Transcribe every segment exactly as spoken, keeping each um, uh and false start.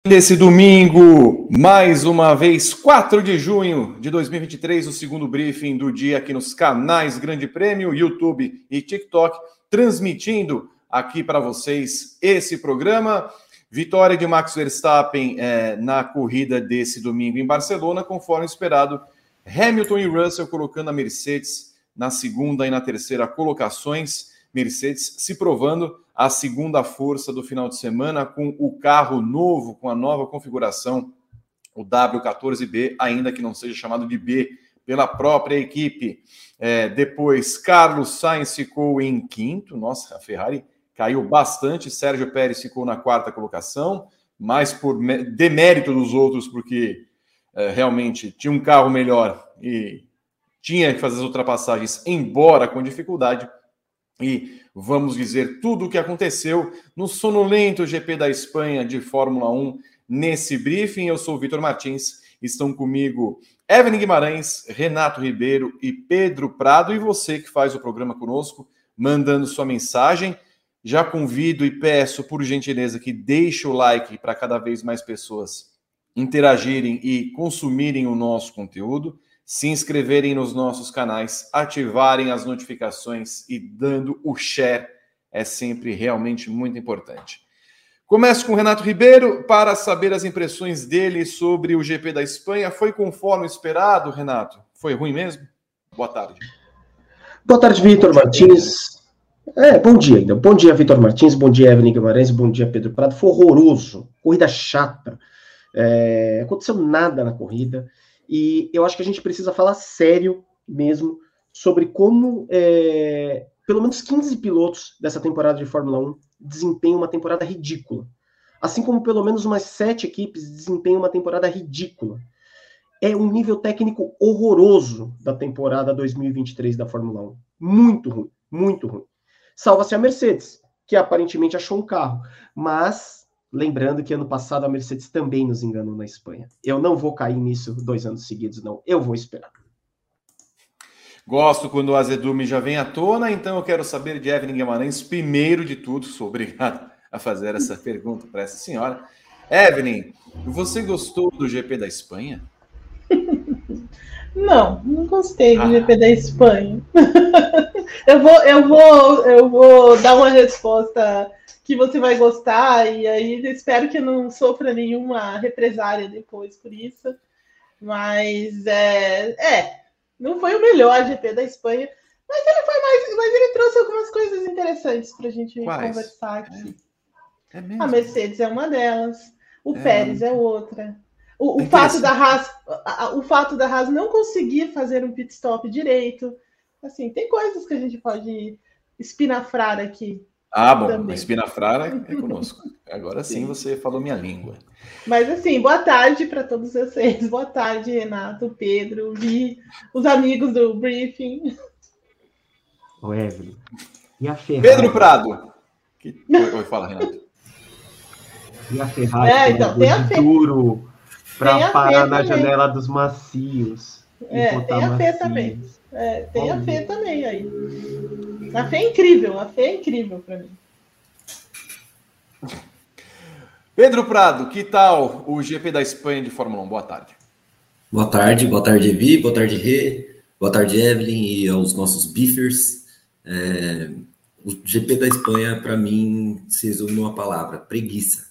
Desse domingo, mais uma vez, quatro de junho de dois mil e vinte e três, o segundo briefing do dia aqui nos canais Grande Prêmio, YouTube e TikTok, transmitindo aqui para vocês esse programa. Vitória de Max Verstappen é, na corrida desse domingo em Barcelona, conforme esperado. Hamilton e Russell colocando a Mercedes na segunda e na terceira colocações. Mercedes se provando a segunda força do final de semana com o carro novo, com a nova configuração, o W quatorze B, ainda que não seja chamado de B pela própria equipe. É, depois, Carlos Sainz ficou em quinto. Nossa, a Ferrari caiu bastante. Sérgio Pérez ficou na quarta colocação, mais por demérito dos outros, porque é, realmente tinha um carro melhor e tinha que fazer as ultrapassagens, embora com dificuldade. E vamos dizer tudo o que aconteceu no sonolento G P da Espanha de Fórmula um nesse briefing. Eu sou o Vitor Martins, estão comigo Evelyn Guimarães, Renato Ribeiro e Pedro Prado. E você que faz o programa conosco, mandando sua mensagem. Já convido e peço, por gentileza, que deixe o like para cada vez mais pessoas interagirem e consumirem o nosso conteúdo, se inscreverem nos nossos canais, ativarem as notificações e dando o share é sempre realmente muito importante. Começo com o Renato Ribeiro para saber as impressões dele sobre o G P da Espanha. Foi conforme esperado, Renato? Foi ruim mesmo? Boa tarde. Boa tarde, Vitor Martins. É, bom dia ainda. Bom dia, Vitor Martins. Bom dia, Evelyn Guimarães. Bom dia, Pedro Prado. Foi horroroso. Corrida chata. É, aconteceu nada na corrida. E eu acho que a gente precisa falar sério mesmo sobre como é, pelo menos quinze pilotos dessa temporada de Fórmula um desempenham uma temporada ridícula. Assim como pelo menos umas sete equipes desempenham uma temporada ridícula. É um nível técnico horroroso da temporada dois mil e vinte e três da Fórmula um. Muito ruim, muito ruim. Salva-se a Mercedes, que aparentemente achou um carro, mas... lembrando que ano passado a Mercedes também nos enganou na Espanha. Eu não vou cair nisso dois anos seguidos, não. Eu vou esperar. Gosto quando o azedume já vem à tona, então eu quero saber de Evelyn Guimarães, primeiro de tudo, sou obrigado a fazer essa pergunta para essa senhora. Evelyn, você gostou do G P da Espanha? Não, não gostei do ah. G P da Espanha. eu, vou, eu, vou, eu vou dar uma resposta... que você vai gostar, e aí espero que não sofra nenhuma represária depois por isso. Mas é, é não foi o melhor G P da Espanha, mas ele foi mais, mas ele trouxe algumas coisas interessantes para a gente Quais? conversar aqui. É. É a Mercedes é uma delas, o é. Pérez é outra. O, o é fato da Haas, o fato da Haas não conseguir fazer um pit stop direito, assim, tem coisas que a gente pode espinafrar aqui. Ah, bom, também. A espinafrara é conosco. Agora sim, sim você falou minha língua. Mas assim, boa tarde para todos vocês. Boa tarde, Renato, Pedro, Vi, os amigos do briefing. O Evelyn. E a Ferrari? Pedro Prado. Que... Oi, fala, Renato. E a Ferrari é, então, tem a Fe... duro para parar na também. Janela dos macios. É, tem a Fê também. É, tem Olha. a Fê também aí. A Fê é incrível, a Fê é incrível para mim. Pedro Prado, que tal o G P da Espanha de Fórmula um? Boa tarde. Boa tarde, boa tarde, Evi, boa tarde, Rê, boa tarde, Evelyn e aos nossos beefers. É, o G P da Espanha, para mim, se resume numa palavra: preguiça.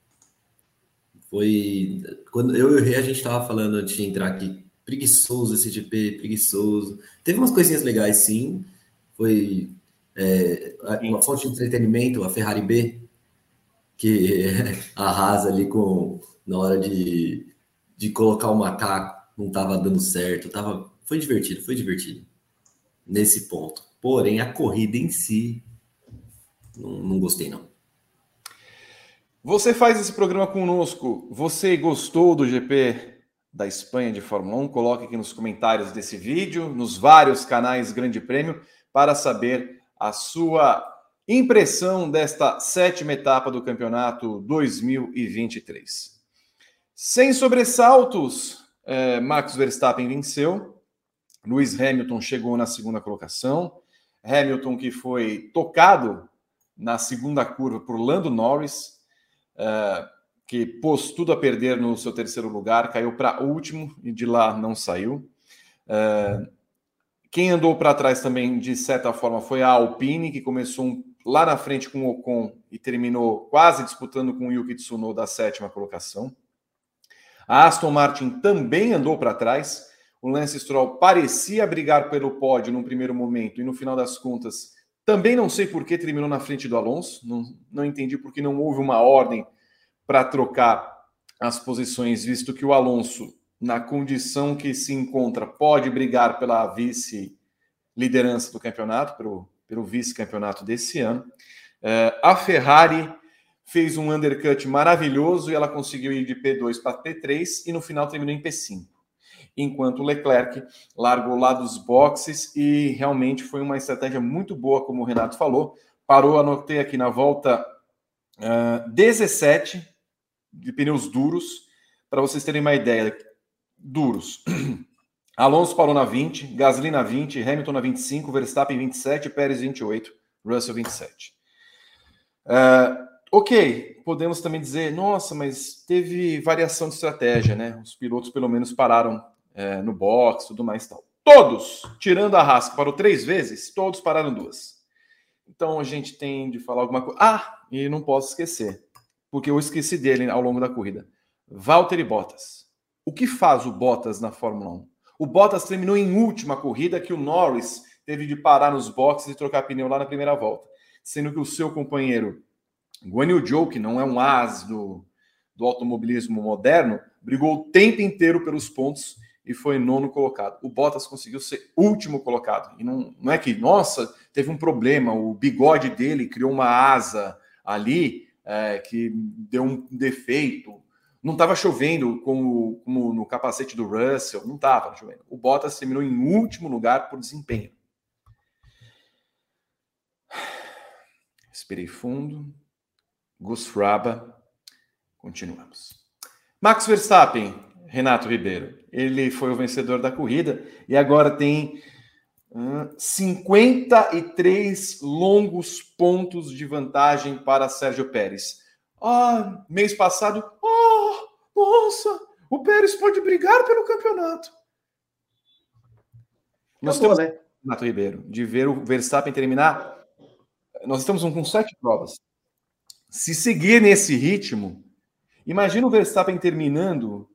Foi. Quando eu e o Rê, a gente estava falando antes de entrar aqui, preguiçoso esse G P, preguiçoso. Teve umas coisinhas legais, sim. Foi é, uma fonte de entretenimento, a Ferrari B, que arrasa ali com, na hora de, de colocar o macaco, não estava dando certo. Tava, foi divertido, foi divertido nesse ponto. Porém, a corrida em si, não, não gostei, não. Você faz esse programa conosco. Você gostou do G P da Espanha de Fórmula um? Coloque aqui nos comentários desse vídeo, nos vários canais Grande Prêmio, para saber a sua impressão desta sétima etapa do campeonato dois mil e vinte e três. Sem sobressaltos, eh, Max Verstappen venceu, Lewis Hamilton chegou na segunda colocação, Hamilton que foi tocado na segunda curva por Lando Norris, uh, que pôs tudo a perder no seu terceiro lugar, caiu para último e de lá não saiu. Uh, quem andou para trás também, de certa forma, foi a Alpine, que começou um, lá na frente com o Ocon e terminou quase disputando com o Yuki Tsunoda a sétima colocação. A Aston Martin também andou para trás. O Lance Stroll parecia brigar pelo pódio num primeiro momento e no final das contas, também não sei por que terminou na frente do Alonso. Não, não entendi porque não houve uma ordem para trocar as posições, visto que o Alonso, na condição que se encontra, pode brigar pela vice-liderança do campeonato, pelo, pelo vice-campeonato desse ano. Uh, a Ferrari fez um undercut maravilhoso e ela conseguiu ir de P dois para P três e no final terminou em P cinco. Enquanto o Leclerc largou lá dos boxes e realmente foi uma estratégia muito boa, como o Renato falou. Parou, anotei aqui na volta uh, dezessete de pneus duros, para vocês terem uma ideia. Duros. Alonso parou na vinte, Gasly na vinte, Hamilton na vinte e cinco, Verstappen vinte e sete, Pérez vinte e oito, Russell vinte e sete. Uh, ok, podemos também dizer, nossa, mas teve variação de estratégia, né? Os pilotos pelo menos pararam é, no box, tudo mais e tal. Todos, tirando a Haas, que parou três vezes, todos pararam duas. Então a gente tem de falar alguma coisa. Ah, e não posso esquecer, porque eu esqueci dele ao longo da corrida. Valtteri Bottas. O que faz o Bottas na Fórmula um? O Bottas terminou em última corrida, que o Norris teve de parar nos boxes e trocar pneu lá na primeira volta. Sendo que o seu companheiro Guan Yu Zhou, que não é um as do, do automobilismo moderno, brigou o tempo inteiro pelos pontos e foi nono colocado. O Bottas conseguiu ser último colocado. E não, não é que, nossa, teve um problema, o bigode dele criou uma asa ali é, que deu um defeito. Não estava chovendo como, como no capacete do Russell, não estava chovendo. O Bottas terminou em último lugar por desempenho. Respirei fundo. Gus Fraba. Continuamos. Max Verstappen, Renato Ribeiro. Ele foi o vencedor da corrida e agora tem hum, cinquenta e três longos pontos de vantagem para Sérgio Pérez. Ah, mês passado, oh, nossa, o Pérez pode brigar pelo campeonato. Nós Acabou, temos, né? Renato Ribeiro, de ver o Verstappen terminar. Nós estamos com sete provas. Se seguir nesse ritmo, imagina o Verstappen terminando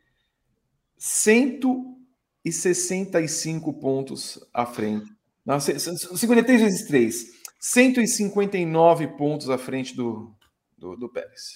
cento e sessenta e cinco pontos à frente. Não, cinquenta e três vezes três. cento e cinquenta e nove pontos à frente do, do, do Pérez.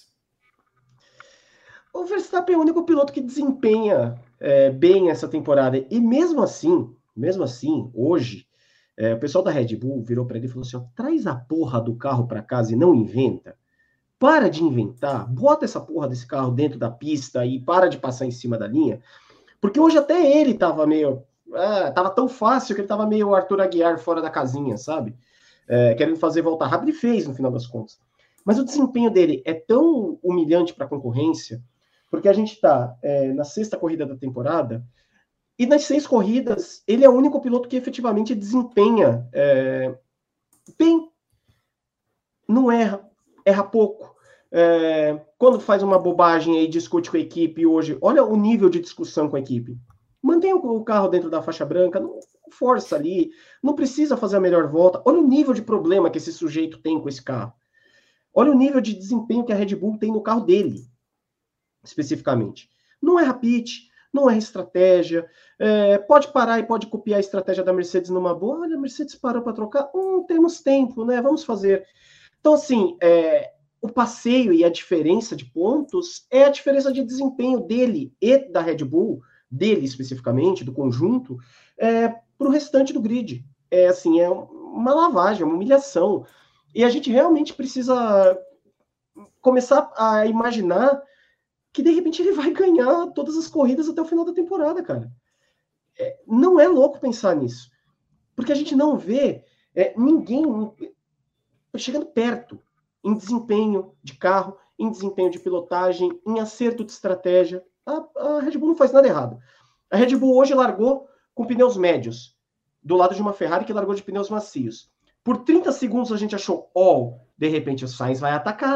O Verstappen é o único piloto que desempenha é, bem essa temporada. E mesmo assim, mesmo assim, hoje, é, o pessoal da Red Bull virou para ele e falou assim, ó, traz a porra do carro para casa e não inventa. Para de inventar, bota essa porra desse carro dentro da pista e para de passar em cima da linha. Porque hoje até ele tava meio... Ah, tava tão fácil que ele tava meio Arthur Aguiar fora da casinha, sabe? É, querendo fazer volta rápida e fez no final das contas. Mas o desempenho dele é tão humilhante para a concorrência, porque a gente tá é, na sexta corrida da temporada e nas seis corridas ele é o único piloto que efetivamente desempenha é, bem. Não erra. Erra pouco. É, quando faz uma bobagem e discute com a equipe hoje, olha o nível de discussão com a equipe. Mantém o carro dentro da faixa branca, não força ali, não precisa fazer a melhor volta. Olha o nível de problema que esse sujeito tem com esse carro. Olha o nível de desempenho que a Red Bull tem no carro dele, especificamente. Não erra pitch, não erra estratégia, é, pode parar e pode copiar a estratégia da Mercedes numa boa. Olha, a Mercedes parou para trocar, hum, temos tempo, né? Vamos fazer... Então, assim, é, o passeio e a diferença de pontos é a diferença de desempenho dele e da Red Bull, dele especificamente, do conjunto, é, para o restante do grid. É, assim, é uma lavagem, uma humilhação. E a gente realmente precisa começar a imaginar que, de repente, ele vai ganhar todas as corridas até o final da temporada, cara. É, não é louco pensar nisso. Porque a gente não vê é, ninguém... chegando perto, em desempenho de carro, em desempenho de pilotagem, em acerto de estratégia. A, a Red Bull não faz nada errado. A Red Bull hoje largou com pneus médios, do lado de uma Ferrari que largou de pneus macios. Por trinta segundos a gente achou, ó, oh, de repente o Sainz vai atacar, né?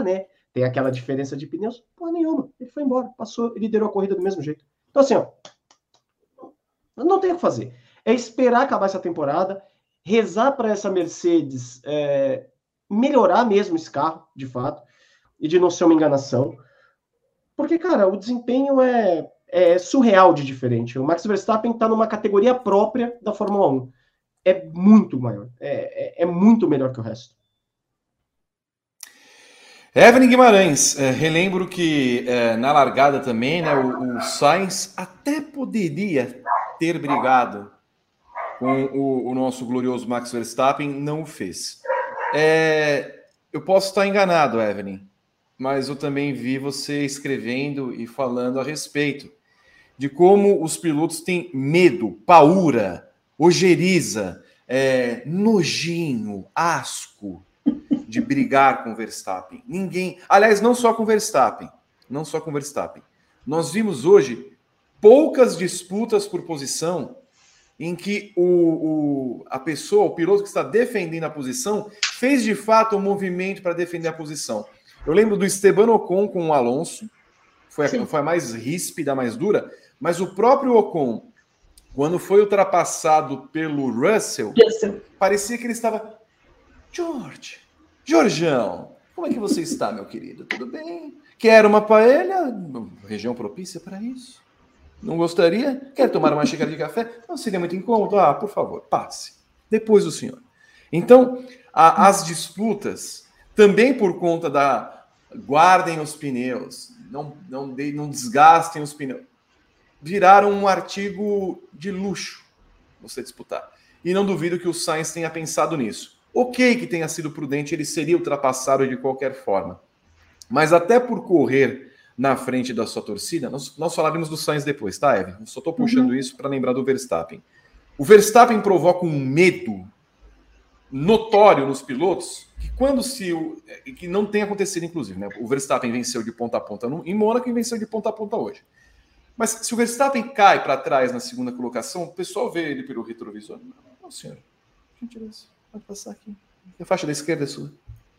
tem aquela diferença de pneus? Porra nenhuma. Ele foi embora, passou, ele liderou a corrida do mesmo jeito. Então assim, ó, não tem o que fazer. É esperar acabar essa temporada, rezar para essa Mercedes é, melhorar mesmo esse carro, de fato, e de não ser uma enganação. Porque, cara, o desempenho é, é surreal de diferente. O Max Verstappen está numa categoria própria da Fórmula um. É muito maior. É, é, é muito melhor que o resto. Evelyn Guimarães, é, relembro que é, na largada também, né, o, o Sainz até poderia ter brigado com o, o nosso glorioso Max Verstappen, não o fez. É, eu posso estar enganado, Evelyn, mas eu também vi você escrevendo e falando a respeito de como os pilotos têm medo, paura, ojeriza, é, nojinho, asco de brigar com o Verstappen. Ninguém... Aliás, não só com o Verstappen. Não só com o Verstappen. Nós vimos hoje poucas disputas por posição em que o, o, a pessoa, o piloto que está defendendo a posição, fez de fato um movimento para defender a posição. Eu lembro do Esteban Ocon com o Alonso, foi a, foi a mais ríspida, a mais dura, mas o próprio Ocon, quando foi ultrapassado pelo Russell, Russell. parecia que ele estava... George... Jorjão, como é que você está, meu querido? Tudo bem? Quer uma paella? Região propícia para isso? Não gostaria? Quer tomar uma xícara de café? Não seria muito incômodo? Ah, por favor, passe. Depois o senhor. Então, a, as disputas, também por conta da... Guardem os pneus, não, não, não desgastem os pneus. Viraram um artigo de luxo você disputar. E não duvido que o Sainz tenha pensado nisso. Ok que tenha sido prudente, ele seria ultrapassado de qualquer forma. Mas até por correr na frente da sua torcida, nós, nós falaremos do Sainz depois, tá, Eve? Eu só estou puxando uhum. isso para lembrar do Verstappen. O Verstappen provoca um medo notório nos pilotos, que quando se... O, que não tem acontecido, inclusive, né? O Verstappen venceu de ponta a ponta no, em Mônaco e venceu de ponta a ponta hoje. Mas se o Verstappen cai para trás na segunda colocação, o pessoal vê ele pelo retrovisor. Não, não senhor. Gentileza. Pode passar aqui. A faixa da esquerda é sua.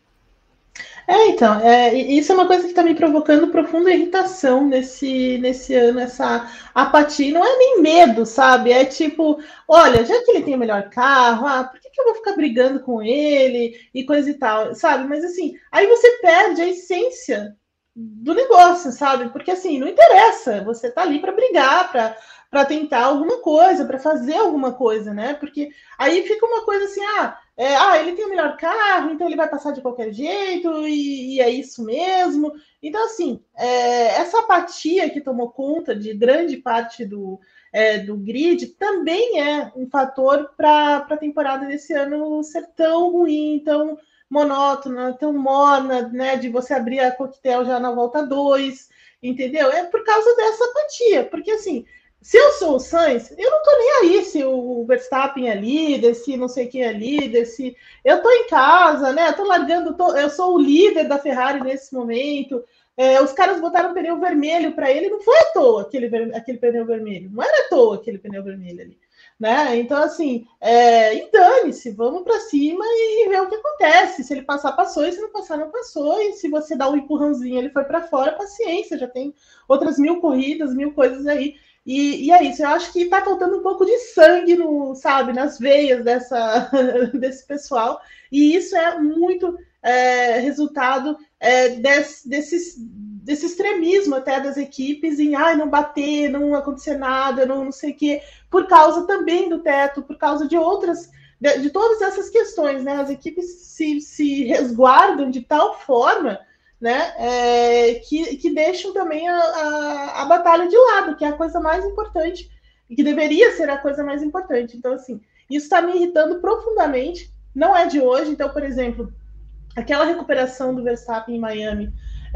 É, então, é, isso é uma coisa que está me provocando profunda irritação nesse, nesse ano, essa apatia. Não é nem medo, sabe? É tipo, olha, já que ele tem o melhor carro, ah, por que, que eu vou ficar brigando com ele e coisa e tal, sabe? Mas assim, aí você perde a essência do negócio, sabe? Porque assim, não interessa, você tá ali para brigar, para para tentar alguma coisa, para fazer alguma coisa, né? Porque aí fica uma coisa assim, ah, é, ah, ele tem o melhor carro, então ele vai passar de qualquer jeito, e, e é isso mesmo. Então, assim, é, essa apatia que tomou conta de grande parte do, é, do grid também é um fator para a temporada desse ano ser tão ruim, tão monótona, tão morna, né? De você abrir a coquetel já na volta dois, entendeu? É por causa dessa apatia, porque assim... Se eu sou o Sainz, eu não tô nem aí se o Verstappen é líder, se não sei quem é líder, se... Eu tô em casa, né? Eu tô largando... Tô... Eu sou o líder da Ferrari nesse momento. É, os caras botaram um pneu vermelho para ele. Não foi à toa aquele, ver... aquele pneu vermelho. Não era à toa aquele pneu vermelho ali. Né? Então, assim, é... e dane-se. Vamos para cima e ver o que acontece. Se ele passar, passou. E se não passar, não passou. E se você dá um empurrãozinho, ele foi para fora. Paciência. Já tem outras mil corridas, mil coisas aí. E, e é isso, eu acho que está faltando um pouco de sangue, no, sabe, nas veias dessa, desse pessoal, e isso é muito é, resultado é, desse, desse, desse extremismo até das equipes em ai, não bater, não acontecer nada, não, não sei o quê, por causa também do teto, por causa de outras, de, de todas essas questões, né? As equipes se, se resguardam de tal forma, né, é, que, que deixam também a, a, a batalha de lado, que é a coisa mais importante, e que deveria ser a coisa mais importante. Então, assim, isso está me irritando profundamente, não é de hoje. Então, por exemplo, aquela recuperação do Verstappen em Miami,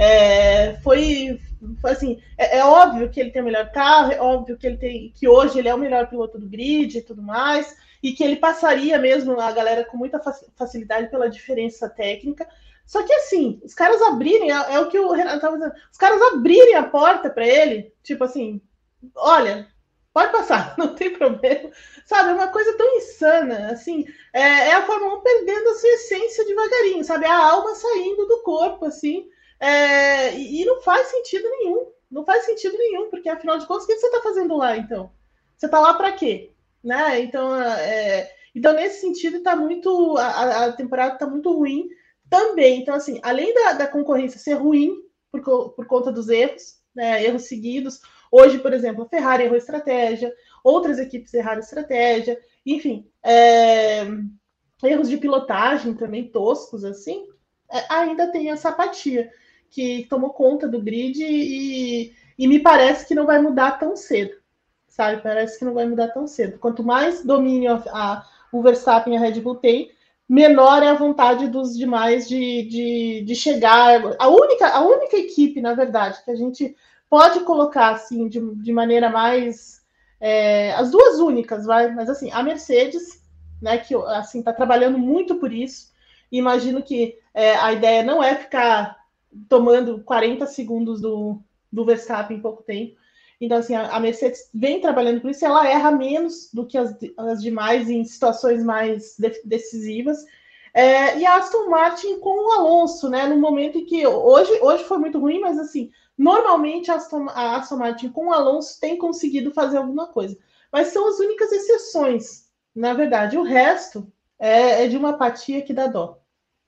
é, foi, foi assim, é, é óbvio que ele tem o melhor carro, é óbvio que, ele tem, que hoje ele é o melhor piloto do grid e tudo mais, e que ele passaria mesmo a galera com muita facilidade pela diferença técnica. Só que assim, os caras abrirem, é, é o que o Renato estava dizendo, os caras abrirem a porta para ele, tipo assim, olha, pode passar, não tem problema, sabe? É uma coisa tão insana, assim, é, é a Fórmula um perdendo a sua essência devagarinho, sabe? A alma saindo do corpo, assim, É, e, e não faz sentido nenhum. Não faz sentido nenhum, porque afinal de contas, o que você está fazendo lá, então? Você está lá para quê? Né? Então, é, então, nesse sentido, tá muito. A, a temporada está muito ruim também. Então, assim, além da, da concorrência ser ruim por, por conta dos erros, né, erros seguidos. Hoje, por exemplo, a Ferrari errou estratégia, outras equipes erraram estratégia, enfim, é, erros de pilotagem também toscos, assim, é, ainda tem essa apatia que tomou conta do grid e, e me parece que não vai mudar tão cedo, sabe? Parece que não vai mudar tão cedo. Quanto mais domínio a, a, o Verstappen e a Red Bull tem, menor é a vontade dos demais de, de, de chegar. A única, a única equipe, na verdade, que a gente pode colocar assim de, de maneira mais. É, as duas únicas, vai, mas assim, a Mercedes, né, que assim está trabalhando muito por isso. E imagino que é, a ideia não é ficar tomando quarenta segundos do, do Verstappen em pouco tempo. Então, assim, a, a Mercedes vem trabalhando por isso, ela erra menos do que as, as demais em situações mais de, decisivas. É, e a Aston Martin com o Alonso, né? No momento em que hoje, hoje foi muito ruim, mas assim, normalmente a Aston, a Aston Martin com o Alonso tem conseguido fazer alguma coisa. Mas são as únicas exceções, na verdade. O resto é, é de uma apatia que dá dó.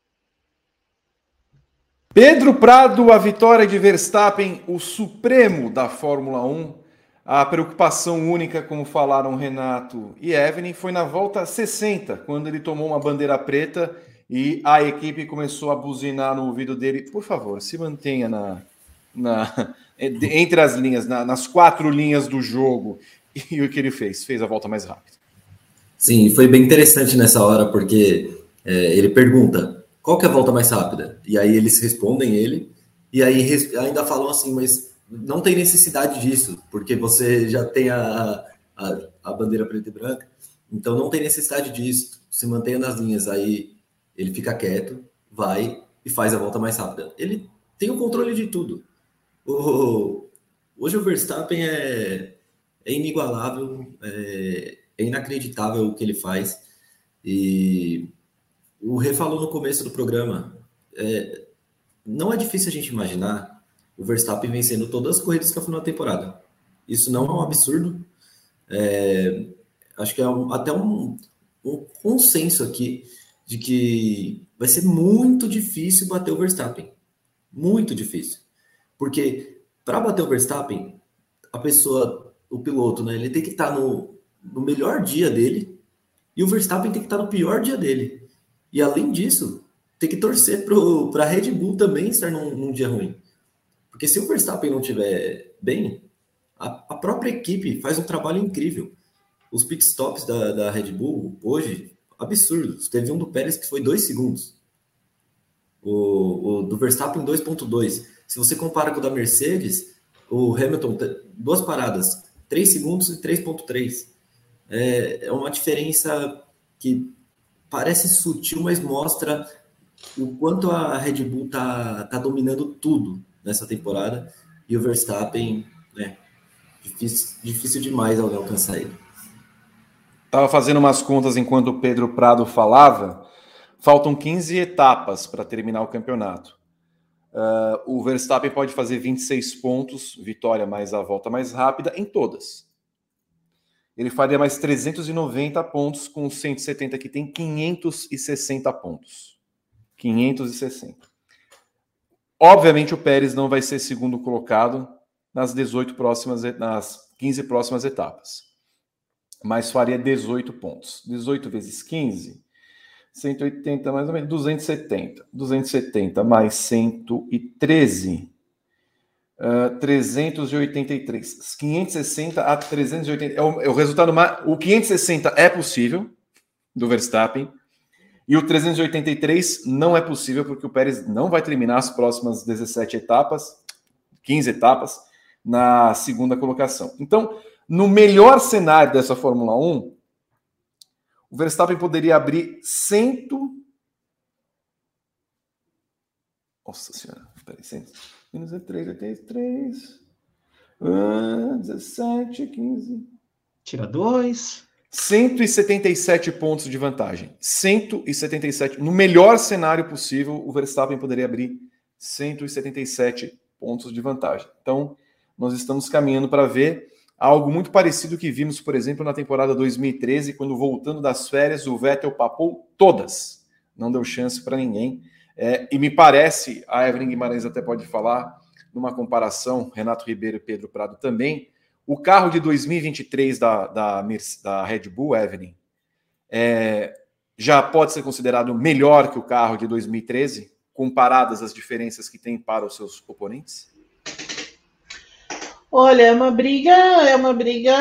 Pedro Prado, a vitória de Verstappen, o supremo da Fórmula um. A preocupação única, como falaram Renato e Evelyn, foi na volta sessenta, quando ele tomou uma bandeira preta e a equipe começou a buzinar no ouvido dele. Por favor, se mantenha na, na, entre as linhas, na, nas quatro linhas do jogo. E o que ele fez? Fez a volta mais rápida. Sim, foi bem interessante nessa hora, porque é, ele pergunta, qual que é a volta mais rápida? E aí eles respondem ele, e aí ainda falam assim, mas não tem necessidade disso, porque você já tem a, a, a bandeira preta e branca, então não tem necessidade disso, se mantenha nas linhas. Aí ele fica quieto, vai e faz a volta mais rápida. Ele tem o controle de tudo. O, hoje o Verstappen é, é inigualável, é, é inacreditável o que ele faz. E o Rê falou no começo do programa, é, não é difícil a gente imaginar o Verstappen vencendo todas as corridas que foi na temporada. Isso não é um absurdo. É, acho que é um, até um, um consenso aqui de que vai ser muito difícil bater o Verstappen. Muito difícil. Porque para bater o Verstappen, a pessoa, o piloto, né, ele tem que estar no, no melhor dia dele e o Verstappen tem que estar no pior dia dele. E além disso, tem que torcer para a Red Bull também estar num, num dia ruim. Porque se o Verstappen não estiver bem, a, a própria equipe faz um trabalho incrível. Os pitstops da, da Red Bull, hoje, absurdos. Teve um do Pérez que foi dois segundos. O, o do Verstappen, dois ponto dois. Se você compara com o da Mercedes, o Hamilton, duas paradas, três segundos e três ponto três. É, é uma diferença que parece sutil, mas mostra o quanto a Red Bull está tá dominando tudo nessa temporada, e o Verstappen, né, difícil, difícil demais alguém alcançar ele. Estava fazendo umas contas enquanto o Pedro Prado falava, faltam quinze etapas para terminar o campeonato. Uh, o Verstappen pode fazer vinte e seis pontos, vitória mais a volta mais rápida, em todas. Ele faria mais trezentos e noventa pontos, com cento e setenta que tem quinhentos e sessenta pontos. quinhentos e sessenta. Obviamente o Pérez não vai ser segundo colocado nas dezoito próximas, nas quinze próximas etapas. Mas faria dezoito pontos. dezoito vezes quinze, cento e oitenta mais ou menos, duzentos e setenta. duzentos e setenta mais cento e treze, uh, trezentos e oitenta e três. quinhentos e sessenta a trezentos e oitenta. É o, é o resultado mais... O quinhentos e sessenta é possível, do Verstappen. E o trezentos e oitenta e três não é possível, porque o Pérez não vai terminar as próximas dezessete etapas, quinze etapas, na segunda colocação. Então, no melhor cenário dessa Fórmula um, o Verstappen poderia abrir cento... Nossa Senhora, peraí, cento... Menos três, oitenta e três... dezessete, quinze... Tira dois... cento e setenta e sete pontos de vantagem. cento e setenta e sete. No melhor cenário possível, o Verstappen poderia abrir cento e setenta e sete pontos de vantagem. Então, nós estamos caminhando para ver algo muito parecido que vimos, por exemplo, na temporada dois mil e treze, quando, voltando das férias, o Vettel papou todas. Não deu chance para ninguém. É, e me parece, a Evelyn Guimarães até pode falar, numa comparação, Renato Ribeiro e Pedro Prado também, o carro de dois mil e vinte e três da, da, da Red Bull, Evelyn, é, já pode ser considerado melhor que o carro de dois mil e treze, comparadas as diferenças que tem para os seus oponentes? Olha, é uma briga, é uma briga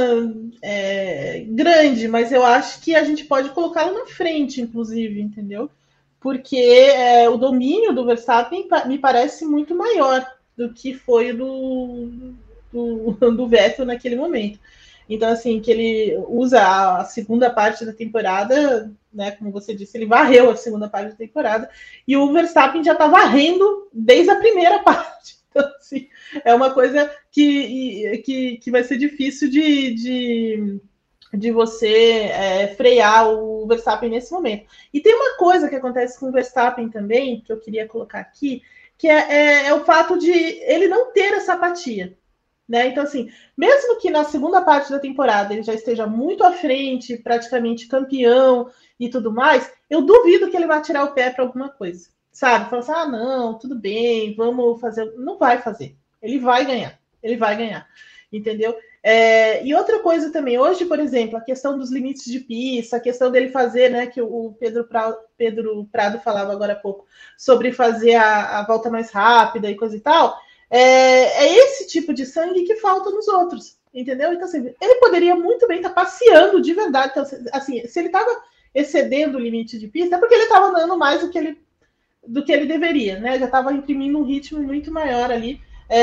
é, grande, mas eu acho que a gente pode colocá-la na frente, inclusive, entendeu? Porque é, o domínio do Verstappen me parece muito maior do que foi do, do, do Vettel naquele momento. Então, assim, que ele usa a segunda parte da temporada, né? Como você disse, ele varreu a segunda parte da temporada, e o Verstappen já está varrendo desde a primeira parte. Então, assim, é uma coisa que, que, que vai ser difícil de... de de você é, frear o Verstappen nesse momento. E tem uma coisa que acontece com o Verstappen também, que eu queria colocar aqui, que é, é, é o fato de ele não ter essa apatia. Né? Então, assim, mesmo que na segunda parte da temporada ele já esteja muito à frente, praticamente campeão e tudo mais, eu duvido que ele vá tirar o pé para alguma coisa. Sabe? Falar assim, ah, não, tudo bem, vamos fazer. Não vai fazer. Ele vai ganhar. Ele vai ganhar. Entendeu? É, e outra coisa também, hoje, por exemplo, a questão dos limites de pista, a questão dele fazer, né, que o Pedro Prado, Pedro Prado falava agora há pouco, sobre fazer a, a volta mais rápida e coisa e tal, é, é esse tipo de sangue que falta nos outros, entendeu? Então, assim, ele poderia muito bem estar passeando de verdade, então, assim, se ele estava excedendo o limite de pista, é porque ele estava andando mais do que ele, do que ele deveria, né, já estava imprimindo um ritmo muito maior ali,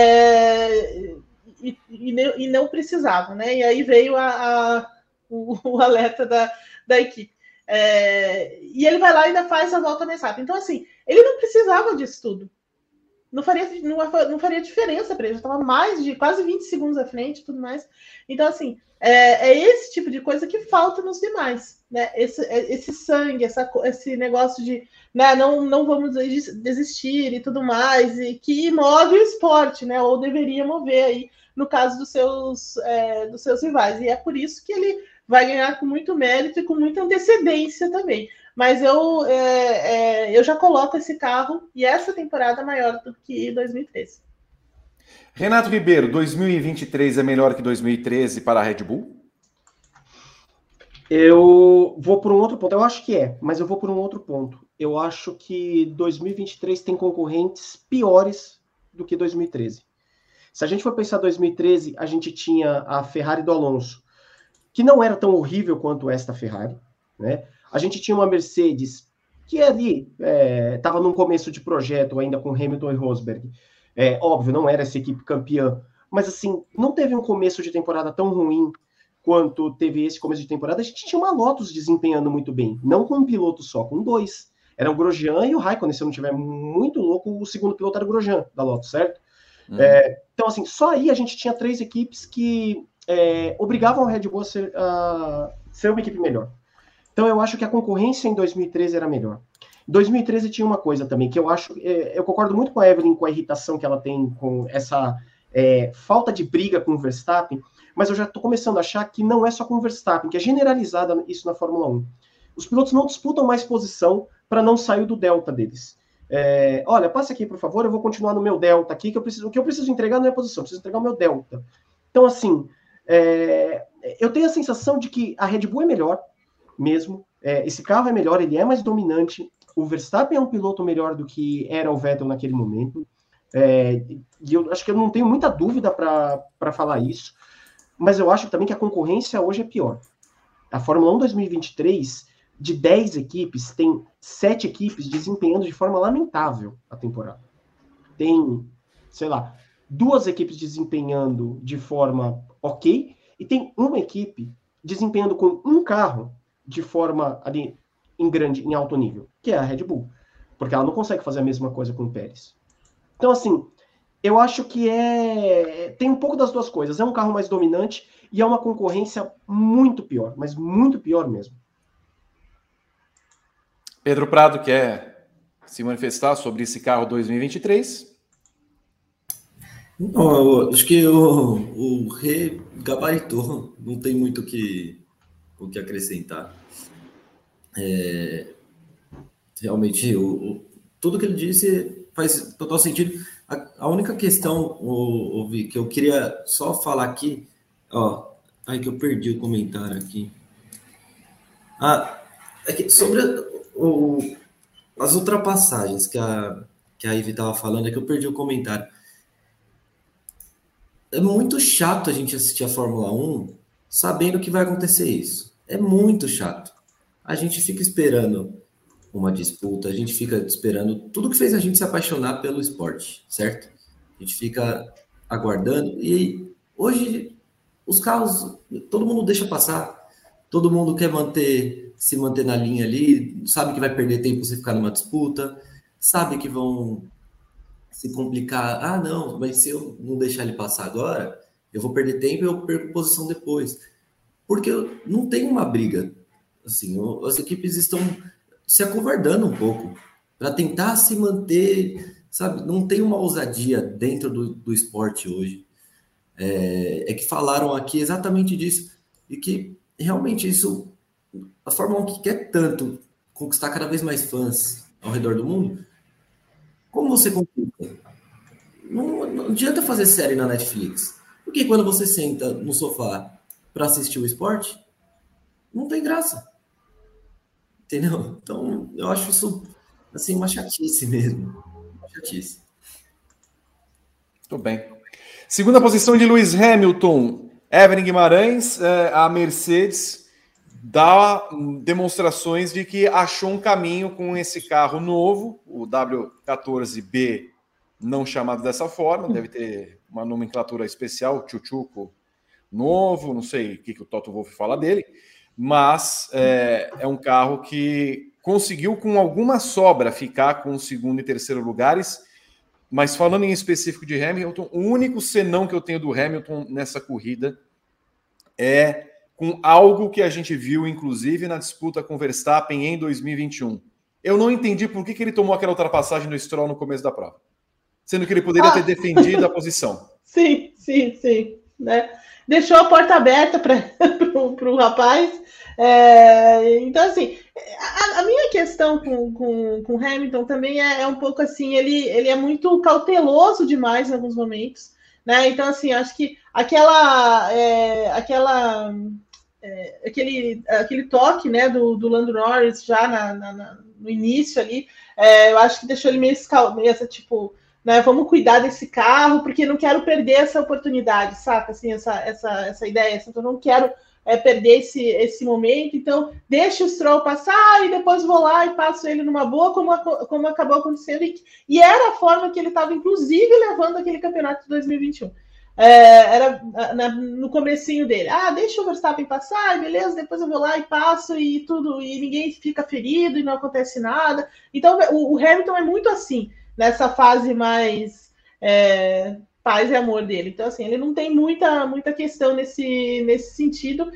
é... E, e, e não precisava, né? E aí veio a, a, o, o alerta da, da equipe. É, e ele vai lá e ainda faz a volta mais rápida. Então, assim, ele não precisava disso tudo. Não faria, não, não faria diferença para ele. Já estava mais de quase vinte segundos à frente e tudo mais. Então, assim, é, é esse tipo de coisa que falta nos demais. Né? Esse, esse sangue, essa, esse negócio de né, não, não vamos desistir e tudo mais, e que move o esporte, né? Ou deveria mover aí, no caso dos seus, é, dos seus rivais. E é por isso que ele vai ganhar com muito mérito e com muita antecedência também. Mas eu, é, é, eu já coloco esse carro e essa temporada maior do que dois mil e treze. Renato Ribeiro, dois mil e vinte e três é melhor que dois mil e treze para a Red Bull? Eu vou por um outro ponto. Eu acho que é, mas eu vou por um outro ponto. Eu acho que dois mil e vinte e três tem concorrentes piores do que dois mil e treze. Se a gente for pensar dois mil e treze, a gente tinha a Ferrari do Alonso, que não era tão horrível quanto esta Ferrari, né? A gente tinha uma Mercedes que ali estava é, num começo de projeto ainda com Hamilton e Rosberg. É, óbvio, não era essa equipe campeã, mas assim, não teve um começo de temporada tão ruim quanto teve esse começo de temporada. A gente tinha uma Lotus desempenhando muito bem, não com um piloto só, com dois. Era o Grosjean e o Raikkonen, se eu não estiver muito louco, o segundo piloto era o Grosjean da Lotus, certo? Uhum. É, então, assim, só aí a gente tinha três equipes que é, obrigavam a Red Bull a ser, a ser uma equipe melhor. Então, eu acho que a concorrência em dois mil e treze era melhor. Em dois mil e treze tinha uma coisa também, que eu acho... É, eu concordo muito com a Evelyn, com a irritação que ela tem com essa é, falta de briga com o Verstappen, mas eu já estou começando a achar que não é só com o Verstappen, que é generalizada isso na Fórmula um. Os pilotos não disputam mais posição para não sair do delta deles. É, olha, passa aqui, por favor, eu vou continuar no meu delta aqui, que eu preciso, o que eu preciso entregar não é posição, eu preciso entregar o meu delta. Então, assim, é, eu tenho a sensação de que a Red Bull é melhor, mesmo, é, esse carro é melhor, ele é mais dominante, o Verstappen é um piloto melhor do que era o Vettel naquele momento, é, e eu acho que eu não tenho muita dúvida para falar isso, mas eu acho também que a concorrência hoje é pior. A Fórmula um dois mil e vinte e três, de dez equipes, tem sete equipes desempenhando de forma lamentável a temporada. Tem, sei lá, duas equipes desempenhando de forma ok, e tem uma equipe desempenhando com um carro de forma ali em grande, em alto nível, que é a Red Bull, porque ela não consegue fazer a mesma coisa com o Pérez. Então, assim, eu acho que é tem um pouco das duas coisas. É um carro mais dominante e é uma concorrência muito pior, mas muito pior mesmo. Pedro Prado quer se manifestar sobre esse carro dois mil e vinte e três? Não, acho que o, o Rê gabaritou, não tem muito o que, o que acrescentar. É, realmente, o, o, tudo que ele disse faz total sentido. A, a única questão, o, o, que eu queria só falar aqui, ó, ai que eu perdi o comentário aqui. Ah, é que sobre o, as ultrapassagens que a, que a Ivy estava falando, é que eu perdi o comentário. É muito chato a gente assistir a Fórmula um sabendo que vai acontecer isso. É muito chato. A gente fica esperando uma disputa, a gente fica esperando tudo que fez a gente se apaixonar pelo esporte, certo? A gente fica aguardando e hoje os carros, todo mundo deixa passar, todo mundo quer manter, se manter na linha ali, sabe que vai perder tempo se ficar numa disputa, sabe que vão se complicar, ah não, mas se eu não deixar ele passar agora, eu vou perder tempo e eu perco posição depois. Porque não tem uma briga. Assim, as equipes estão se acovardando um pouco para tentar se manter, sabe? Não tem uma ousadia dentro do, do esporte hoje. É, é que falaram aqui exatamente disso. E que realmente isso, a Fórmula um que quer tanto conquistar cada vez mais fãs ao redor do mundo, como você conquista? Não, não adianta fazer série na Netflix. Porque quando você senta no sofá para assistir o esporte, não tem graça. Entendeu? Então, eu acho isso, assim, uma chatice mesmo. Uma chatice. Muito bem. Segunda posição de Lewis Hamilton. Evelyn Guimarães, a Mercedes dá demonstrações de que achou um caminho com esse carro novo, o W quatorze B, não chamado dessa forma, deve ter uma nomenclatura especial, tchutchuco novo, não sei o que, que o Toto Wolff fala dele, mas é, é um carro que conseguiu com alguma sobra ficar com o segundo e terceiro lugares, mas falando em específico de Hamilton, o único senão que eu tenho do Hamilton nessa corrida é com algo que a gente viu, inclusive, na disputa com Verstappen em dois mil e vinte e um. Eu não entendi por que, que ele tomou aquela ultrapassagem no Stroll no começo da prova, sendo que ele poderia ah. ter defendido a posição. Sim, sim, sim. Né? Deixou a porta aberta para o rapaz. É, então, assim, a, a minha questão com, com, com Hamilton também é, é um pouco assim, ele, ele é muito cauteloso demais em alguns momentos, né? Então, assim, acho que aquela, é, aquela, é, aquele, aquele toque, né, do, do Lando Norris já na, na, na, no início ali, é, eu acho que deixou ele meio escalmeça, tipo, né, vamos cuidar desse carro, porque não quero perder essa oportunidade, saca? Assim, essa, essa, essa ideia, assim, então não quero é, perder esse, esse momento, então deixa o Stroll passar e depois vou lá e passo ele numa boa, como, como acabou acontecendo, e, e era a forma que ele estava, inclusive, levando aquele campeonato de dois mil e vinte e um. É, era na, no comecinho dele, ah, deixa o Verstappen passar, beleza, depois eu vou lá e passo e tudo, e ninguém fica ferido e não acontece nada. Então o, o Hamilton é muito assim, nessa fase mais é, paz e amor dele. Então, assim, ele não tem muita, muita questão nesse, nesse sentido.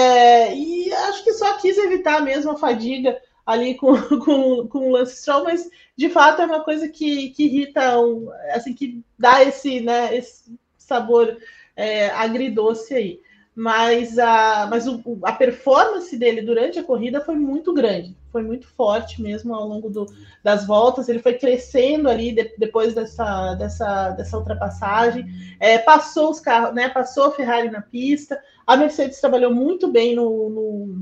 É, e acho que só quis evitar mesmo a fadiga ali com, com, com o Lance Stroll, mas de fato é uma coisa que, que irrita, um, assim, que dá esse, né, esse sabor é, agridoce aí. Mas, a, mas o, a performance dele durante a corrida foi muito grande, foi muito forte mesmo ao longo do, das voltas, ele foi crescendo ali de, depois dessa, dessa, dessa ultrapassagem, é, passou os carros, né, passou a Ferrari na pista, a Mercedes trabalhou muito bem no, no,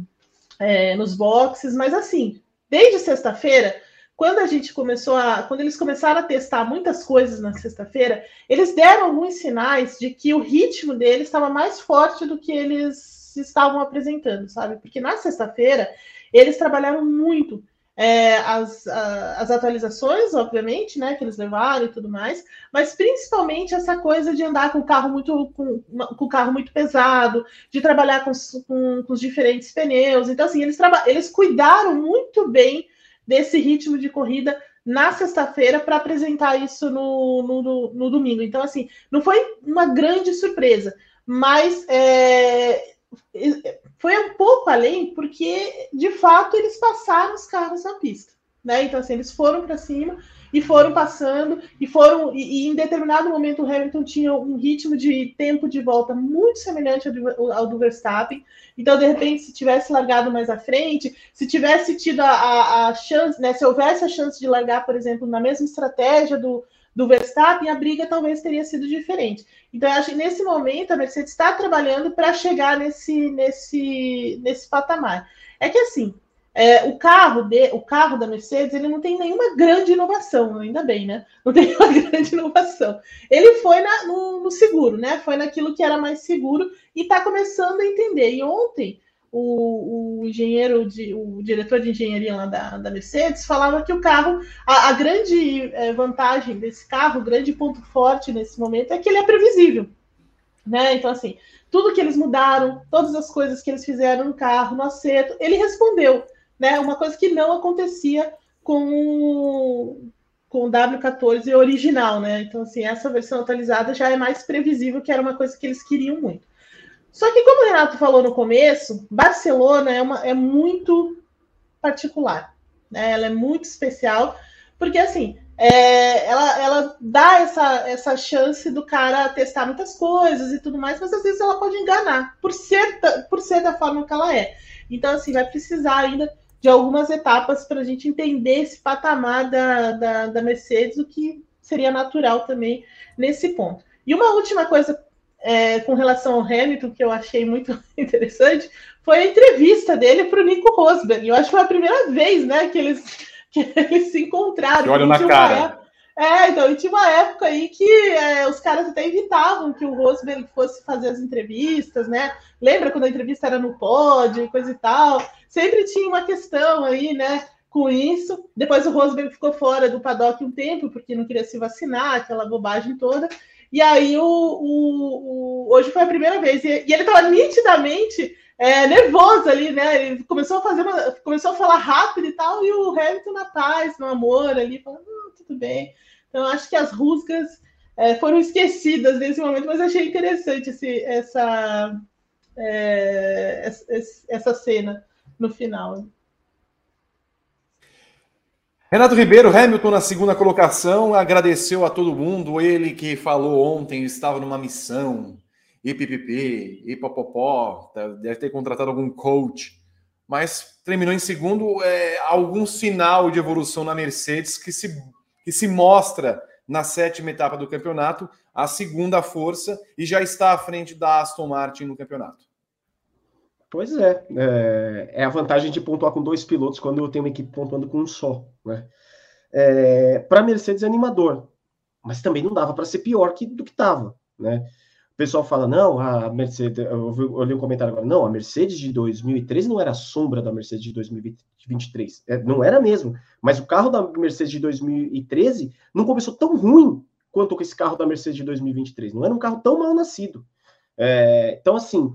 é, nos boxes, mas assim, desde sexta-feira, quando a gente começou a, quando eles começaram a testar muitas coisas na sexta-feira, eles deram alguns sinais de que o ritmo deles estava mais forte do que eles estavam apresentando, sabe? Porque na sexta-feira eles trabalharam muito é, as, a, as atualizações, obviamente, né, que eles levaram e tudo mais, mas principalmente essa coisa de andar com o carro muito, com, com o carro muito pesado, de trabalhar com, com, com os diferentes pneus. Então, assim, eles, eles cuidaram muito bem desse ritmo de corrida na sexta-feira para apresentar isso no, no, no domingo. Então, assim, não foi uma grande surpresa, mas é, foi um pouco além, porque, de fato, eles passaram os carros na pista, né? Então, assim, eles foram para cima e foram passando, e foram, e, e em determinado momento o Hamilton tinha um ritmo de tempo de volta muito semelhante ao do, ao do Verstappen. Então, de repente, se tivesse largado mais à frente, se tivesse tido a, a, a chance, né? Se houvesse a chance de largar, por exemplo, na mesma estratégia do, do Verstappen, a briga talvez teria sido diferente. Então, eu acho que nesse momento a Mercedes está trabalhando para chegar nesse, nesse, nesse patamar. É que assim, é, o, carro de, o carro da Mercedes ele não tem nenhuma grande inovação, ainda bem, né? Não tem nenhuma grande inovação. Ele foi na, no, no seguro, né? Foi naquilo que era mais seguro e está começando a entender. E ontem o, o engenheiro, de, o diretor de engenharia lá da, da Mercedes falava que o carro, a, a grande é, vantagem desse carro, o grande ponto forte nesse momento é que ele é previsível, né? Então, assim, tudo que eles mudaram, todas as coisas que eles fizeram no carro, no acerto, ele respondeu, né? Uma coisa que não acontecia com, com o W quatorze original, né? Então, assim, essa versão atualizada já é mais previsível, que era uma coisa que eles queriam muito. Só que, como o Renato falou no começo, Barcelona é, uma, é muito particular, né? Ela é muito especial, porque, assim, é, ela, ela dá essa, essa chance do cara testar muitas coisas e tudo mais, mas às vezes ela pode enganar, por ser, por ser da forma que ela é. Então, assim, vai precisar ainda de algumas etapas para a gente entender esse patamar da, da, da Mercedes, o que seria natural também nesse ponto. E uma última coisa é, com relação ao Hamilton, que eu achei muito interessante, foi a entrevista dele para o Nico Rosberg. Eu acho que foi a primeira vez, né, que eles, que eles se encontraram. Olha na cara. Época, é, então, e tinha uma época aí que é, os caras até evitavam que o Rosberg fosse fazer as entrevistas, né? Lembra quando a entrevista era no pódio e coisa e tal? Sempre tinha uma questão aí, né, com isso. Depois o Rosberg ficou fora do paddock um tempo, porque não queria se vacinar, aquela bobagem toda. E aí, o, o, o hoje foi a primeira vez. E, e ele estava nitidamente é, nervoso ali, né? Ele começou a fazer uma, começou a falar rápido e tal, e o Hamilton na paz, no amor ali, falando, ah, tudo bem. Então, acho que as rusgas é, foram esquecidas nesse momento, mas achei interessante esse, essa, é, essa cena no final. Renato Ribeiro, Hamilton na segunda colocação, agradeceu a todo mundo, ele que falou ontem, estava numa missão, e pipipi, e popopó, deve ter contratado algum coach, mas terminou em segundo, é, algum sinal de evolução na Mercedes que se, que se mostra na sétima etapa do campeonato, a segunda força, e já está à frente da Aston Martin no campeonato. Pois é, é, é a vantagem de pontuar com dois pilotos quando eu tenho uma equipe pontuando com um só, né? É, para a Mercedes é animador, mas também não dava para ser pior que, do que estava, né? O pessoal fala, não, a Mercedes, eu, eu li um comentário agora, não, a Mercedes de dois mil e treze não era a sombra da Mercedes de dois mil e vinte e três, é, não era mesmo, mas o carro da Mercedes de dois mil e treze não começou tão ruim quanto esse carro da Mercedes de dois mil e vinte e três, não era um carro tão mal nascido. É, então, assim,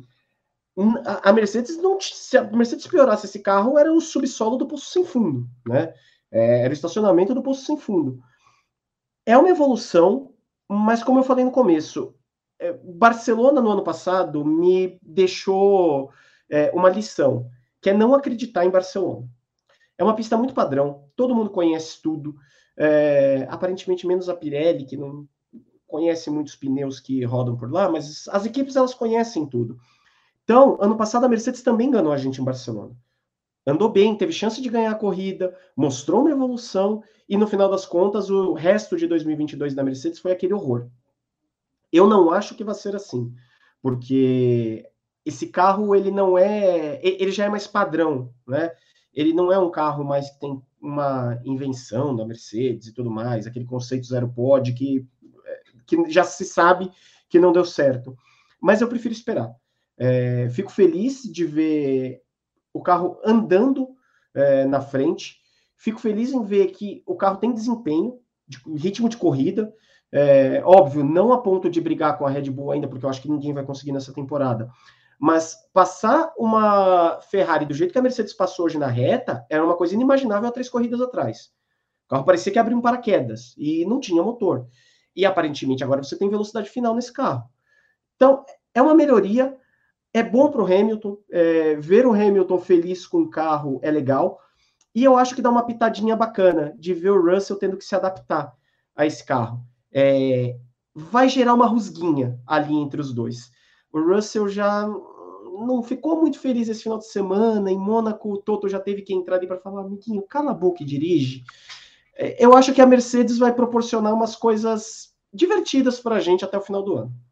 a Mercedes não, se a Mercedes piorasse esse carro, era o subsolo do poço sem fundo, né? É, era o estacionamento do poço sem fundo. É uma evolução, mas como eu falei no começo, é, Barcelona no ano passado me deixou é, uma lição, que é não acreditar em Barcelona. É uma pista muito padrão, todo mundo conhece tudo, é, aparentemente menos a Pirelli, que não conhece muitos pneus que rodam por lá, mas as equipes elas conhecem tudo. Então, ano passado a Mercedes também enganou a gente em Barcelona. Andou bem, teve chance de ganhar a corrida, mostrou uma evolução, e no final das contas, o resto de dois mil e vinte e dois da Mercedes foi aquele horror. Eu não acho que vai ser assim, porque esse carro, ele não é... Ele já é mais padrão, né? Ele não é um carro mais que tem uma invenção da Mercedes e tudo mais, aquele conceito zero pod que, que já se sabe que não deu certo. Mas eu prefiro esperar. É, fico feliz de ver o carro andando é, na frente. Fico feliz em ver que o carro tem desempenho, de, ritmo de corrida. É, óbvio, não a ponto de brigar com a Red Bull ainda, porque eu acho que ninguém vai conseguir nessa temporada. Mas passar uma Ferrari do jeito que a Mercedes passou hoje na reta era uma coisa inimaginável há três corridas atrás. O carro parecia que abriu um paraquedas e não tinha motor. E aparentemente agora você tem velocidade final nesse carro. Então, é uma melhoria. É bom para o Hamilton, é, ver o Hamilton feliz com o carro é legal. E eu acho que dá uma pitadinha bacana de ver o Russell tendo que se adaptar a esse carro. É, vai gerar uma rusguinha ali entre os dois. O Russell já não ficou muito feliz esse final de semana. Em Mônaco, o Toto já teve que entrar ali para falar, amiguinho, cala a boca e dirige. É, eu acho que a Mercedes vai proporcionar umas coisas divertidas para a gente até o final do ano.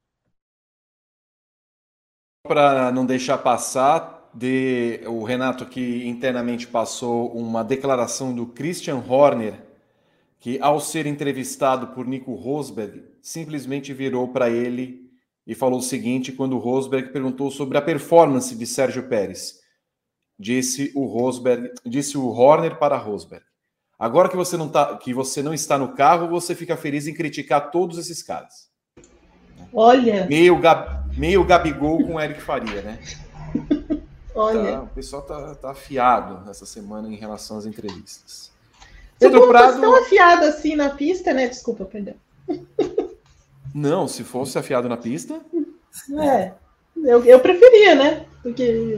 Para não deixar passar, de, o Renato que internamente passou uma declaração do Christian Horner, que ao ser entrevistado por Nico Rosberg, simplesmente virou para ele e falou o seguinte, quando o Rosberg perguntou sobre a performance de Sérgio Pérez. Disse o Rosberg, disse o Horner para Rosberg. Agora que você não tá, que você não está no carro, você fica feliz em criticar todos esses caras. Olha. Meio, Gab, meio Gabigol com Eric Faria, né? Olha. Tá, o pessoal tá, tá afiado nessa semana em relação às entrevistas. Você Pedro Prado tão afiado assim na pista, né? Desculpa, perdão. Não, se fosse afiado na pista. É, eu, eu preferia, né? Porque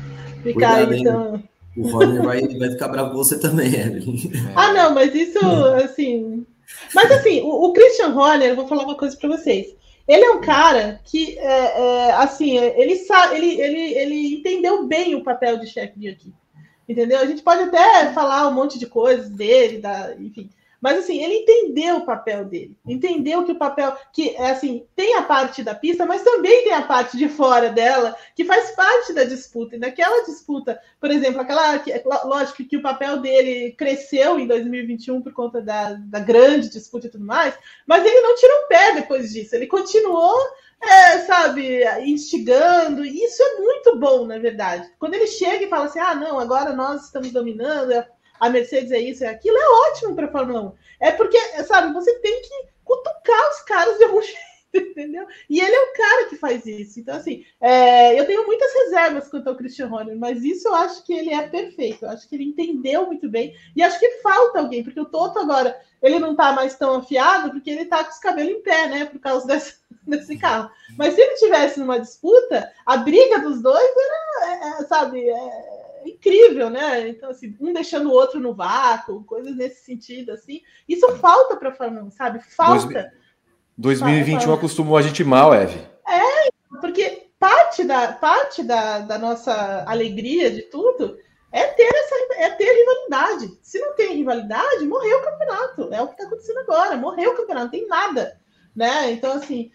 ficar Cuidado, então. O Horner vai, vai ficar bravo com você também, Evelyn. É. Ah, não, mas isso, assim. Mas assim, o, o Christian Horner, eu vou falar uma coisa para vocês. Ele é um cara que, é, é, assim, ele sabe, ele, ele, ele entendeu bem o papel de chefe de equipe. Entendeu? A gente pode até falar um monte de coisas dele, da, enfim. Mas, assim, ele entendeu o papel dele. Entendeu que o papel... que assim, tem a parte da pista, mas também tem a parte de fora dela, que faz parte da disputa. E naquela disputa, por exemplo, aquela... Lógico que o papel dele cresceu em dois mil e vinte e um por conta da, da grande disputa e tudo mais, mas ele não tirou o pé depois disso. Ele continuou... É, sabe, instigando, e isso é muito bom, na verdade. Quando ele chega e fala assim, ah, não, agora nós estamos dominando, a Mercedes é isso, é aquilo, é ótimo para a Fórmula um. É porque, sabe, você tem que cutucar os caras de algum jeito, entendeu? E ele é o cara que faz isso. Então, assim, é, eu tenho muitas reservas quanto ao Christian Horner, mas isso eu acho que ele é perfeito. Eu acho que ele entendeu muito bem, e acho que falta alguém, porque o Toto agora, ele não tá mais tão afiado, porque ele tá com os cabelos em pé, né, por causa dessa desse carro. Mas se ele tivesse numa disputa, a briga dos dois era, é, sabe, é, incrível, né? Então, assim, um deixando o outro no vácuo, coisas nesse sentido, assim. Isso falta para a Fórmula um, sabe? Falta. dois mil e vinte e um acostumou a gente mal, Eve. É, porque parte da, parte da, da nossa alegria de tudo é ter, essa, é ter rivalidade. Se não tem rivalidade, morreu o campeonato. É o que está acontecendo agora. Morreu o campeonato, não tem nada. Né? Então, assim...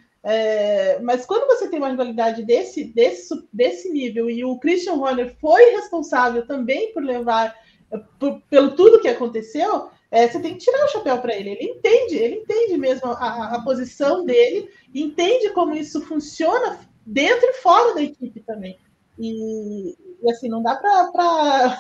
É, mas quando você tem uma rivalidade desse, desse, desse nível, e o Christian Horner foi responsável também por levar, por, pelo tudo que aconteceu, é, você tem que tirar o chapéu para ele. Ele entende, ele entende mesmo a, a posição dele, entende como isso funciona dentro e fora da equipe também. E, e assim, não dá para...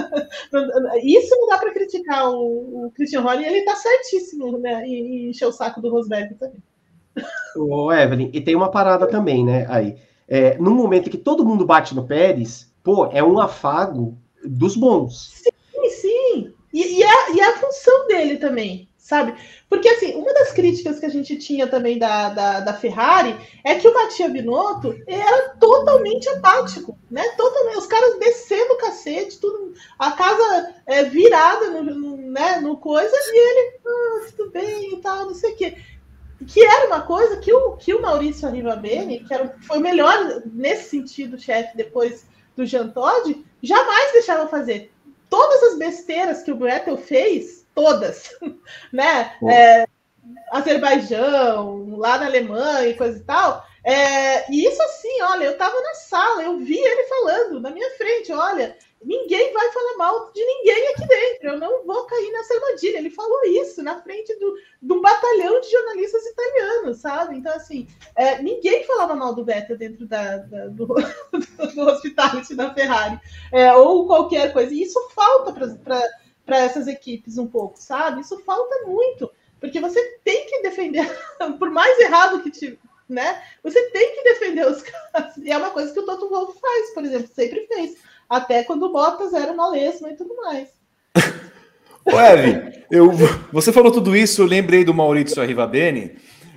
Isso não dá para criticar o, o Christian Horner, ele está certíssimo, né, em, em encher o saco do Rosberg também. Ô, Evelyn, e tem uma parada também, né, aí. É, no momento que todo mundo bate no Pérez, pô, é um afago dos bons. Sim, sim. E, e, a, e a função dele também, sabe? Porque, assim, uma das críticas que a gente tinha também da, da, da Ferrari é que o Mattia Binotto era totalmente apático, né? Totalmente, os caras descendo o cacete, tudo, a casa é, virada no, no, né, no coisa, e ele, ah, tudo bem e tal, não sei o quê. Que era uma coisa que o, que o Maurício Arrivabene, que era, foi o melhor nesse sentido, chefe, depois do Jean Todt, jamais deixava fazer. Todas as besteiras que o Vettel fez, todas, né? É, Azerbaijão, lá na Alemanha e coisa e tal, é, e isso assim, olha, eu tava na sala, eu vi ele falando na minha frente, olha, ninguém vai falar mal de ninguém aqui dentro, eu não vou cair nessa armadilha. Ele falou isso na frente do, de um batalhão de jornalistas italianos, sabe? Então, assim, é, ninguém falava mal do Vettel dentro da, da, do, do hospitality da Ferrari, é, ou qualquer coisa. E isso falta para essas equipes um pouco, sabe? Isso falta muito, porque você tem que defender, por mais errado que te... Né? Você tem que defender os caras. E é uma coisa que o Toto Wolff faz, por exemplo, sempre fez. Até quando o Bottas era uma lesma e tudo mais. Ô, Evelyn, eu, você falou tudo isso, eu lembrei do Maurício Arrivabene,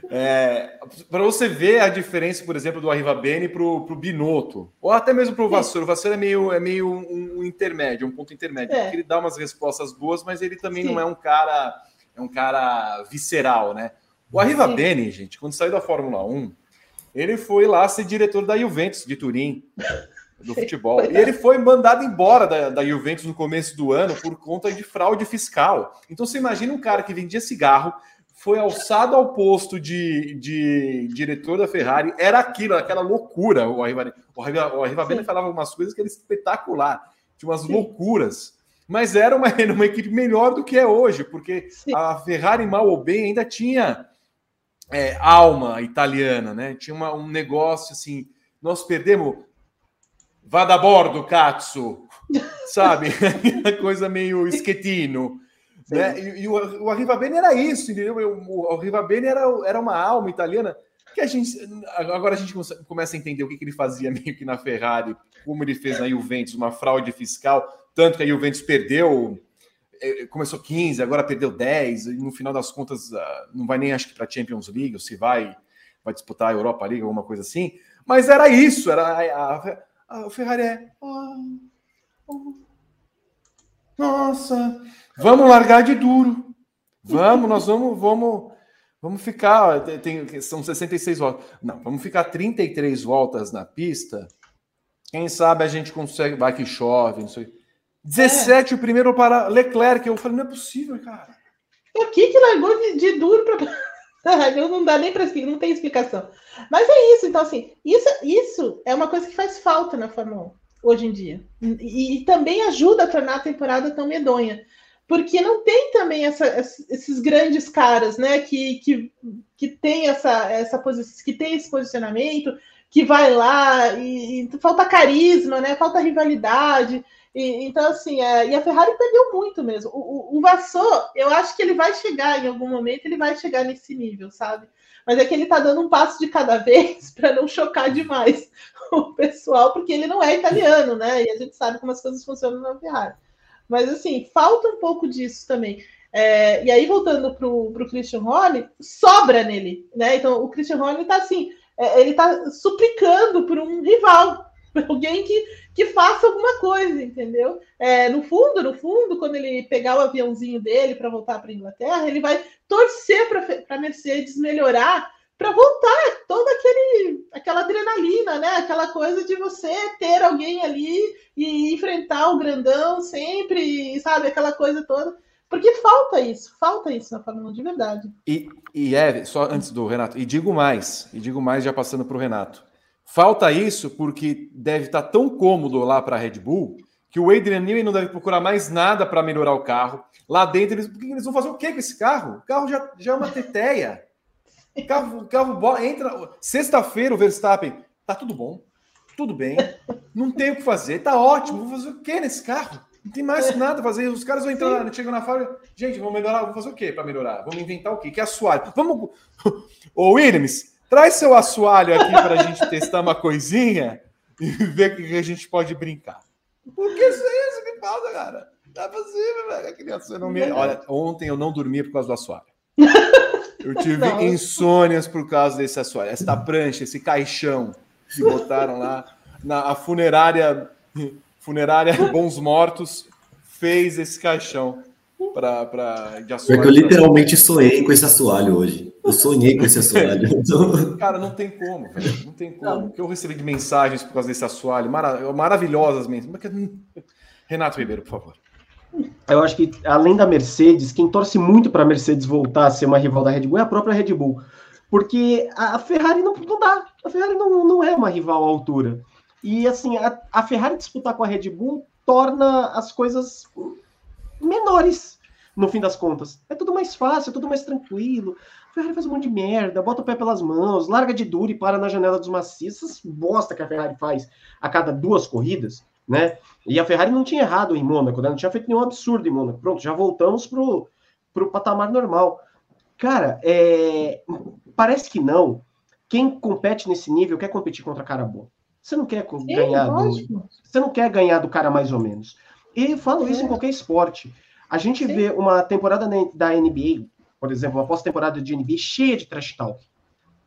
É, para você ver a diferença, por exemplo, do Arrivabene para o Binotto, ou até mesmo para o Vassoura. O Vassoura é meio, é meio um, um intermédio, um ponto intermédio, é. porque ele dá umas respostas boas, mas ele também Sim. não é um cara, é um cara visceral, né? O Arrivabene, gente, quando saiu da Fórmula um, ele foi lá ser diretor da Juventus de Turim, do futebol. E ele foi mandado embora da, da Juventus no começo do ano por conta de fraude fiscal. Então você imagina um cara que vendia cigarro, foi alçado ao posto de, de diretor da Ferrari, era aquilo, aquela loucura. O Arrivabene, o Arrivabene falava umas coisas que era espetacular, tinha umas Sim. loucuras. Mas era uma, era uma equipe melhor do que é hoje, porque Sim. a Ferrari, mal ou bem, ainda tinha é, alma italiana, né? Tinha uma, um negócio assim, nós perdemos, vá da bordo, cazzo, sabe? Aquela coisa meio esquetino. Né? E, e o, o Arrivabene era isso, entendeu? O, o Arrivabene era, era uma alma italiana que a gente... Agora a gente começa a entender o que, que ele fazia meio que na Ferrari, como ele fez na Juventus, uma fraude fiscal, tanto que a Juventus perdeu, começou quinze, agora perdeu dez, e no final das contas não vai nem, acho que, para a Champions League, ou se vai, vai disputar a Europa League, alguma coisa assim, mas era isso, era a, a, a Ferrari é... Oh, oh, nossa... Vamos largar de duro. Vamos, nós vamos, vamos, vamos ficar. Tem, são sessenta e seis voltas. Não, vamos ficar trinta e três voltas na pista. Quem sabe a gente consegue. Vai que chove, não sei. dezessete é. O primeiro para Leclerc. Eu falei, não é possível, cara. O que que largou de, de duro para. Não dá nem para explicar, não tem explicação. Mas é isso, então, assim, isso, isso é uma coisa que faz falta na Fórmula um hoje em dia. E, e também ajuda a tornar a temporada tão medonha. Porque não tem também essa, esses grandes caras, né, que, que, que tem essa, essa posição, que tem esse posicionamento, que vai lá e, e falta carisma, né, falta rivalidade. E, então, assim, é, e a Ferrari perdeu muito mesmo. O, o, o Vasseur, eu acho que ele vai chegar em algum momento, ele vai chegar nesse nível, sabe? Mas é que ele tá dando um passo de cada vez para não chocar demais o pessoal, porque ele não é italiano, né? E a gente sabe como as coisas funcionam na Ferrari. Mas, assim, falta um pouco disso também. É, e aí, voltando para o Christian Horner, sobra nele, né? Então, o Christian Horner está assim, é, ele está suplicando por um rival, por alguém que, que faça alguma coisa, entendeu? É, no fundo, no fundo, quando ele pegar o aviãozinho dele para voltar para a Inglaterra, ele vai torcer para a Mercedes melhorar, para voltar toda aquele, aquela adrenalina, né? Aquela coisa de você ter alguém ali e enfrentar o grandão sempre, sabe? Aquela coisa toda. Porque falta isso, falta isso na Fórmula um, de verdade. E, e é, só antes do Renato, e digo mais, e digo mais já passando para o Renato. Falta isso porque deve estar tão cômodo lá para a Red Bull que o Adrian Newey não deve procurar mais nada para melhorar o carro. Lá dentro, eles, eles vão fazer o quê com esse carro? O carro já, já é uma teteia. O carro, o carro entra. Sexta-feira, o Verstappen. Tá tudo bom. Tudo bem. Não tem o que fazer. Tá ótimo. Vou fazer o quê nesse carro? Não tem mais nada a fazer. Os caras vão entrar, Sim. chegam na fábrica. Gente, vamos melhorar. Vamos fazer o quê para melhorar? Vamos inventar o quê? Que assoalho. Vamos. Ô, Williams, traz seu assoalho aqui para a gente testar uma coisinha e ver o que a gente pode brincar. Porque isso é isso que falta, cara. Tá possível, velho. A criança não me... Olha, ontem eu não dormia por causa do assoalho. Eu tive não. insônias por causa desse assoalho. Essa prancha, esse caixão que botaram lá na a funerária, funerária Bons Mortos fez esse caixão para para de assoalho. Porque eu literalmente sonhei com esse assoalho hoje. Eu sonhei com esse assoalho. Então... Cara, não tem como, velho. Não tem como. O que eu recebi de mensagens por causa desse assoalho, mara... maravilhosas mensagens. Renato Ribeiro, por favor. Eu acho que, além da Mercedes, quem torce muito para a Mercedes voltar a ser uma rival da Red Bull é a própria Red Bull. Porque a Ferrari não, não dá. A Ferrari não, não é uma rival à altura. E, assim, a, a Ferrari disputar com a Red Bull torna as coisas menores, no fim das contas. É tudo mais fácil, é tudo mais tranquilo. A Ferrari faz um monte de merda, bota o pé pelas mãos, larga de duro e para na janela dos macios. Essas bosta que a Ferrari faz a cada duas corridas, né? E a Ferrari não tinha errado em Mônaco, né? Não tinha feito nenhum absurdo em Mônaco. Pronto, já voltamos pro, pro patamar normal. Cara, é... parece que não. Quem compete nesse nível quer competir contra cara bom. Você não quer Sim, ganhar do... Você não quer ganhar do cara mais ou menos. E eu falo é. isso em qualquer esporte. A gente Sim. vê uma temporada da N B A, por exemplo, uma pós-temporada de N B A cheia de trash talk.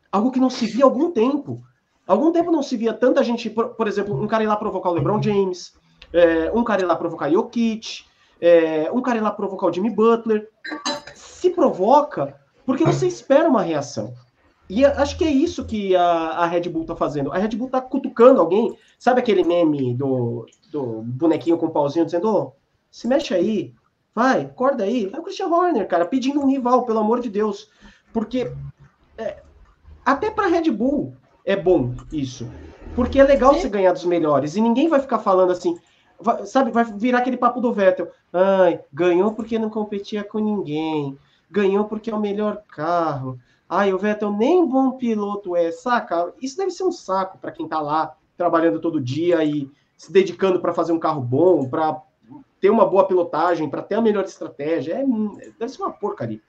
Algo que não se via há algum tempo. Há algum tempo não se via tanta gente, por, por exemplo, um cara ir lá provocar o LeBron James, é, um cara ir lá provocar o Jokic, é, um cara ir lá provocar o Jimmy Butler. Se provoca porque você espera uma reação. E acho que é isso que a, a Red Bull tá fazendo. A Red Bull tá cutucando alguém, sabe aquele meme do, do bonequinho com o pauzinho dizendo, oh, se mexe aí, vai, acorda aí. É o Christian Horner, cara, pedindo um rival, pelo amor de Deus. Porque é, até pra Red Bull é bom isso. Porque é legal você ganhar dos melhores. E ninguém vai ficar falando assim, vai, sabe, vai virar aquele papo do Vettel. Ai, ganhou porque não competia com ninguém. Ganhou porque é o melhor carro. Ai, o Vettel nem bom piloto é, saca? Isso deve ser um saco para quem tá lá trabalhando todo dia e se dedicando para fazer um carro bom, para ter uma boa pilotagem, para ter a melhor estratégia. É, deve ser uma porcaria.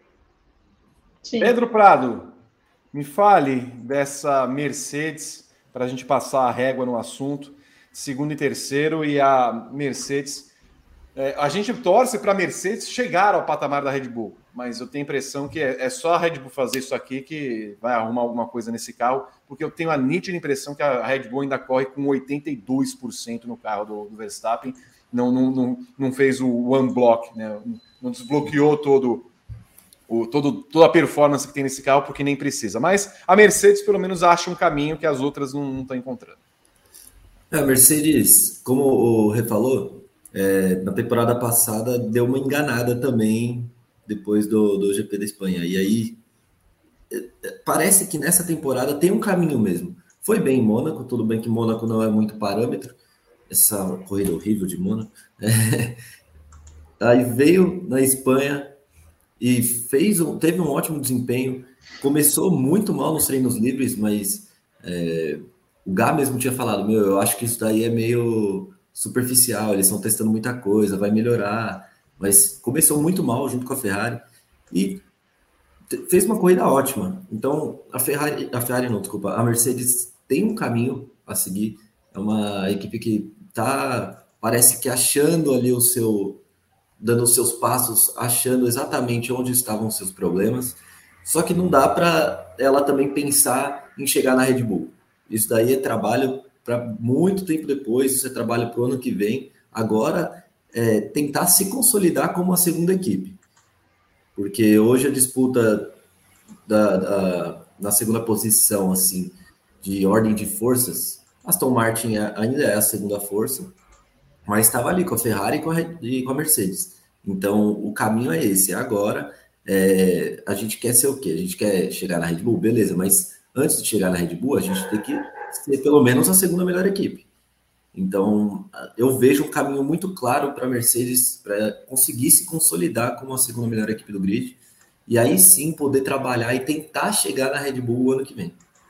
Sim. Pedro Prado, me fale dessa Mercedes, para a gente passar a régua no assunto, segundo e terceiro, e a Mercedes... É, a gente torce para a Mercedes chegar ao patamar da Red Bull, mas eu tenho a impressão que é, é só a Red Bull fazer isso aqui que vai arrumar alguma coisa nesse carro, porque eu tenho a nítida impressão que a Red Bull ainda corre com oitenta e dois por cento no carro do, do Verstappen, não, não, não, não fez o one block, né? Não desbloqueou todo, o, todo, toda a performance que tem nesse carro, porque nem precisa. Mas a Mercedes pelo menos acha um caminho que as outras não estão encontrando. A Mercedes, como o Rê falou, É, na temporada passada deu uma enganada também depois do, do G P da Espanha. E aí é, parece que nessa temporada tem um caminho mesmo. Foi bem em Mônaco, tudo bem que Mônaco não é muito parâmetro, essa corrida horrível de Mônaco. É, aí veio na Espanha e fez um, teve um ótimo desempenho. Começou muito mal nos treinos livres, mas é, o Gá mesmo tinha falado, meu, eu acho que isso daí é meio superficial, eles estão testando muita coisa, vai melhorar, mas começou muito mal junto com a Ferrari e fez uma corrida ótima. Então a Ferrari, a Ferrari não, desculpa, a Mercedes tem um caminho a seguir, é uma equipe que tá, parece que achando ali o seu, dando os seus passos, achando exatamente onde estavam os seus problemas, só que não dá para ela também pensar em chegar na Red Bull. Isso daí é trabalho para muito tempo depois, isso é trabalho para o ano que vem. Agora, é, tentar se consolidar como a segunda equipe. Porque hoje a disputa da, da, na segunda posição, assim, de ordem de forças, Aston Martin ainda é a segunda força, mas estava ali com a Ferrari e com a, e com a Mercedes. Então, o caminho é esse. Agora, é, a gente quer ser o quê? A gente quer chegar na Red Bull? Beleza, mas antes de chegar na Red Bull, a gente tem que ser pelo menos a segunda melhor equipe. Então, eu vejo um caminho muito claro para a Mercedes para conseguir se consolidar como a segunda melhor equipe do grid e aí sim poder trabalhar e tentar chegar na Red Bull o ano que vem.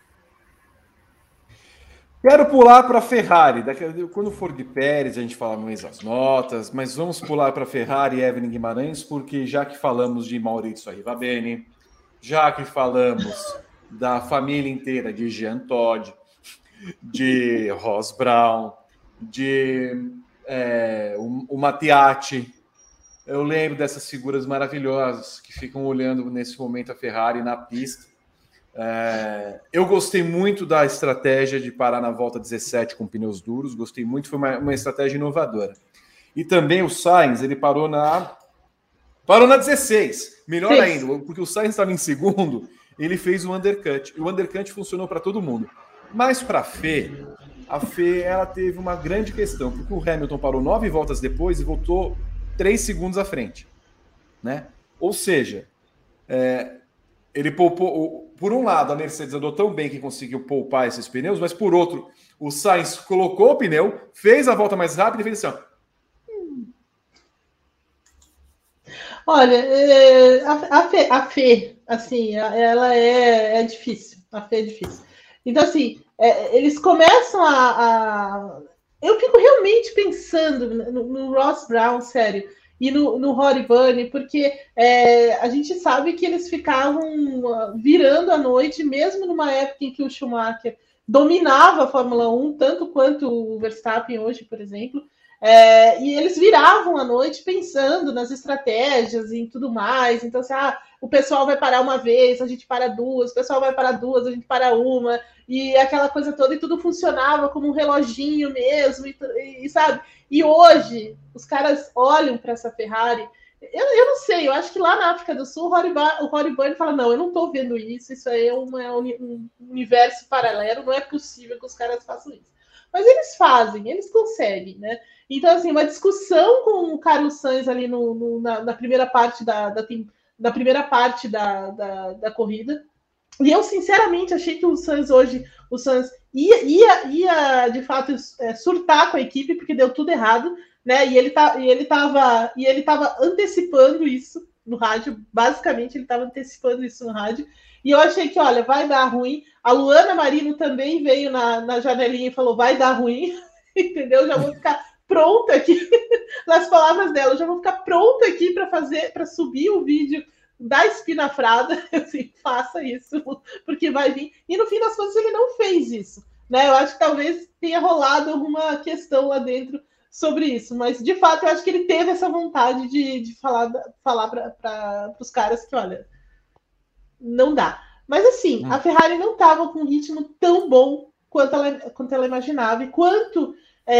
Quero pular para a Ferrari. Daqui, quando for de Pérez, a gente fala mais as notas, mas vamos pular para a Ferrari e Evelyn Guimarães, porque já que falamos de Maurizio Arrivabene, já que falamos da família inteira de Jean Todt, de Ross Brown, de é, o, o Mattiatti. Eu lembro dessas figuras maravilhosas que ficam olhando nesse momento a Ferrari na pista. É, eu gostei muito da estratégia de parar na volta dezessete com pneus duros, gostei muito, foi uma, uma estratégia inovadora. E também o Sainz, ele parou na parou na dezesseis, melhor Sim. ainda, porque o Sainz estava em segundo, ele fez o undercut, e o undercut funcionou para todo mundo. Mas para a Fê, a Fê ela teve uma grande questão, porque o Hamilton parou nove voltas depois e voltou três segundos à frente, né? Ou seja, é, ele poupou. Por um lado, a Mercedes andou tão bem que conseguiu poupar esses pneus, mas por outro, o Sainz colocou o pneu, fez a volta mais rápida e fez assim, ó. Olha, é, a, a, Fê, a Fê, assim, ela é, é difícil. A Fê é difícil. Então, assim, é, eles começam a, a... Eu fico realmente pensando no, no Ross Brown, sério, e no, no Rory Bunny, porque é, a gente sabe que eles ficavam virando a noite, mesmo numa época em que o Schumacher dominava a Fórmula um, tanto quanto o Verstappen hoje, por exemplo. É, e eles viravam à noite pensando nas estratégias e em tudo mais. Então, assim, ah, o pessoal vai parar uma vez, a gente para duas, o pessoal vai parar duas, a gente para uma, e aquela coisa toda, e tudo funcionava como um reloginho mesmo, e, e sabe? E hoje, os caras olham para essa Ferrari. Eu, eu não sei, eu acho que lá na África do Sul, o Rory Byrne fala, não, eu não estou vendo isso, isso aí é uma, um universo paralelo, não é possível que os caras façam isso. Mas eles fazem, eles conseguem, né? Então, assim, uma discussão com o Carlos Sainz ali no, no, na, na primeira parte da, da, da primeira parte da, da, da corrida. E eu, sinceramente, achei que o Sainz hoje, o Sainz ia, ia, ia de fato, surtar com a equipe, porque deu tudo errado, né? E ele tá, e ele tava, e ele tava antecipando isso no rádio, basicamente ele estava antecipando isso no rádio. E eu achei que, olha, vai dar ruim. A Luana Marino também veio na, na janelinha e falou, vai dar ruim, entendeu? Já vou ficar pronta aqui, nas palavras dela, já vou ficar pronta aqui para fazer, para subir o vídeo da espinafrada, assim, faça isso, porque vai vir. E no fim das contas ele não fez isso, né? Eu acho que talvez tenha rolado alguma questão lá dentro sobre isso, mas de fato eu acho que ele teve essa vontade de, de falar, falar para os caras que, olha, não dá. Mas assim, hum. a Ferrari não estava com um ritmo tão bom quanto ela, quanto ela imaginava, e quanto é,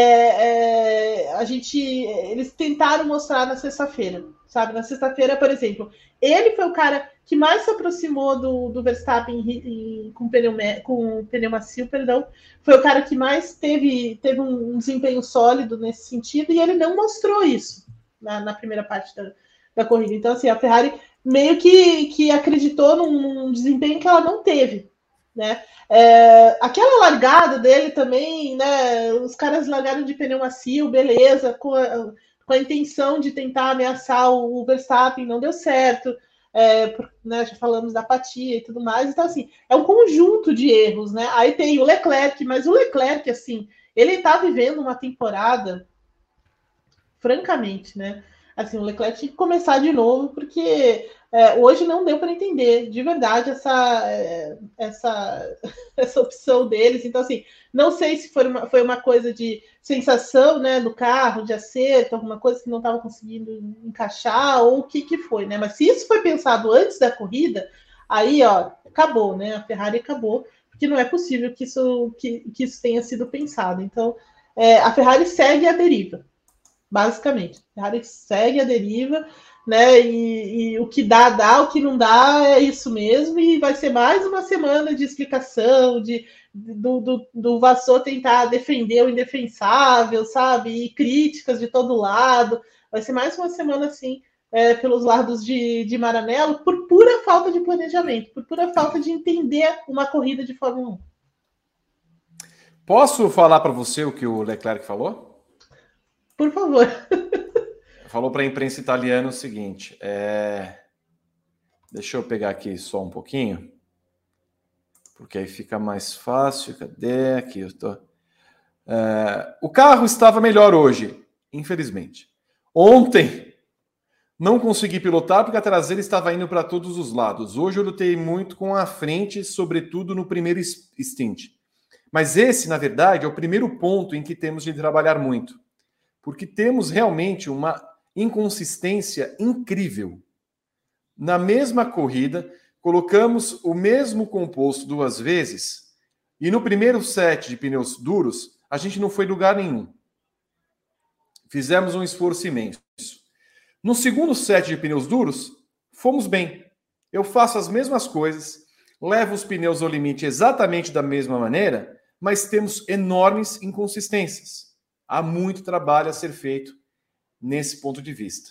é, a gente, eles tentaram mostrar na sexta-feira, sabe? Na sexta-feira, por exemplo, ele foi o cara que mais se aproximou do, do Verstappen em, em, com, pneu, com pneu macio, perdão, foi o cara que mais teve, teve um, um desempenho sólido nesse sentido, e ele não mostrou isso na, na primeira parte da, da corrida. Então, assim, a Ferrari meio que, que acreditou num, num desempenho que ela não teve, né? É, aquela largada dele também, né? Os caras largaram de pneu macio, beleza, com a, com a intenção de tentar ameaçar o Verstappen, não deu certo, é, né, já falamos da apatia e tudo mais. Então, assim, é um conjunto de erros, né? Aí tem o Leclerc, mas o Leclerc, assim, ele tá vivendo uma temporada, francamente, né? Assim, o Leclerc tinha que começar de novo, porque é, hoje não deu para entender de verdade essa, essa, essa opção deles. Então, assim, não sei se foi uma, foi uma coisa de sensação, né, do carro, de acerto, alguma coisa que não estava conseguindo encaixar, ou o que, que foi, né? Mas se isso foi pensado antes da corrida, aí, ó, acabou, né? A Ferrari acabou, porque não é possível que isso, que, que isso tenha sido pensado. Então, é, a Ferrari segue a deriva. Basicamente, a Ferrari segue a deriva, né? E, e o que dá, dá, o que não dá é isso mesmo, e vai ser mais uma semana de explicação, de, do, do, do Vasseur tentar defender o indefensável, sabe? E críticas de todo lado. Vai ser mais uma semana assim, é, pelos lados de, de Maranello, por pura falta de planejamento, por pura falta de entender uma corrida de Fórmula um. Posso falar para você o que o Leclerc falou? Por favor. Falou para a imprensa italiana o seguinte, é... deixa eu pegar aqui só um pouquinho, porque aí fica mais fácil. Cadê? Aqui eu tô. É... O carro estava melhor hoje, infelizmente. Ontem não consegui pilotar porque a traseira estava indo para todos os lados. Hoje eu lutei muito com a frente, sobretudo no primeiro stint. Mas esse, na verdade, é o primeiro ponto em que temos de trabalhar muito. Porque temos realmente uma inconsistência incrível. Na mesma corrida, colocamos o mesmo composto duas vezes e no primeiro set de pneus duros, a gente não foi em lugar nenhum. Fizemos um esforço imenso. No segundo set de pneus duros, fomos bem. Eu faço as mesmas coisas, levo os pneus ao limite exatamente da mesma maneira, mas temos enormes inconsistências. Há muito trabalho a ser feito nesse ponto de vista.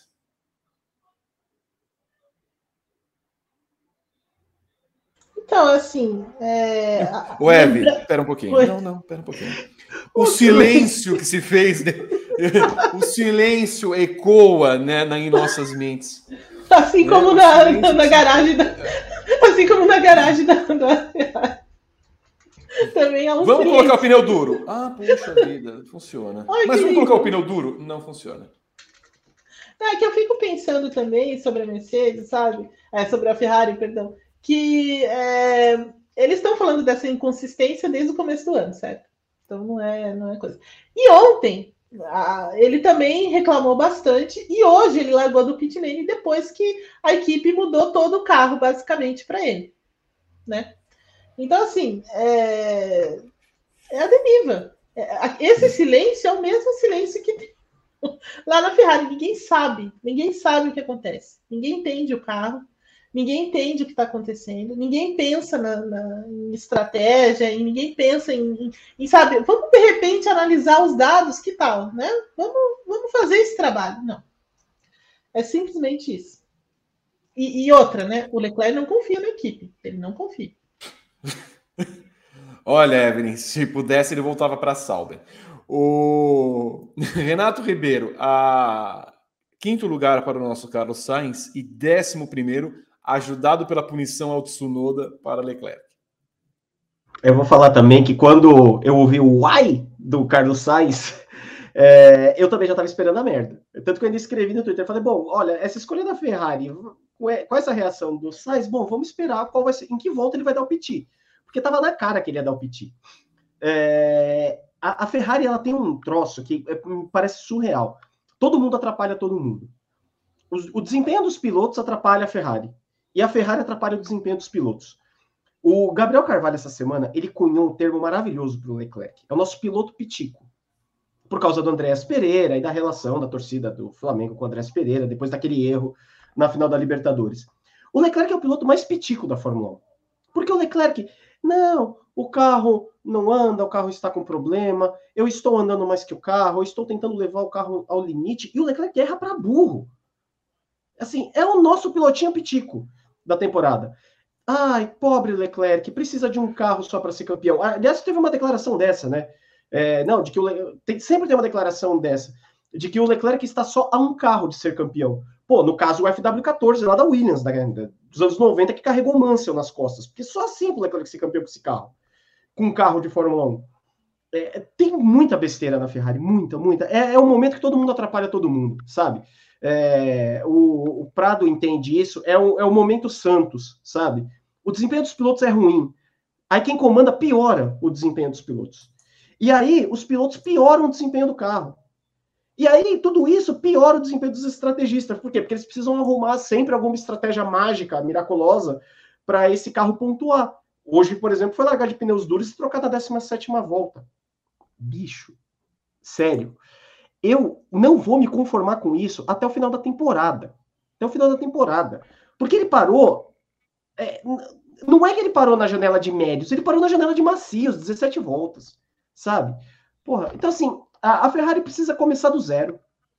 Então, assim... É... O Eve, espera um pouquinho. Oi. Não, não, espera um pouquinho. O, o silêncio que se fez, né? O silêncio ecoa, né, em nossas mentes. Assim como né? na, na, na garagem da... Assim como na garagem da... da... Também é um Vamos silêncio. Colocar o pneu duro. Ah, puxa vida, funciona. Ai, mas vamos colocar o pneu duro? Não funciona. É que eu fico pensando também sobre a Mercedes, sabe? É, sobre a Ferrari, perdão. Que é, eles estão falando dessa inconsistência desde o começo do ano, certo? Então não é, não é coisa. E ontem Ele também reclamou bastante e hoje ele largou do pit lane depois que a equipe mudou todo o carro basicamente para ele, né? Então assim, é, é a deriva. Esse silêncio é o mesmo silêncio que tem lá na Ferrari. Ninguém sabe, ninguém sabe o que acontece, ninguém entende o carro, ninguém entende o que está acontecendo, ninguém pensa na, na, em estratégia, e ninguém pensa em, em, em, sabe, vamos de repente analisar os dados, que tal, né? Vamos, vamos fazer esse trabalho. Não. É simplesmente isso. E, e outra, né? O Leclerc não confia na equipe. Ele não confia. Olha, Evelyn, se pudesse, ele voltava para a Sauber. O Renato Ribeiro, a quinto lugar para o nosso Carlos Sainz e décimo primeiro, ajudado pela punição ao Tsunoda para Leclerc. Eu vou falar também que quando eu ouvi o uai do Carlos Sainz, é, eu também já estava esperando a merda. Tanto que eu ainda escrevi no Twitter, falei, bom, olha, essa escolha da Ferrari, com essa reação do Sainz, bom, vamos esperar qual vai ser, em que volta ele vai dar o piti. Porque estava na cara que ele ia dar o piti. É, a, a Ferrari, ela tem um troço que é, parece surreal. Todo mundo atrapalha todo mundo. O, o desempenho dos pilotos atrapalha a Ferrari. E a Ferrari atrapalha o desempenho dos pilotos. O Gabriel Carvalho, essa semana, ele cunhou um termo maravilhoso para o Leclerc. É o nosso piloto pitico. Por causa do Andrés Pereira e da relação da torcida do Flamengo com o Andrés Pereira, depois daquele erro na final da Libertadores. O Leclerc é o piloto mais pitico da Fórmula um. Porque o Leclerc, não, o carro não anda, o carro está com problema, eu estou andando mais que o carro, eu estou tentando levar o carro ao limite, e o Leclerc erra para burro. Assim, é o nosso pilotinho pitico da temporada. Ai, pobre Leclerc, precisa de um carro só para ser campeão. Aliás, teve uma declaração dessa, né? É, não, de que o Le... tem, sempre tem uma declaração dessa, de que o Leclerc está só a um carro de ser campeão. Pô, no caso o F W catorze lá da Williams, da, dos anos noventa, que carregou o Mansell nas costas, porque só assim o Leclerc ser campeão com esse carro, com um carro de Fórmula um. É, tem muita besteira na Ferrari, muita, muita. É, é um momento que todo mundo atrapalha todo mundo, sabe? É, o, o Prado entende isso, é o, é o momento Santos, sabe? O desempenho dos pilotos é ruim. Aí quem comanda piora o desempenho dos pilotos. E aí os pilotos pioram o desempenho do carro. E aí tudo isso piora o desempenho dos estrategistas. Por quê? Porque eles precisam arrumar sempre alguma estratégia mágica, miraculosa, para esse carro pontuar. Hoje, por exemplo, foi largar de pneus duros e trocar da décima sétima volta. Bicho. Sério. Eu não vou me conformar com isso até o final da temporada. Até o final da temporada. Porque ele parou... É, não é que ele parou na janela de médios, ele parou na janela de macios, dezessete voltas. Sabe? Porra, então assim, a, a Ferrari precisa começar do zero.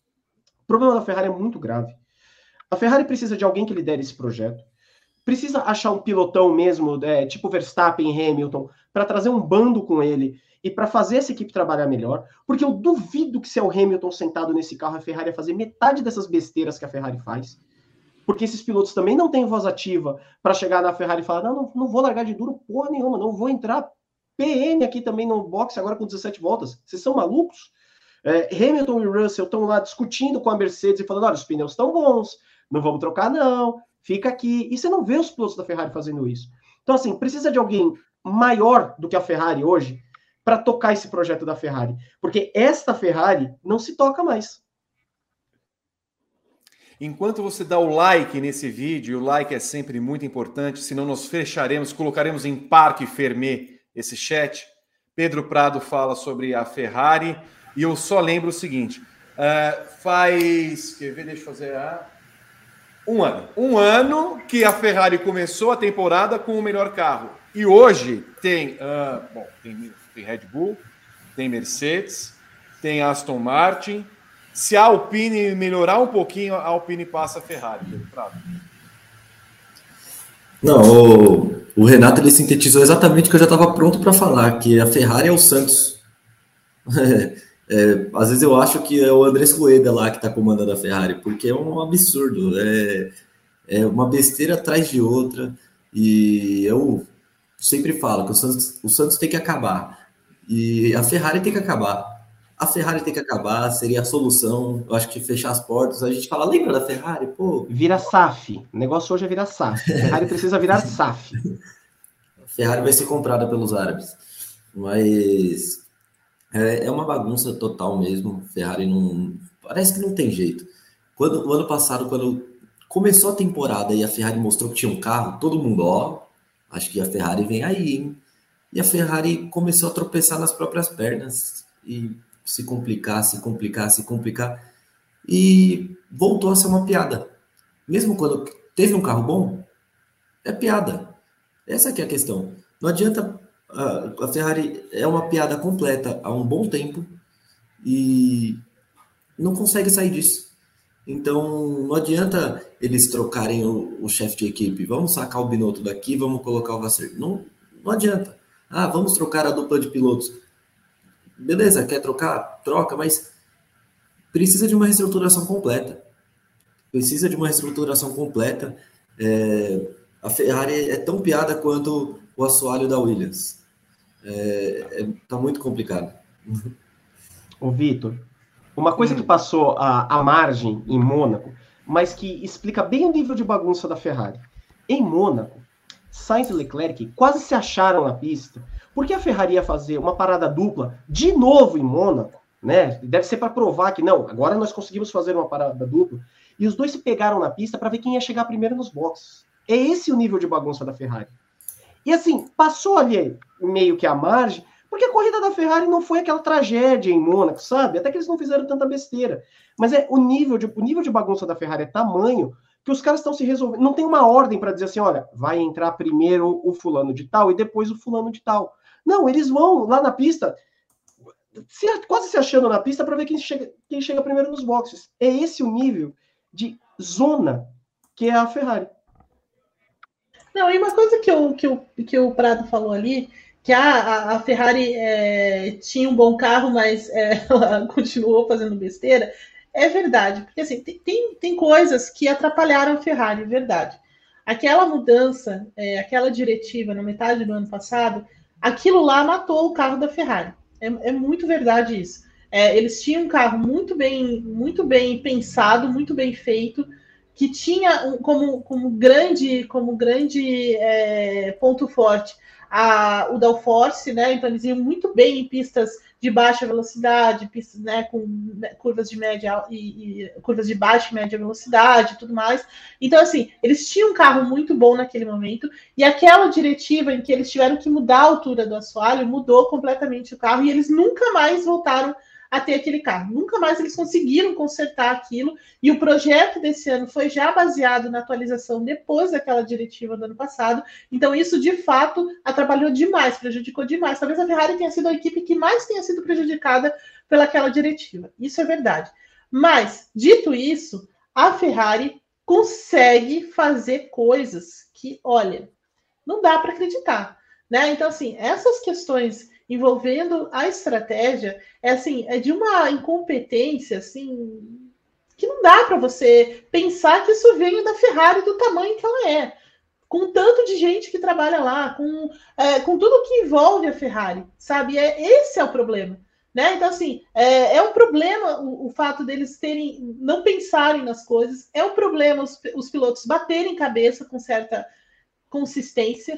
O problema da Ferrari é muito grave. A Ferrari precisa de alguém que lidere esse projeto. Precisa achar um pilotão mesmo, é, tipo Verstappen e Hamilton, para trazer um bando com ele e para fazer essa equipe trabalhar melhor, porque eu duvido que se é o Hamilton sentado nesse carro, a Ferrari ia fazer metade dessas besteiras que a Ferrari faz, porque esses pilotos também não têm voz ativa para chegar na Ferrari e falar, não, não, não vou largar de duro porra nenhuma, não vou entrar P M aqui também no boxe agora com dezessete voltas, vocês são malucos? É, Hamilton e Russell estão lá discutindo com a Mercedes e falando, olha, os pneus estão bons, não vamos trocar não, fica aqui, e você não vê os pilotos da Ferrari fazendo isso. Então assim, precisa de alguém maior do que a Ferrari hoje para tocar esse projeto da Ferrari. Porque esta Ferrari não se toca mais. Enquanto você dá o like nesse vídeo, o like é sempre muito importante, senão nós fecharemos, colocaremos em Parque Fermé esse chat. Pedro Prado fala sobre a Ferrari, e eu só lembro o seguinte, uh, faz... Quer ver? Deixa eu fazer... a... Um ano. Um ano que a Ferrari começou a temporada com o melhor carro. E hoje tem... Uh, bom, tem... Tem Red Bull, tem Mercedes, tem Aston Martin. Se a Alpine melhorar um pouquinho, a Alpine passa a Ferrari. Não, o, o Renato ele sintetizou exatamente o que eu já estava pronto para falar, que a Ferrari é o Santos. É, é, às vezes eu acho que é o Andrés Rueda lá que está comandando a Ferrari, porque é um absurdo. É, é uma besteira atrás de outra. E eu sempre falo que o Santos, o Santos tem que acabar. E a Ferrari tem que acabar. A Ferrari tem que acabar, seria a solução. Eu acho que fechar as portas. A gente fala, lembra da Ferrari? Pô. Vira S A F. O negócio hoje é virar S A F. A Ferrari precisa virar S A F. A Ferrari vai ser comprada pelos árabes. Mas É, é uma bagunça total mesmo. Ferrari não... Parece que não tem jeito. Quando, o ano passado, quando começou a temporada e a Ferrari mostrou que tinha um carro, todo mundo, ó, acho que a Ferrari vem aí, hein? E a Ferrari começou a tropeçar nas próprias pernas e se complicar, se complicar, se complicar. E voltou a ser uma piada. Mesmo quando teve um carro bom, é piada. Essa que é a questão. Não adianta... A Ferrari é uma piada completa há um bom tempo e não consegue sair disso. Então, não adianta eles trocarem o, o chefe de equipe. Vamos sacar o Binotto daqui, vamos colocar o Vasseur. Não, não adianta. Ah, vamos trocar a dupla de pilotos. Beleza, quer trocar? Troca, mas precisa de uma reestruturação completa. Precisa de uma reestruturação completa. É, a Ferrari é tão piada quanto o assoalho da Williams. É, é, tá muito complicado. Ô, Vitor, uma coisa hum. que passou a, a margem em Mônaco, mas que explica bem o nível de bagunça da Ferrari. Em Mônaco, Sainz e Leclerc quase se acharam na pista, porque a Ferrari ia fazer uma parada dupla de novo em Mônaco, né? Deve ser para provar que não, agora nós conseguimos fazer uma parada dupla, e os dois se pegaram na pista para ver quem ia chegar primeiro nos boxes. É esse o nível de bagunça da Ferrari. E assim, passou ali meio que a margem, porque a corrida da Ferrari não foi aquela tragédia em Mônaco, sabe? Até que eles não fizeram tanta besteira. Mas é o nível de, o nível de bagunça da Ferrari é tamanho que os caras estão se resolvendo. Não tem uma ordem para dizer assim, olha, vai entrar primeiro o fulano de tal e depois o fulano de tal. Não, eles vão lá na pista, se, quase se achando na pista para ver quem chega, quem chega primeiro nos boxes. É esse o nível de zona que é a Ferrari. Não, e uma coisa que, eu, que, eu, que o Prado falou ali, que a, a Ferrari é, tinha um bom carro, mas é, ela continuou fazendo besteira, é verdade. Porque assim, tem, tem, tem coisas que atrapalharam a Ferrari, é verdade. Aquela mudança, é, aquela diretiva na metade do ano passado, aquilo lá matou o carro da Ferrari. É, é muito verdade isso. É, eles tinham um carro muito bem, muito bem pensado, muito bem feito, que tinha como, como grande, como grande é, ponto forte a, o downforce, né? Então eles iam muito bem em pistas de baixa velocidade, pistas, né, com curvas de média e, e curvas de baixa e média velocidade e tudo mais. Então, assim, eles tinham um carro muito bom naquele momento, e aquela diretiva em que eles tiveram que mudar a altura do assoalho mudou completamente o carro, e eles nunca mais voltaram a ter aquele carro. Nunca mais eles conseguiram consertar aquilo, e o projeto desse ano foi já baseado na atualização depois daquela diretiva do ano passado, então isso de fato atrapalhou demais, prejudicou demais. Talvez a Ferrari tenha sido a equipe que mais tenha sido prejudicada pelaquela diretiva, isso é verdade. Mas, dito isso, a Ferrari consegue fazer coisas que, olha, não dá para acreditar, né? Então, assim, essas questões envolvendo a estratégia, é assim, é de uma incompetência, assim, que não dá para você pensar que isso veio da Ferrari do tamanho que ela é, com tanto de gente que trabalha lá, com, é, com tudo que envolve a Ferrari, sabe? É, esse é o problema, né? Então, assim, é, é um problema o, o fato deles terem, não pensarem nas coisas, é um problema os, os pilotos baterem cabeça com certa consistência,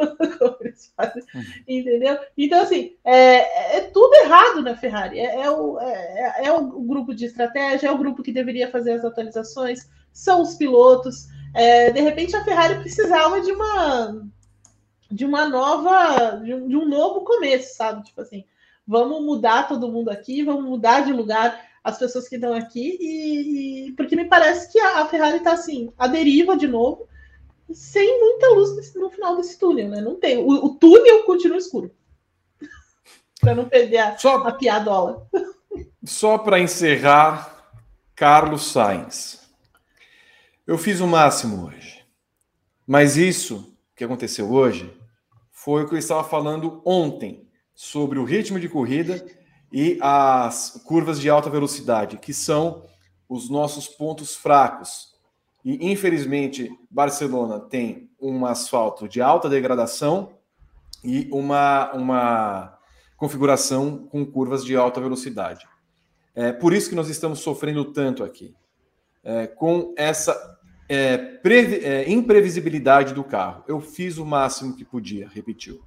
entendeu? Então, assim, é, é tudo errado na Ferrari. É, é, o, é, é o grupo de estratégia, é o grupo que deveria fazer as atualizações, são os pilotos. É, de repente, a Ferrari precisava de uma de uma nova, de um, de um novo começo, sabe? Tipo assim, vamos mudar todo mundo aqui, vamos mudar de lugar as pessoas que estão aqui, e, e porque me parece que a, a Ferrari está assim, à deriva de novo, sem muita luz no final desse túnel, né? Não tem. O, o túnel continua escuro. Para não perder a, só, a piadola. Só para encerrar, Carlos Sainz. Eu fiz o máximo hoje. Mas isso que aconteceu hoje foi o que eu estava falando ontem sobre o ritmo de corrida e as curvas de alta velocidade, que são os nossos pontos fracos. E, infelizmente, Barcelona tem um asfalto de alta degradação e uma, uma configuração com curvas de alta velocidade. É por isso que nós estamos sofrendo tanto aqui, é, com essa é, pre, é, imprevisibilidade do carro. Eu fiz o máximo que podia, repetiu.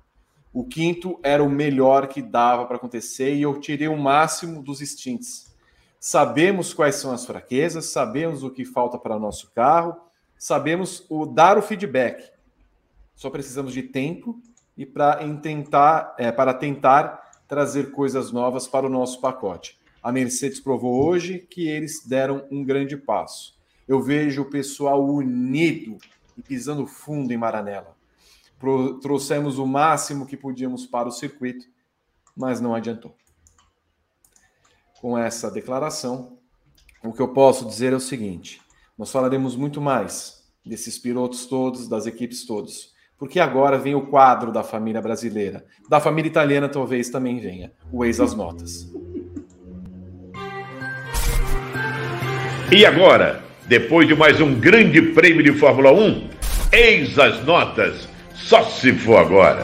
O quinto era o melhor que dava para acontecer e eu tirei o máximo dos stints. Sabemos quais são as fraquezas, sabemos o que falta para o nosso carro, sabemos o dar o feedback. Só precisamos de tempo e para tentar, é, para tentar trazer coisas novas para o nosso pacote. A Mercedes provou hoje que eles deram um grande passo. Eu vejo o pessoal unido e pisando fundo em Maranello. Pro, trouxemos o máximo que podíamos para o circuito, mas não adiantou. Com essa declaração, o que eu posso dizer é o seguinte: nós falaremos muito mais desses pilotos todos, das equipes todos, porque agora vem o quadro da família brasileira. Da família italiana talvez também venha, o Eis as Notas. E agora, depois de mais um grande prêmio de Fórmula um, eis as notas, só se for agora.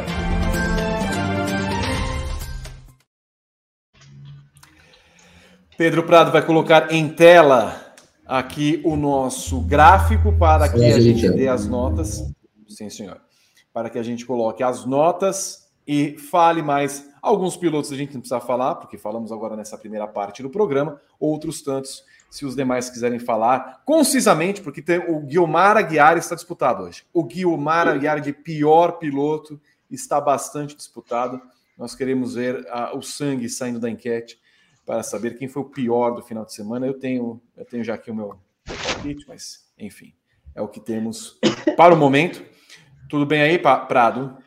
Pedro Prado vai colocar em tela aqui o nosso gráfico para que a gente dê as notas. Sim, senhor. Para que a gente coloque as notas e fale mais. Alguns pilotos a gente não precisa falar, porque falamos agora nessa primeira parte do programa. Outros tantos, se os demais quiserem falar concisamente, porque tem, o Guilmar Aguiar está disputado hoje. O Guilmar Aguiar, de pior piloto, está bastante disputado. Nós queremos ver a, o sangue saindo da enquete para saber quem foi o pior do final de semana. Eu tenho, eu tenho já aqui o meu palpite, mas, enfim, é o que temos para o momento. Tudo bem aí, Prado?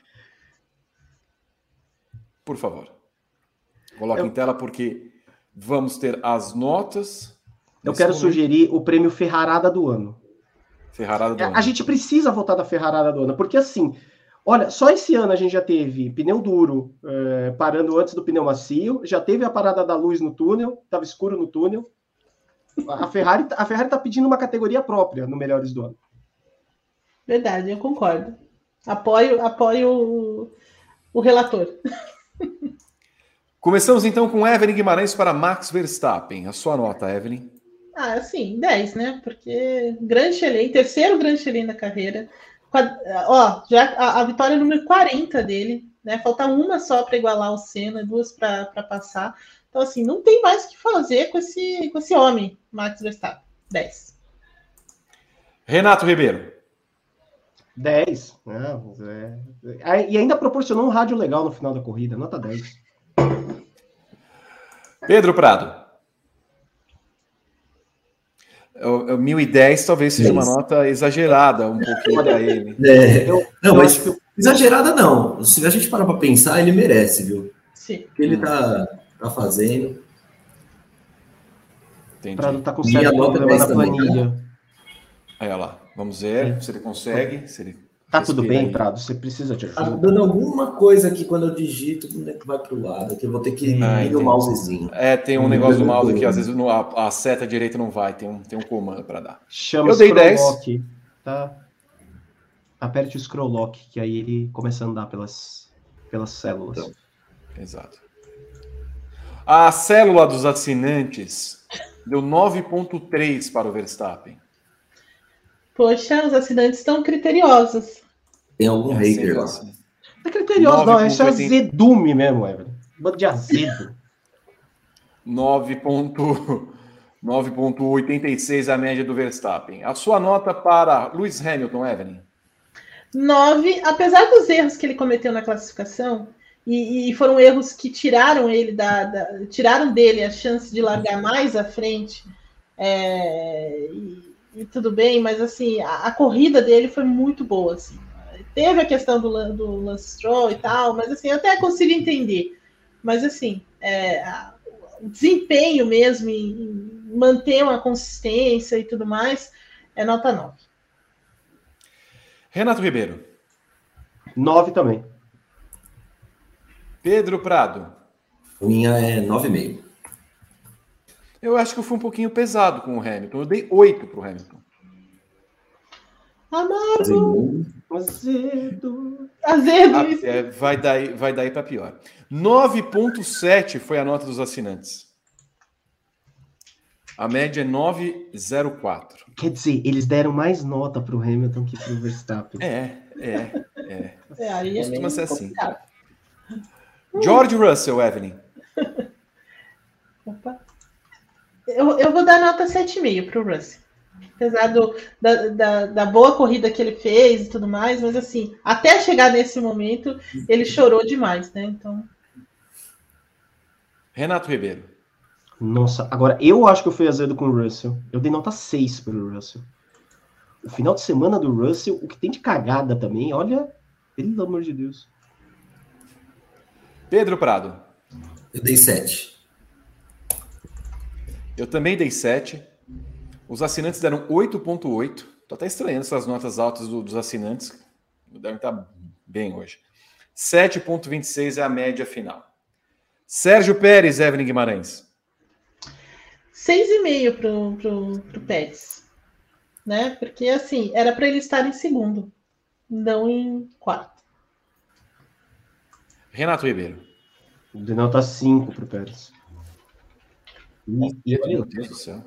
Por favor. Coloque eu... em tela, porque vamos ter as notas. Eu quero momento. sugerir o prêmio Ferrarada do ano. Ferrarada do a, ano. A gente precisa votar da Ferrarada do ano, porque assim, olha, só esse ano a gente já teve pneu duro é, parando antes do pneu macio, já teve a parada da luz no túnel, estava escuro no túnel. A Ferrari a Ferrari está pedindo uma categoria própria no Melhores do Ano. Verdade, eu concordo. Apoio, apoio o, o relator. Começamos então com Evelyn Guimarães para Max Verstappen. A sua nota, Evelyn? Ah, sim, dez, né? Porque Grand Chelem, terceiro Grand Chelem da carreira. Ó, já a, a vitória número quarenta dele, né? Falta uma só para igualar o Senna, duas para passar. Então, assim, não tem mais o que fazer com esse, com esse homem, Max Verstappen. dez. Renato Ribeiro. dez. Não, é... E ainda proporcionou um rádio legal no final da corrida, nota dez. Pedro Prado. O, o mil e dez talvez seja uma nota exagerada um pouquinho para ele. É, eu, não, eu mas que... exagerada não. Se a gente parar para pensar, ele merece, viu? Sim. O que ele tá, tá fazendo. Entendi. Prado tá com certo problema na planilha. Olha lá, vamos ver é. se ele consegue. Se ele tá tudo bem, aí. Prado? Você precisa de ajuda. Tá dando alguma coisa aqui quando eu digito, que vai pro lado, que eu vou ter que ah, ir no mousezinho. É, tem um negócio do mouse aqui, às vezes no, a, a seta direita não vai, tem um, tem um comando para dar. Chama eu dei dez. Lock, tá? Aperte o scroll lock, que aí ele começa a andar pelas, pelas células. Então, exato. A célula dos assinantes deu nove ponto três para o Verstappen. Poxa, os assinantes estão criteriosos. Tem algum é hater lá. Assim. Não é criterioso, não. Isso é azedume mesmo, Evelyn. Bando de azedo. nove ponto oitenta e seis a média do Verstappen. A sua nota para Lewis Hamilton, Evelyn? nove. Apesar dos erros que ele cometeu na classificação, e, e foram erros que tiraram ele da, da, tiraram dele a chance de largar mais à frente, é, e, e tudo bem, mas assim, a, a corrida dele foi muito boa, assim. Teve a questão do, do Lance Stroll e tal, mas assim, eu até consigo entender. Mas assim, é, a, o desempenho mesmo em, em manter uma consistência e tudo mais, é nota nove. Renato Ribeiro. nove também. Pedro Prado. Minha é nove vírgula cinco. Eu acho que eu fui um pouquinho pesado com o Hamilton. Eu dei oito para o Hamilton. Amargo. Azedo. Azedo. Ah, é, vai daí, vai daí para pior. nove ponto sete foi a nota dos assinantes. A média é nove vírgula zero quatro. Quer dizer, eles deram mais nota para o Hamilton que para o Verstappen. É, é, é. é aí costuma é ser assim. George Russell, Evelyn. Opa. Eu, eu vou dar nota sete vírgula cinco para o Russell. Apesar do, da, da, da boa corrida que ele fez e tudo mais, mas assim, até chegar nesse momento, ele chorou demais, né? Então. Renato Ribeiro. Nossa, agora eu acho que eu fui azedo com o Russell. Eu dei nota seis para o Russell. O final de semana do Russell, o que tem de cagada também, olha, pelo amor de Deus. Pedro Prado. Eu dei sete. Eu também dei sete. Os assinantes deram oito ponto oito. Tô até estranhando essas notas altas do, dos assinantes. Devem estar bem hoje. sete ponto vinte e seis é a média final. Sérgio Pérez, Evelyn Guimarães. seis vírgula cinco pro, pro, pro Pérez. Né? Porque, assim, era para ele estar em segundo, não em quarto. Renato Ribeiro. De nota cinco pro Pérez. Meu Deus do céu.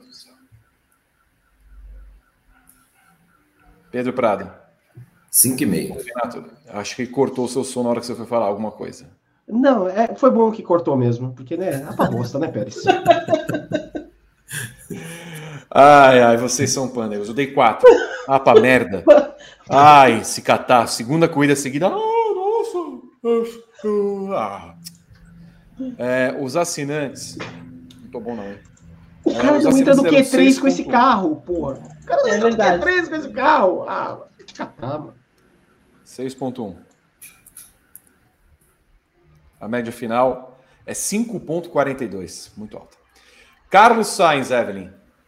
Pedro Prado. cinco vírgula cinco. Renato, acho que cortou o seu som na hora que você foi falar alguma coisa. Não, é, foi bom que cortou mesmo, porque, né, é pra bosta, né, Pérez? Ai, ai, vocês são pândegos. Eu dei quatro. Ah, pra merda. Ai, se catar. Segunda corrida seguida. Ah, nossa. Ah. É, os assinantes. Não tô bom, não, hein? O É, cara os não entra assinantes no deram Q três com seis esse ponto um. carro, porra. O cara não É entra no verdade. Q três com esse carro. Ah, vai te catar, mano. seis ponto um. A média final é cinco ponto quarenta e dois. Muito alta. Carlos Sainz, Evelyn.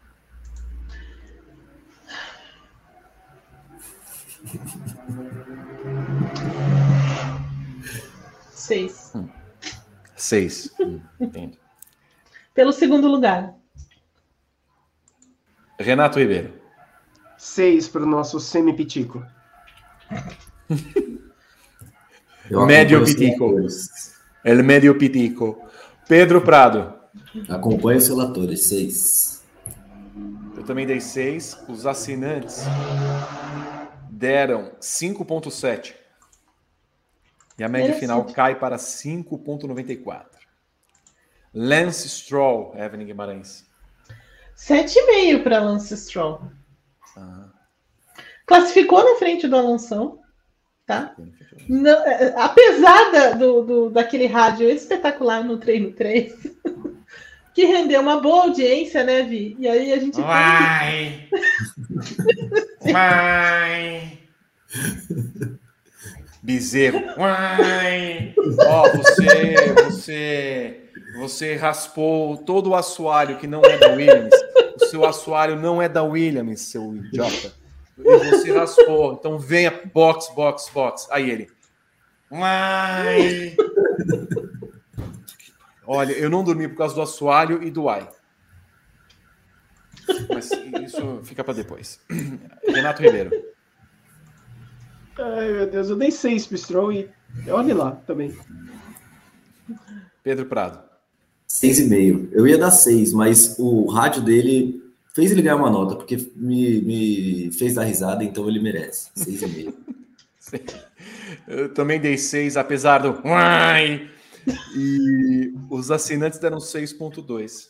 Seis. Hum. Seis. Hum, entendo. Pelo segundo lugar. Renato Ribeiro. Seis pro nosso semi-pitico. Médio pitico. El médio pitico. Pedro Prado. Acompanha os relatores, seis. Eu também dei seis. Os assinantes deram cinco ponto sete. E a média final cai para cinco ponto noventa e quatro. Lance Stroll, Evelyn Guimarães. sete vírgula cinco para Lance Stroll. Ah. Classificou na frente do Alonso, tá? Não, apesar da, do, do, daquele rádio espetacular no treino três, que rendeu uma boa audiência, né, Vi? E aí a gente... Vai! Vai! Bezerro. Vai! Ó, você, você, você raspou todo o assoalho que não é da Williams. O seu assoalho não é da Williams, seu idiota. E você raspou. Então venha, box, box, box. Aí ele. Vai! Olha, eu não dormi por causa do assoalho e do ai. Mas isso fica para depois. Renato Ribeiro. Ai, meu Deus, eu dei seis pro Stroll e olhe lá também. Pedro Prado. Seis e meio. Eu ia dar seis, mas o rádio dele fez ele ganhar uma nota, porque me, me fez dar risada, então ele merece. Seis e meio. Eu também dei seis, apesar do... Uai! E os assinantes deram seis ponto dois.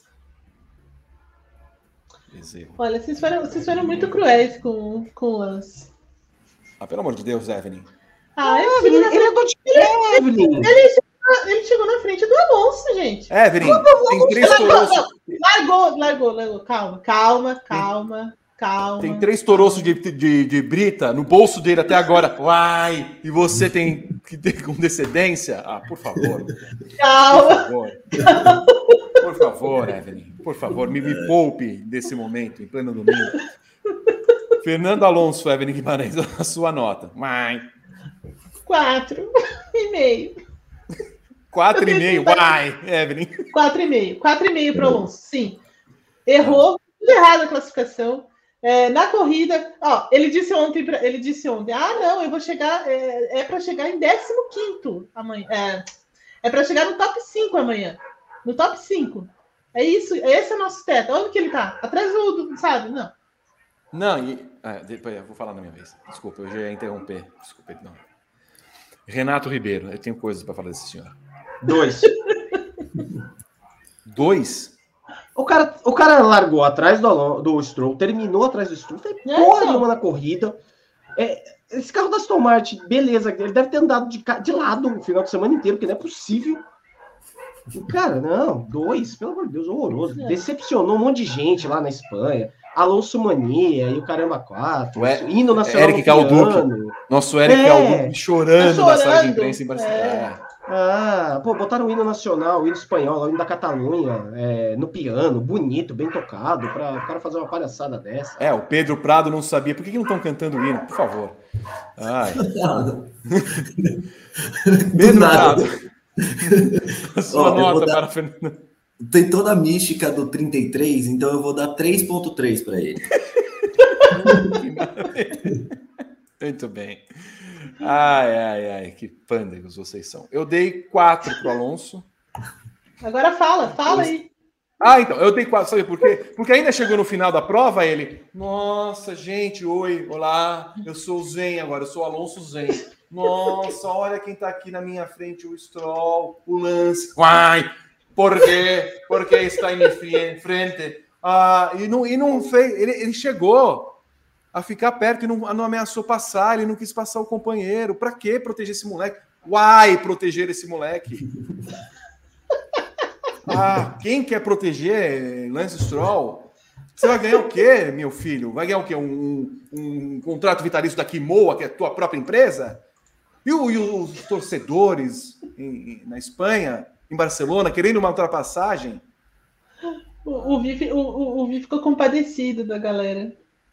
Olha, vocês foram, vocês foram muito cruéis com, com o Lance. Ah, pelo amor de Deus, Evelyn. Ah, ele, Evelyn, chegou, ele é do time, Evelyn. ele, chegou, ele chegou na frente do Alonso, gente. Evelyn, tem três toroços. Largou, largou, largou. Calma, calma, calma, calma. Tem três toroços de, de, de brita no bolso dele até agora. Uai! E você tem que ter com decedência? Ah, por favor. Calma. Por favor. Por favor, Evelyn. Por favor, me, me poupe desse momento, em pleno domingo. Fernando Alonso, Evelyn Guimarães, a sua nota. Uai! Quatro e meio. Quatro e meio, uai, Evelyn. Quatro e meio. Quatro e meio para o Alonso, sim. Errou, tudo errado a classificação. É, na corrida, ó, ele disse ontem, pra, ele disse ontem, ah, não, eu vou chegar, é, é para chegar em décimo quinto amanhã. É, é para chegar no top cinco amanhã. No top cinco. É isso, esse é o nosso teto. Onde que ele tá? Atrás do, do sabe? Não. Não, e, é, depois eu vou falar na minha vez. Desculpa, eu já ia interromper. Desculpa, não. Renato Ribeiro, eu tenho coisas para falar desse senhor. Dois. Dois? O cara, o cara largou atrás do, do Stroll, terminou atrás do Stroll, não tem porra nenhuma na corrida. É, esse carro da Aston Martin, beleza, ele deve ter andado de, de lado o final de semana inteiro, porque não é possível. Cara, não, dois, pelo amor de Deus, horroroso. É. Decepcionou um monte de gente lá na Espanha. Alonso Mania e o caramba quatro. Ué, hino nacional Eric Calduque. Nosso Eric é. Calduque chorando, chorando na sala de imprensa em Barcelona. É. Ah, pô, botaram o hino nacional, o hino espanhol, o hino da Catalunha, é, no piano, bonito, bem tocado, para o cara fazer uma palhaçada dessa. É, o Pedro Prado não sabia. Por que, que não estão cantando o hino? Por favor. Ai. Pedro Prado. A sua oh, nota dar... para Fernando. Tem toda a mística do trinta e três, então eu vou dar três ponto três para ele. Muito bem. Ai, ai, ai, que pândegas vocês são. Eu dei quatro pro Alonso. Agora fala, fala aí. Ah, então, eu dei quatro, sabe por quê? Porque ainda chegou no final da prova, ele... Nossa, gente, oi, olá, eu sou o Zen agora, eu sou o Alonso Zen. Nossa, olha quem tá aqui na minha frente, o Stroll, o Lance. Uai, por quê? Por que está em frente? Ah, e não, e não fez... Ele, ele chegou a ficar perto e não, não ameaçou passar, ele não quis passar o companheiro. Pra que proteger esse moleque? Uai, proteger esse moleque. Ah, quem quer proteger Lance Stroll? Você vai ganhar o quê, meu filho? Vai ganhar o quê? Um, um, um contrato vitalício da Kimoa, que é a tua própria empresa? E, o, e os torcedores em, na Espanha, em Barcelona, querendo uma ultrapassagem? O, o, Vi, o, o, o Vi ficou compadecido da galera.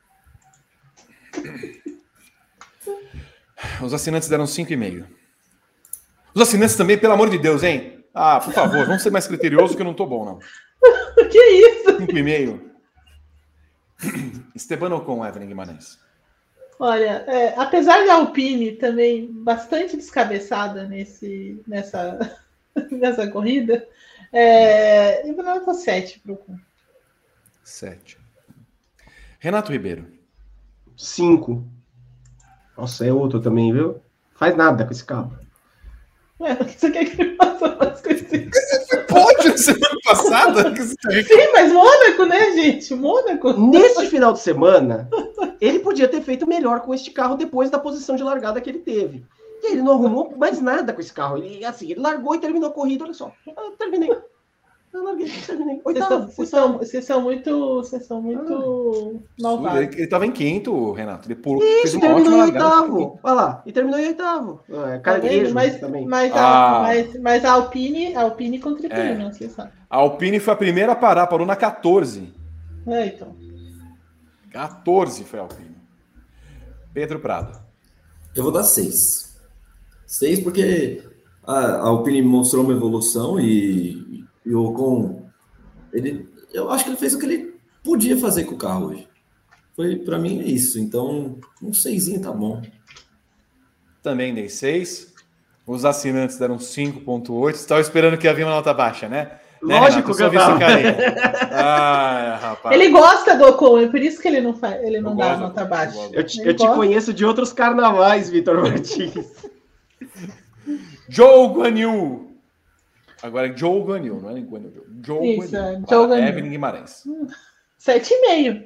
Os assinantes deram cinco e meio. Os assinantes também, pelo amor de Deus, hein? Ah, por favor, vamos ser mais criteriosos que eu não tô bom, não. Que isso? cinco e meio. Esteban Ocon, Evelyn Guimarães. Olha, é, apesar da Alpine também bastante descabeçada nesse, nessa, nessa corrida, é, eu vou dar nota sete para o Ocon. sete. Renato Ribeiro. cinco. Nossa, é outro também, viu? Faz nada com esse carro. Ué, o que você quer que ele faça mais com esse carro? Pode, semana passada? Sim, mas Mônaco, né, gente? Mônaco. Nesse final de semana, ele podia ter feito melhor com este carro depois da posição de largada que ele teve. E ele não arrumou mais nada com esse carro. Ele, assim, ele largou e terminou a corrida, olha só. Eu terminei. Eu larguei, terminei. Oitavo, vocês, são, vocês são muito, vocês são muito malvados. Ele estava em quinto, Renato. Ele pulou, Isso, fez uma terminou ótima em oitavo. largada. Olha lá, e terminou em oitavo. É, caranguejo mas, também. Mas, ah. a, mas, mas a Alpine, a Alpine contribuiu, é. né? Você sabe. A Alpine foi a primeira a parar, parou na quatorze. É, então. quatorze foi a Alpine. Pedro Prado. Eu vou dar seis. seis porque a Alpine mostrou uma evolução e, e o Ocon, ele, eu acho que ele fez o que ele podia fazer com o carro hoje. Foi, para mim é isso. Então, um seisinho tá bom. Também dei seis. Os assinantes deram cinco ponto oito. Você estava esperando que ia vir uma nota baixa, né? Lógico, né, que eu vi ah, rapaz. Ele gosta do Ocon, é por isso que ele não, faz, ele não eu dá gosto, nota baixa. Eu, eu, te, eu te conheço de outros carnavais, Vitor Martins. Joe Guanyu. Agora é Joe Guanyu, não é Guanyu. Joe isso, Guanyu. Joe Guanyu. Evelyn Guimarães. Sete e meio.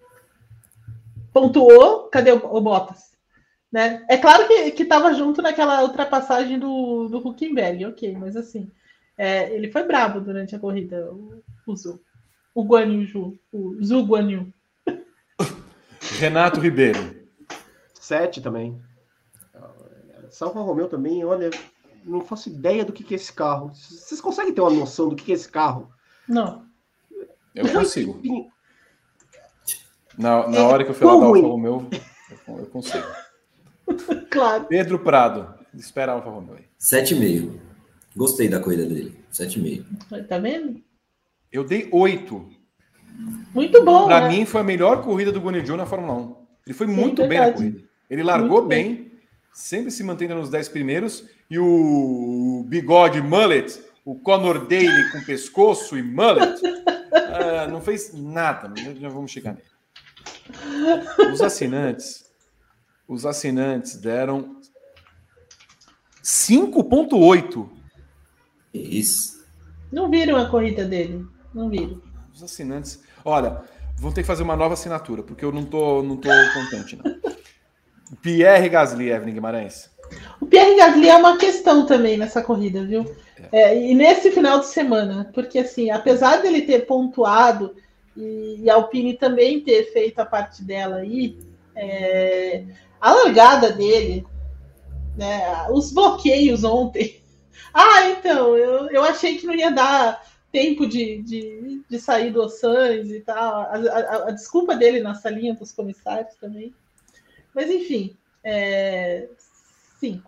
Pontuou, cadê o, o Bottas? Né? É claro que estava junto naquela ultrapassagem do, do Hülkenberg, ok, mas assim, é, ele foi brabo durante a corrida, o, o Zu. O Guanyu, o Zu Guanyu. Renato Ribeiro. Sete também. Salva Romeo também, olha, não faço ideia do que, que é esse carro. Vocês conseguem ter uma noção do que, que é esse carro? Não. Eu consigo. Na, na é, hora que eu fui lá dar o Alfa Romeo, eu, eu consigo. Claro. Pedro Prado. Espera o Alfa Romeo aí. sete e meio. Gostei da corrida dele. sete e meio. Tá vendo? Eu dei oito. Muito bom, Para né? mim, foi a melhor corrida do Guanyu na Fórmula um. Ele foi Sim, muito verdade. bem na corrida. Ele largou Muito bem, bem. sempre se mantendo nos dez primeiros. E o bigode mullet, o Conor Daly com pescoço e mullet, uh, não fez nada. Já vamos chegar nele. Os assinantes, os assinantes deram cinco ponto oito. Isso. Não viram a corrida dele. Não viram. Os assinantes... Olha, vão ter que fazer uma nova assinatura, porque eu não tô, não tô contente, não. Pierre Gasly, Evelyn Guimarães. O Pierre Gasly é uma questão também nessa corrida, viu? É. É, e nesse final de semana, porque assim, apesar dele ter pontuado e, e a Alpine também ter feito a parte dela aí, é, a largada dele, né, os bloqueios ontem. Ah, então, eu, eu achei que não ia dar tempo de, de, de sair do Sainz e tal. A, a, a desculpa dele na salinha dos comissários também. Mas, enfim, é... cinco.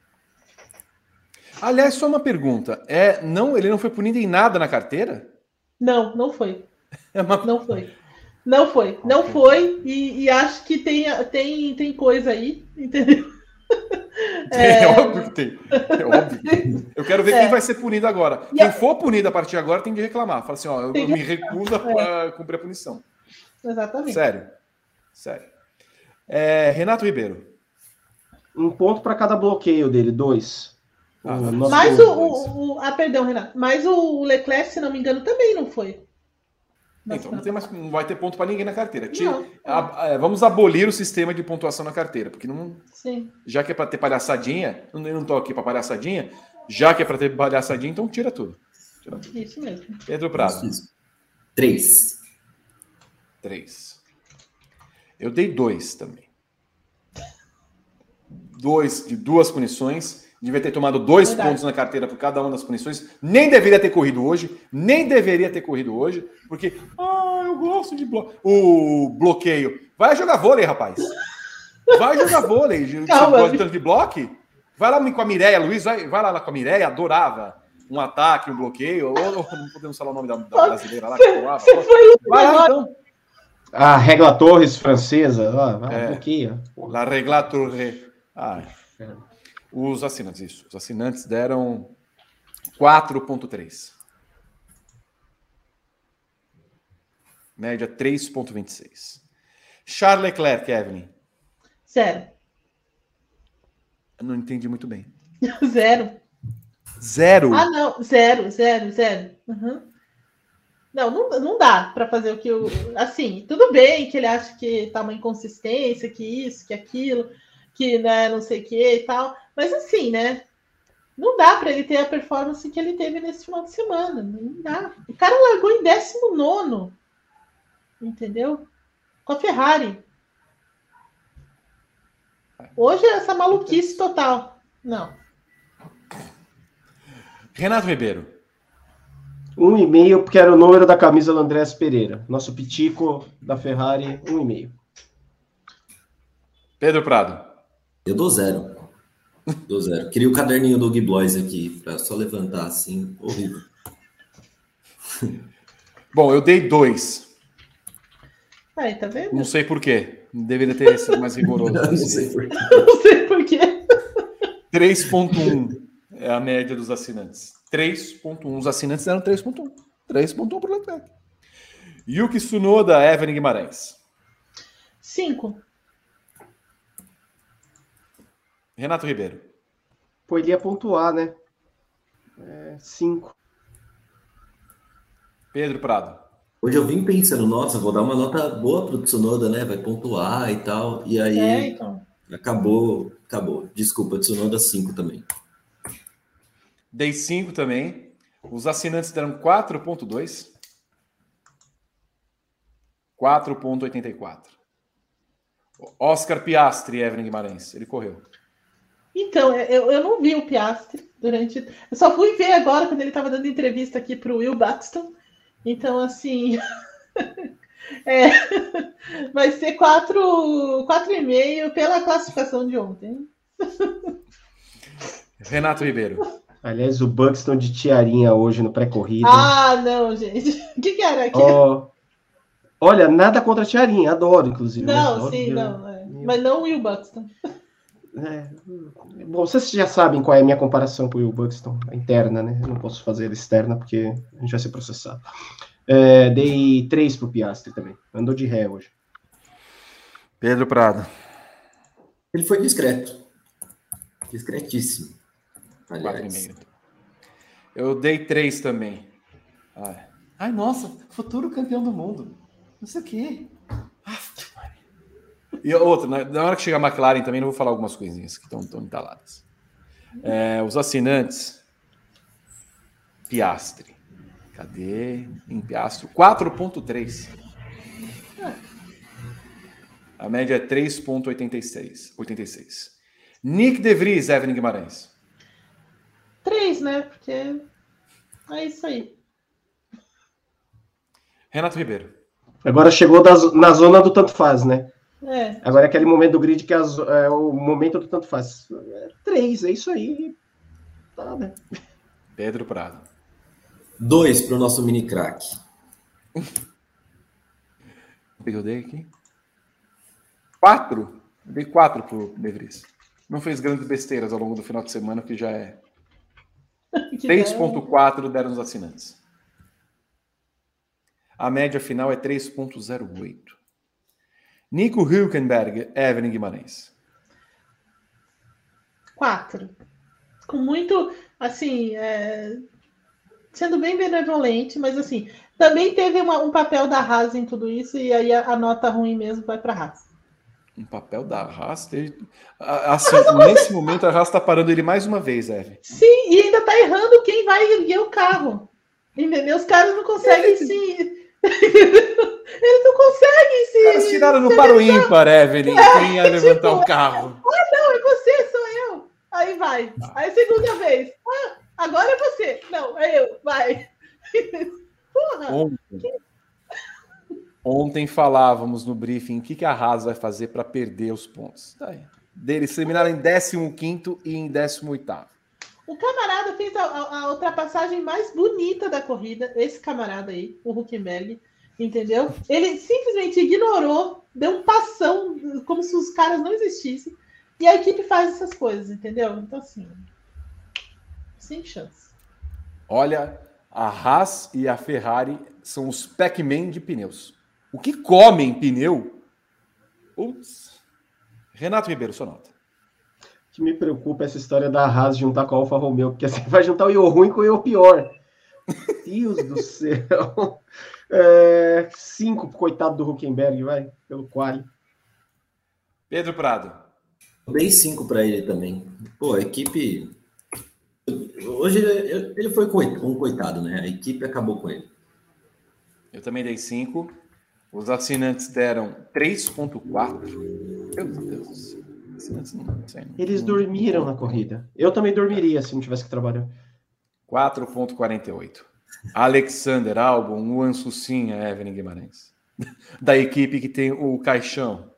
Aliás, só uma pergunta. É, não, ele não foi punido em nada na carteira? Não, não foi. É uma... Não foi. Não foi. Não okay. foi. E, e acho que tem, tem, tem coisa aí, entendeu? É, é óbvio que tem. É óbvio que tem. Eu quero ver é. quem vai ser punido agora. Quem for punido a partir de agora tem que reclamar. Fala assim, ó, eu, eu me recuso a é. cumprir a punição. Exatamente. Sério. Sério. É, Renato Ribeiro. Um ponto para cada bloqueio dele, dois. Ah, o mas o, o, o. Ah, perdão, Renato. Mas o Leclerc, se não me engano, também não foi. Então, não, tem mais, não vai ter ponto para ninguém na carteira. Tira, a, a, vamos abolir o sistema de pontuação na carteira, porque não. Sim. Já que é para ter palhaçadinha, eu não estou aqui para palhaçadinha, já que é para ter palhaçadinha, então tira tudo. Tira tudo. Isso mesmo. Pedro Prado. Isso. Três. Três. Eu dei dois também. Dois de duas punições. Devia ter tomado dois Verdade. pontos na carteira por cada uma das punições. Nem deveria ter corrido hoje. Nem deveria ter corrido hoje. Porque, ah, eu gosto de blo... o bloqueio. Vai jogar vôlei, rapaz. Vai jogar vôlei. Você gosta tanto de bloco? Vai lá com a Mireia, Luiz. Vai, vai lá com a Mireia. Adorava um ataque, um bloqueio. Ou, ou não podemos falar o nome da, da brasileira lá. Que adorava. Vai lá, então. A Regla Torres francesa. Ó, vai, é, bloqueia. La Regla Torres. Ah, é. Os assinantes, isso. Os assinantes deram quatro ponto três. Média três ponto vinte e seis. Charles Leclerc, Evelyn. Zero. Eu não entendi muito bem. Zero. Zero? Ah, não. Zero, zero, zero. Uhum. Não, não, não dá para fazer o que eu... Assim, tudo bem que ele acha que tá uma inconsistência, que isso, que aquilo, que né, não sei o que e tal... Mas assim, né? Não dá para ele ter a performance que ele teve nesse final de semana. Não dá. O cara largou em décimo nono. Entendeu? Com a Ferrari. Hoje é essa maluquice total. Não. Renato Ribeiro. Um e meio, porque era o número da camisa do Andrés Pereira. Nosso pitico da Ferrari, um e meio. Pedro Prado. Eu dou zero. Do zero. Queria o caderninho do Gui Blois aqui, para só levantar assim. Horrível. Bom, eu dei dois. Aí, tá vendo? Não sei por quê. Deveria ter sido mais rigoroso. Não, não sei por quê. Não sei por quê. três ponto um é a média dos assinantes. três ponto um. Os assinantes deram três ponto um. três ponto um para o Leclerc. Yuki Tsunoda, Evelyn Guimarães. cinco. Renato Ribeiro. Pô, ele ia pontuar, né? É, cinco. Pedro Prado. Hoje eu vim pensando, nossa, vou dar uma nota boa pro Tsunoda, né? Vai pontuar e tal. E aí é, então. acabou, acabou. Desculpa, Tsunoda cinco também. Dei cinco também. Os assinantes deram quatro ponto dois. quatro ponto oitenta e quatro. Oscar Piastri, Evelyn Guimarães. Ele correu. Então, eu, eu não vi o Piastri durante... Eu só fui ver agora, quando ele estava dando entrevista aqui para o Will Buxton. Então, assim... é, vai ser quatro e meio pela classificação de ontem. Renato Ribeiro. Aliás, o Buxton de tiarinha hoje no pré-corrida. Ah, não, gente. O que, que era aqui? Oh, olha, nada contra a tiarinha. Adoro, inclusive. Não, adoro, sim, viu? não. É. Mas não o Will Buxton. É, bom, vocês já sabem qual é a minha comparação com o Will Buxton, a interna, né? Eu não posso fazer ela externa porque a gente vai ser processado. É, dei três pro Piastri também. Andou de ré hoje. Pedro Prado. Ele foi discreto. Discretíssimo. Aliás. Eu dei três também. Ai, Ai nossa, futuro campeão do mundo. Não sei o quê. E outra, na hora que chegar a McLaren também, eu vou falar algumas coisinhas que estão entaladas. É, os assinantes. Piastri. Cadê? Em Piastri. quatro ponto três. A média é três ponto oitenta e seis. Nick De Vries, Evelyn Guimarães. três, né? Porque é isso aí. Renato Ribeiro. Agora chegou das, na zona do tanto faz, né? É. Agora é aquele momento do grid que é, é o momento do tanto faz. É, três, é isso aí. Tá, né? Pedro Prado. Dois para o nosso mini craque. Eu dei aqui. Quatro? Eu dei quatro pro De Vries. Não fez grandes besteiras ao longo do final de semana, que já é. três ponto quatro deram os assinantes. A média final é três ponto zero oito. Nico Hülkenberg, Evelyn Guimarães. Quatro. Com muito, assim, é... sendo bem benevolente, mas assim, também teve uma, um papel da Haas em tudo isso, e aí a, a nota ruim mesmo vai para a Haas. Um papel da Haas? Assim, nesse momento a Haas está parando ele mais uma vez, Evelyn. Sim, e ainda está errando quem vai erguer o carro. Entendeu? Os caras não conseguem se... Eles não conseguem se... Os caras tiraram no para o ímpar, Evelyn, é, quem ia levantar tipo, o carro. Ah, não, é você, sou eu. Aí vai. Aí segunda vez. Ah, agora é você. Não, é eu. Vai. Porra. Ontem, ontem falávamos no briefing o que, que a Haas vai fazer para perder os pontos. Tá aí. Deles terminaram em décimo quinto e em décimo oitavo. O camarada fez a, a, a ultrapassagem mais bonita da corrida. Esse camarada aí, o Hülkenberg. Entendeu? Ele simplesmente ignorou, deu um passão, como se os caras não existissem. E a equipe faz essas coisas, entendeu? Então, assim, sem chance. Olha, a Haas e a Ferrari são os Pac-Man de pneus. O que comem pneu? Ups. Renato Ribeiro, sua nota. O que me preocupa é essa história da Haas juntar com a Alfa Romeo, porque você vai juntar o I O ruim com o I O pior. Deus do céu. É, cinco, coitado do Hülkenberg, vai, pelo quali. Pedro Prado. Eu dei cinco para ele também. Pô, a equipe... Hoje ele, ele foi um coitado, né? A equipe acabou com ele. Eu também dei cinco. Os assinantes deram três ponto quatro. Meu Deus. Assinantes não, sei, não, Eles não, dormiram não, na corrida. Eu também dormiria se não tivesse que trabalhar. quatro ponto quarenta e oito. Alexander Albon, Juan Sucinha, Evelyn Guimarães. Da equipe que tem o caixão.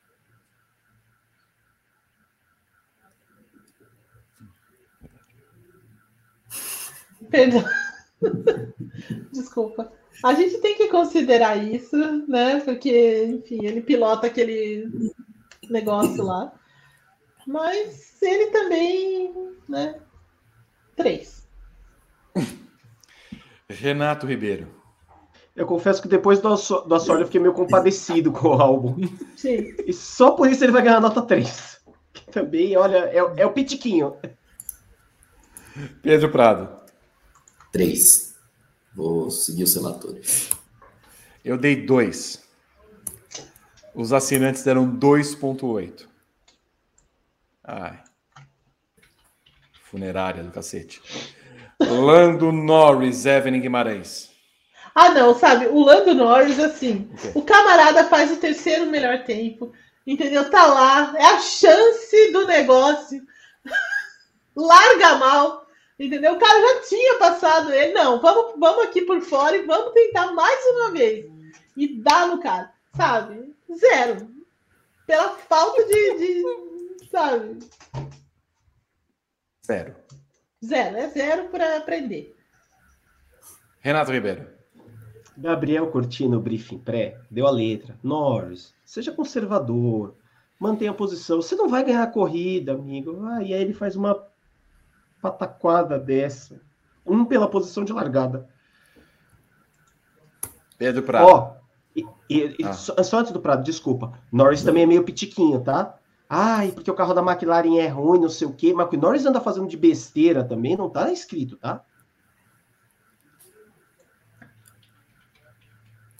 Perdão. Desculpa. A gente tem que considerar isso, né? Porque, enfim, ele pilota aquele negócio lá. Mas ele também, né? Três. Renato Ribeiro. Eu confesso que depois do, do Assoalho eu fiquei meio compadecido com o álbum. Sim. E só por isso ele vai ganhar nota três. Que também, olha, é, é o pitiquinho. Pedro Prado. três. Vou seguir os relatores. Eu dei dois. Os assinantes deram dois ponto oito. Ai. Funerária do cacete. Lando Norris, Evelyn Guimarães. Ah, não, sabe? O Lando Norris, assim, okay. O camarada faz o terceiro melhor tempo, entendeu? Tá lá, é a chance do negócio. Larga mal, entendeu? O cara já tinha passado ele. Não, vamos, vamos aqui por fora e vamos tentar mais uma vez. E dá no cara, sabe? Zero. Pela falta de, de sabe? Zero. Zero, é zero para aprender. Renato Ribeiro. Gabriel Curti no briefing pré, deu a letra. Norris, seja conservador, mantenha a posição. Você não vai ganhar a corrida, amigo. Ah, e aí ele faz uma pataquada dessa. Um pela posição de largada. Pedro Prado. Ó, e, e, ah. só, só antes do Prado, desculpa. Norris também é meio pitiquinho, tá? Ai, porque o carro da McLaren é ruim, não sei o quê. Mas o que o Norris anda fazendo de besteira também não tá escrito, tá?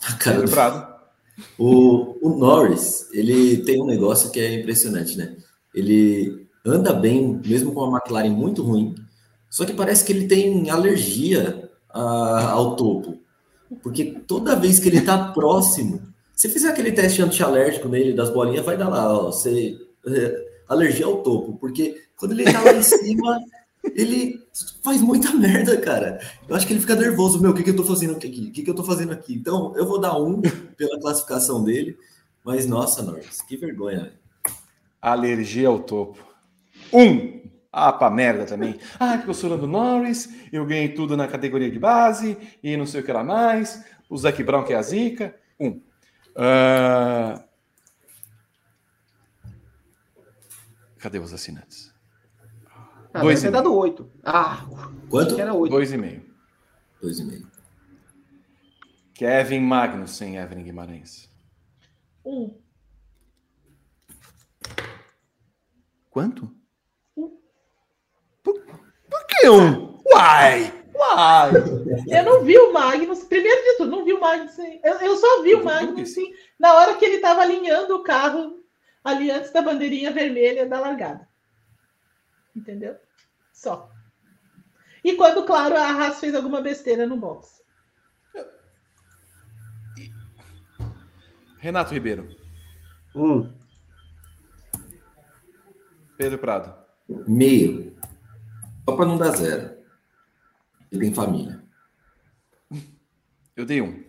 Cara, Pedro Prado. O, o Norris, ele tem um negócio que é impressionante, né? Ele anda bem, mesmo com uma McLaren muito ruim, só que parece que ele tem alergia a, ao topo. Porque toda vez que ele tá próximo, se fizer aquele teste anti-alérgico nele das bolinhas, vai dar lá, ó, você, é, alergia ao topo. Porque quando ele tá lá em cima, ele faz muita merda, cara. Eu acho que ele fica nervoso. Meu, o que, que eu tô fazendo aqui? O que, que eu tô fazendo aqui? Então, eu vou dar um pela classificação dele. Mas, nossa, Norris, que vergonha. Alergia ao topo. Um. Ah, pra merda também. Ah, porque eu sou Lando Norris, eu ganhei tudo na categoria de base, e não sei o que lá mais. O Zac Brown, que é a zica. Um. Uh... Cadê os assinantes? Ah, Dois deve ter dado oito. Ah, quanto? Que era oito. Dois e meio. Dois e meio. Kevin Magnussen, Evelyn Guimarães. Um. Quanto? Por, por que um? Uai! Uai! Eu não vi o Magnus, primeiro de tudo, não vi o Magnus. Eu, eu só vi Eu o vi Magnus isso. sim, na hora que ele estava alinhando o carro ali antes da bandeirinha vermelha da largada. Entendeu? Só. E quando, claro, a Haas fez alguma besteira no box. Renato Ribeiro. Um. Pedro Prado. Meio. Só para não dar zero. Ele tem família. Eu dei um.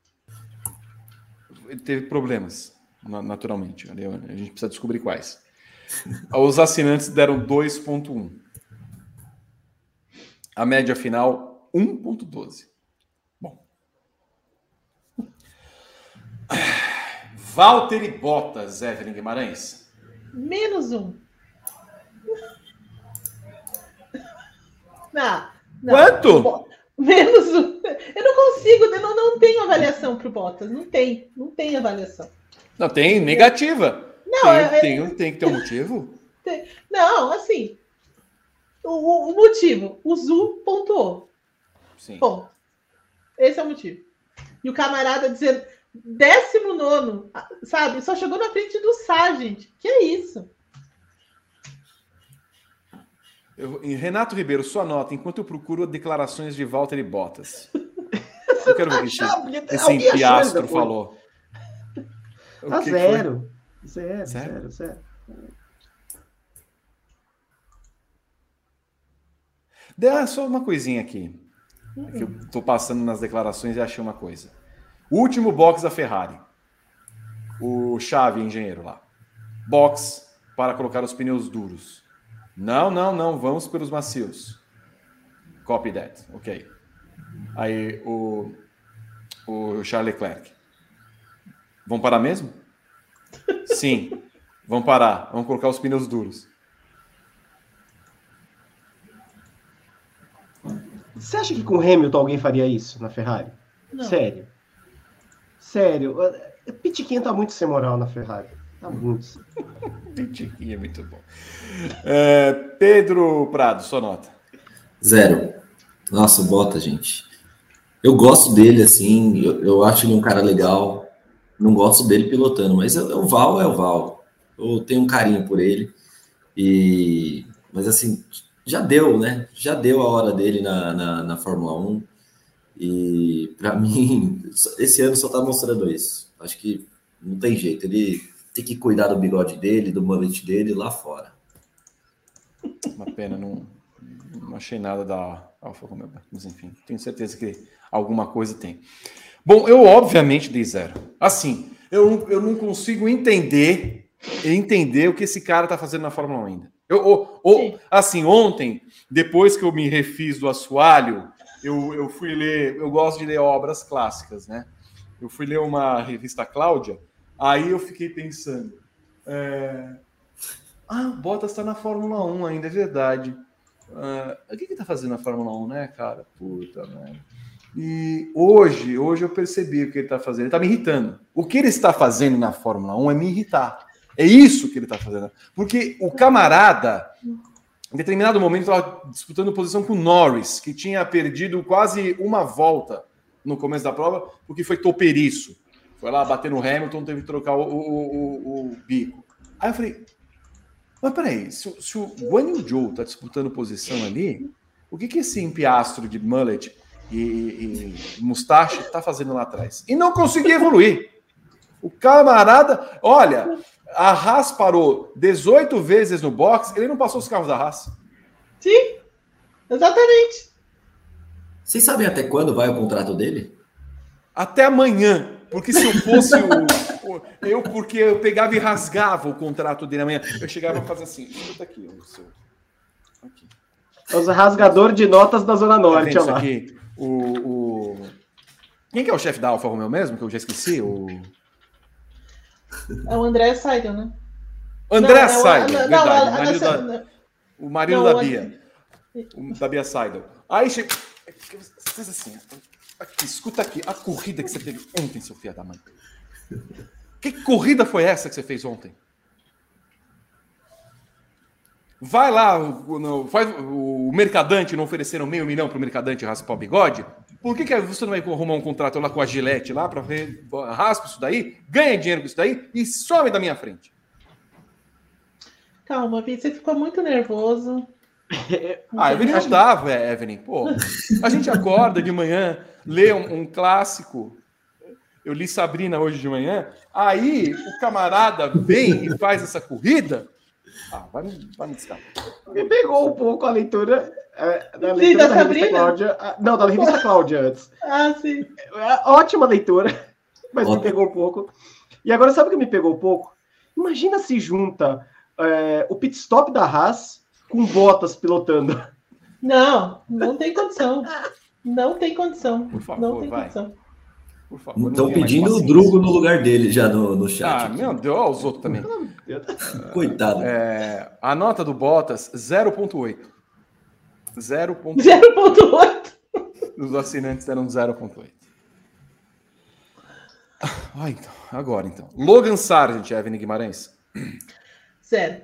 Ele teve problemas, na- naturalmente. A gente precisa descobrir quais. Os assinantes deram dois ponto um. A média final, um ponto doze. Bom. Valtteri Bottas, Evelyn Guimarães. Menos um. Não, não. Quanto? Menos um. Eu não consigo, eu não, não tenho avaliação para o Bottas. Não tem, não tem avaliação. Não, tem negativa. Não, tem, é- tem, tem que ter um motivo. Tem- Não, assim. O, o- o motivo, o Zu pontuou. Sim. Ponto. Esse é o motivo. E o camarada dizendo, décimo nono, sabe? Só chegou na frente do Sargent. Que é isso? Eu, e Renato Ribeiro, sua nota, enquanto eu procuro declarações de Valtteri Bottas. Eu quero ver o que esse, Alguém esse achou piastro ainda, pô. falou. O Tá que que foi? zero. Zero, Zero? zero, zero. Dá só uma coisinha aqui. É que eu tô passando nas declarações e achei uma coisa. O último box da Ferrari. O Xavi, engenheiro lá. Box para colocar os pneus duros. Não, não, não. Vamos pelos macios. Copy that. Ok. Aí o, o Charles Leclerc. Vão parar mesmo? Sim. Vão parar. Vamos colocar os pneus duros. Você acha que com o Hamilton alguém faria isso na Ferrari? Não. Sério. Sério. O Pitiquinha tá muito sem moral na Ferrari. Tá muito. Pitiquinha é muito bom. É, Pedro Prado, sua nota. Zero. Nossa, bota, gente. Eu gosto dele, assim, eu, eu acho ele um cara legal. Não gosto dele pilotando, mas é, é o Val, é o Val. Eu tenho um carinho por ele. E, mas assim, já deu, né? Já deu a hora dele na, na, na Fórmula um. E para mim, esse ano só tá mostrando isso. Acho que não tem jeito. Ele tem que cuidar do bigode dele, do mullet dele lá fora. Uma pena, não, não achei nada da Alfa Romeo, mas enfim, tenho certeza que alguma coisa tem. Bom, eu obviamente dei zero. Assim, eu, eu não consigo entender entender o que esse cara tá fazendo na Fórmula um ainda. Eu, ou, ou, assim, ontem, depois que eu me refiz do assoalho, eu, eu fui ler, eu gosto de ler obras clássicas, né? Eu fui ler uma revista Cláudia, aí eu fiquei pensando, é... ah, o Bottas está na Fórmula um ainda, é verdade. Uh, o que ele tá fazendo na Fórmula um, né, cara? Puta, merda. E hoje, hoje eu percebi o que ele tá fazendo. Ele tá me irritando. O que ele está fazendo na Fórmula um é me irritar. É isso que ele tá fazendo. Porque o camarada, em determinado momento, estava disputando posição com o Norris, que tinha perdido quase uma volta no começo da prova, porque foi topeiriço. Foi lá bater no Hamilton, teve que trocar o, o, o, o bico. Aí eu falei, mas peraí, se, se o Guan Yu Zhou tá disputando posição ali, o que que esse empiastro de mullet e, e, e mustache tá fazendo lá atrás? E não conseguia evoluir. O camarada, olha, a Haas parou dezoito vezes no box, ele não passou os carros da Haas. Sim, exatamente. Vocês sabem até quando vai o contrato dele? Até amanhã. Porque se eu fosse o, o... Eu, porque eu pegava e rasgava o contrato dele amanhã. Eu chegava a fazer assim. Escuta aqui, o seu... aqui. Os rasgadores de notas da Zona Norte, tá olha lá. Aqui? O, o... Quem que é o chefe da Alfa Romeo mesmo? Que eu já esqueci. O... É o André Seidel, né? André não, Seidel, não, verdade. não, o marido, não, da, não, o marido não, da não, Bia. O, da Bia Seidel. Aí chega... Faz assim... Aqui, escuta aqui, a corrida que você teve ontem, seu filho da mãe. Que corrida foi essa que você fez ontem? Vai lá, no, faz, o Mercadante não ofereceram meio milhão para o Mercadante raspar o bigode? Por que, que você não vai arrumar um contrato lá com a Gillette lá para ver, raspa isso daí, ganha dinheiro com isso daí e some da minha frente? Calma, Vi, você ficou muito nervoso. Ah, Evelyn não dá, Evelyn. Pô, a gente acorda de manhã, lê um, um clássico. Eu li Sabrina hoje de manhã. Aí o camarada vem e faz essa corrida. Ah, vai, vai me descartar. Me pegou um pouco a leitura é, da, leitura sim, da, da revista Cláudia. Não, da revista Cláudia antes. Ah, sim. Ótima leitura, mas Ótimo. Me pegou um pouco. E agora, sabe o que me pegou um pouco? Imagina se junta é, o pit stop da Haas com Bottas pilotando. Não, não tem condição. Não tem condição. Por favor, não tem vai. condição. Por favor. Estão pedindo o Drugo no lugar dele já no, no chat. Ah, aqui. meu Deus, olha os outros também. Coitado. É, a nota do Bottas, zero ponto oito. zero ponto oito. zero ponto oito. Os assinantes deram zero ponto oito. Ah, então, agora então. Logan Sargent, Evelyn Guimarães. Zero.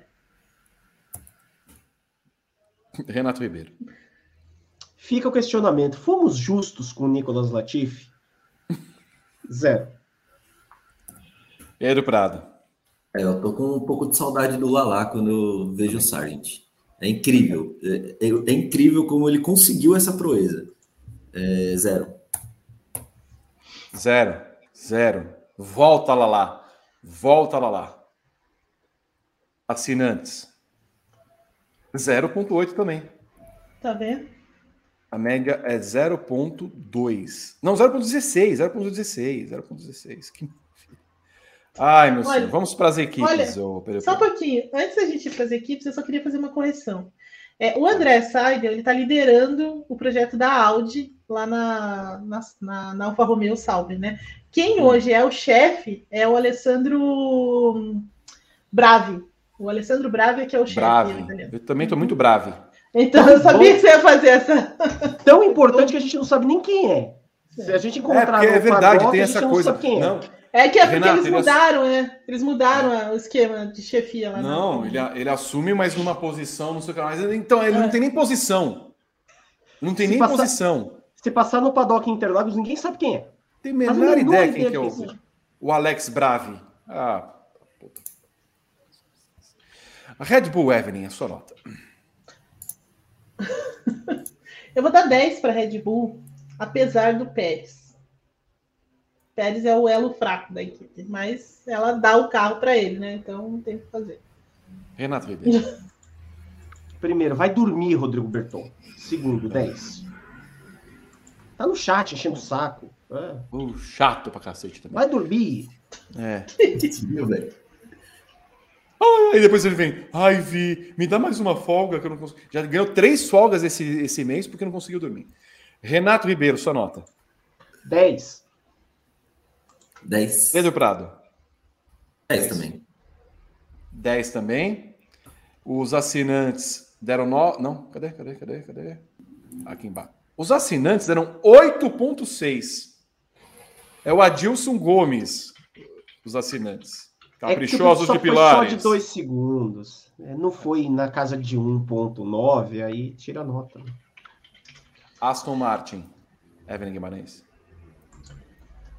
Renato Ribeiro. Fica o questionamento. Fomos justos com o Nicolas Latifi? Zero. Pedro Prado. É, eu tô com um pouco de saudade do Lalá quando eu vejo o Sargent. É incrível. É, é, é incrível como ele conseguiu essa proeza. É, zero. Zero. Zero. Volta lá lá. Volta lá lá. Assinantes. zero ponto oito também. Tá vendo? A média é zero ponto dois. Não, zero ponto dezesseis. zero ponto dezesseis. zero ponto dezesseis. Que... Ai, meu Olha, senhor. Vamos para as equipes. olha, ô Pedro Só um Prado. pouquinho. Antes da gente ir para as equipes, eu só queria fazer uma correção. É, o André Seidel, ele está liderando o projeto da Audi lá na, na, na, na Alfa Romeo Sauber, né? Quem Hum. hoje é o chefe é o Alessandro Bravi. O Alessandro Bravi é que é o chefe. Brave. italiano. Eu também estou muito brave. Então eu sabia que você ia fazer essa. Tão importante que a gente não sabe nem quem é. Se a gente É, encontrar porque é no verdade, paddock, tem a gente essa não coisa. sabe quem é. Não, É que é porque Renato, eles ele mudaram, né? Eles mudaram o esquema de chefia lá. não na... ele, ele assume, mas numa posição, não sei o que mais. Então, ele É. não tem nem posição. Não tem Se nem passar- posição. Se passar no paddock em Interlagos, ninguém sabe quem é. Tem a Mas menor menor ideia ideia quem que é quem o, seja. o Alex Bravi. Ah, puta. A Red Bull, Evelyn, a sua nota. Eu vou dar dez para Red Bull, apesar do Pérez. Pérez é o elo fraco da equipe, mas ela dá o carro para ele, né? Então não tem o que fazer. Renato Ribeiro. Primeiro, vai dormir, Rodrigo Berton. Segundo, dez. Tá no chat enchendo o saco. É. Uh, chato pra cacete também. Vai dormir. É. Viu, velho? Aí depois ele vem, ai, Vi, me dá mais uma folga que eu não consigo. Já ganhou três folgas esse, esse mês porque não conseguiu dormir. Renato Ribeiro, sua nota. dez. dez. Pedro Prado. dez também. dez também. Os assinantes deram nove. Não, cadê, cadê, cadê, cadê? Aqui embaixo. Os assinantes deram oito ponto seis. É o Adilson Gomes, os assinantes. Caprichosos é de que foi Pilares. só de dois segundos. É, não foi na casa de um ponto nove, aí tira a nota. Aston Martin. Evelyn Guimarães.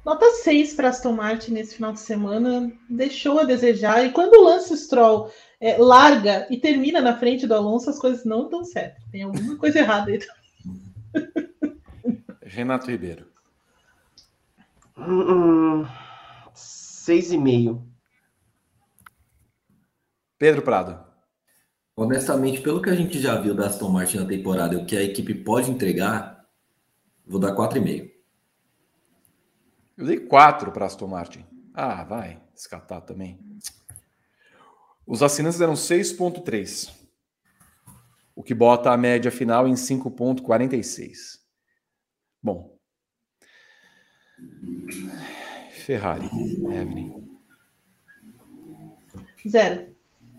Nota seis para Aston Martin nesse final de semana, deixou a desejar. E quando o Lance Stroll é, larga e termina na frente do Alonso, as coisas não dão certo. Tem alguma coisa errada aí. Renato Ribeiro. Hum, seis e meio. Pedro Prado. Honestamente, pelo que a gente já viu da Aston Martin na temporada e o que a equipe pode entregar, vou dar quatro e meio. Eu dei quatro para Aston Martin. Ah, vai, escatar também. Os assinantes deram seis ponto três. O que bota a média final em cinco ponto quarenta e seis. Bom. Ferrari, Evelyn. Zero.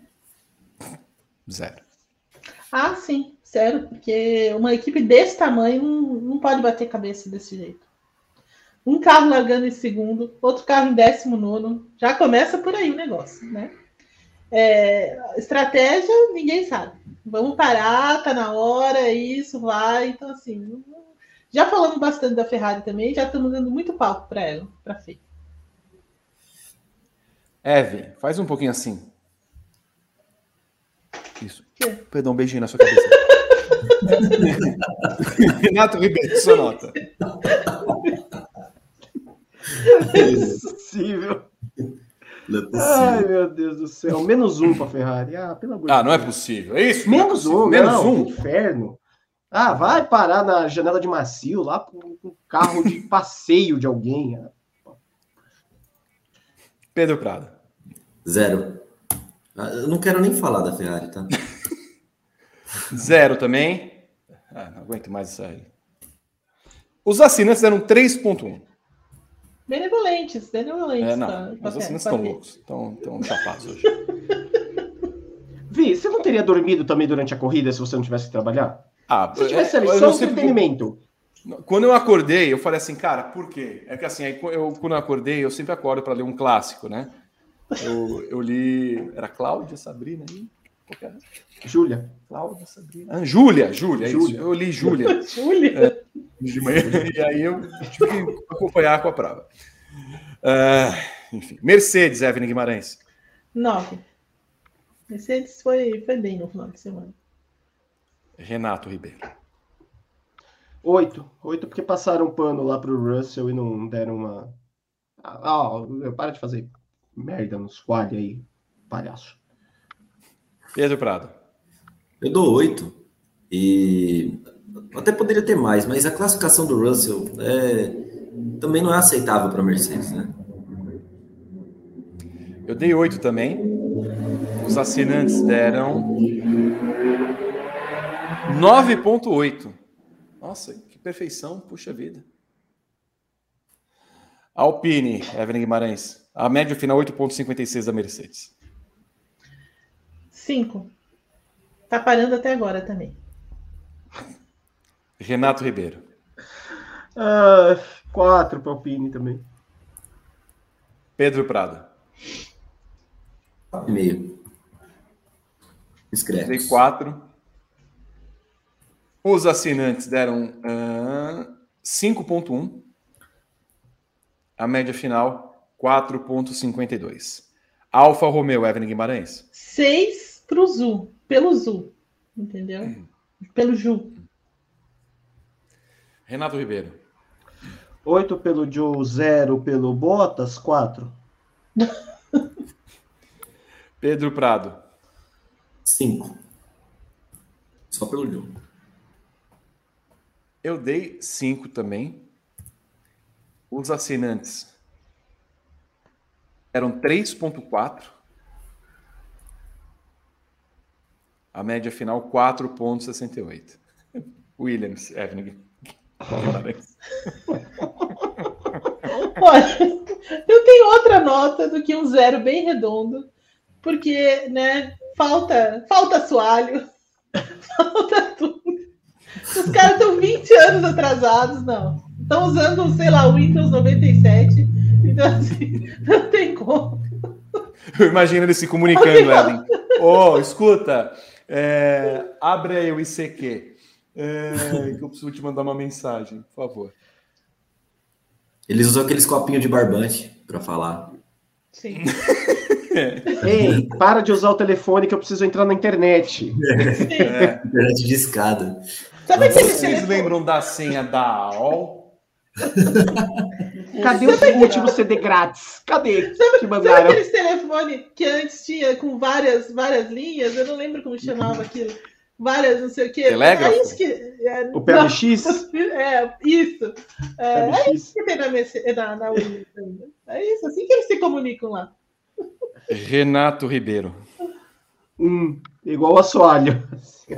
Zero. Ah, sim, zero. Porque uma equipe desse tamanho não, não pode bater cabeça desse jeito. Um carro largando em segundo, outro carro em décimo nono. Já começa por aí o negócio, né? É, estratégia, ninguém sabe. Vamos parar, tá na hora, isso, vai. Então, assim, já falamos bastante da Ferrari também, já estamos dando muito palco para ela, para Fê. Eve, faz um pouquinho assim. Isso. Que? Perdão, um beijinho na sua cabeça. Renato Ribeiro, sua nota. Não é possível. Não é possível. Ai, meu Deus do céu. Menos um para Ferrari. Ah, pelo amor de Ah, Deus. não é possível. É isso? Menos Não é um, menos não, um. Inferno. Ah, vai parar na janela de macio lá com um carro de passeio de alguém. Pedro Prado. Zero. Eu não quero nem falar da Ferrari, tá? Zero também. Ah, não aguento mais isso aí. Os assinantes deram três ponto um. Benevolentes, benevolentes. É, não. Pra, Os pra, assinantes pra estão ver. loucos. Estão chapados hoje. Vi, você não teria dormido também durante a corrida se você não tivesse que trabalhar? Ah, Se tivesse ali eu só não sei porque- entretenimento. Quando eu acordei, eu falei assim, cara, por quê? É que assim, aí, eu, quando eu acordei, eu sempre acordo para ler um clássico, né? Eu, eu li. Era Cláudia, Sabrina aí? Qual que era? Júlia. Cláudia, Sabrina. Ah, Júlia, Júlia, é isso. Júlia. Eu li Júlia Júlia. de manhã, e aí eu tive que acompanhar com a prova. Ah, enfim, Mercedes, Evelyn Guimarães. Nove. Mercedes foi, foi bem no final de semana. Renato Ribeiro. Oito. Oito porque passaram pano lá pro Russell e não deram uma... Ah, ó, para de fazer merda nos quali aí, palhaço. Pedro Prado. Eu dou oito. E até poderia ter mais, mas a classificação do Russell é... também não é aceitável para a Mercedes, né? Eu dei oito também. Os assinantes deram nove ponto oito. Nossa, que perfeição, puxa vida. Alpine, Evelyn Guimarães. A média final oito ponto cinquenta e seis da Mercedes. Cinco. Tá parando até agora também. Renato Ribeiro. Ah, quatro para Alpine também. Pedro Prado. E meio. Discreto. Dei quatro. Os assinantes deram uh, cinco ponto um. A média final, quatro ponto cinquenta e dois. Alfa Romeo, Evelyn Guimarães. Seis pro Zu. Pelo Zu. Entendeu? Pelo Ju. Renato Ribeiro. Oito pelo Joe, zero pelo Bottas, quatro. Pedro Prado. Cinco. Só pelo jogo. Eu dei cinco também. Os assinantes eram três ponto quatro. A média final, quatro ponto sessenta e oito. Williams, Evelyn Guimarães. Olha, eu tenho outra nota do que um zero bem redondo, porque, né, falta, falta assoalho, falta tudo. Os caras estão vinte anos atrasados, não. Estão usando, sei lá, o Windows noventa e sete, então assim, não tem como. Eu imagino ele se comunicando, Evelyn. Ô, oh, escuta, é, abre aí o I C Q, é, que eu preciso te mandar uma mensagem, por favor. Eles usam aqueles copinhos de barbante para falar. Sim. Ei, para de usar o telefone que eu preciso entrar na internet. É. Internet de escada. Sabe aquele Vocês telefone? lembram da senha da A O L? Cadê o último C D grátis? Cadê? Que Sabe mandaram? aqueles telefones que antes tinha com várias, várias linhas? Eu não lembro como chamava aquilo. Várias, não sei o quê. Telégrafo? É isso que, é, O P B X? É, isso. É, é P B X? isso que tem na, Merce- na, na Williams ainda. É isso, assim que eles se comunicam lá. Renato Ribeiro. Hum, igual assoalho.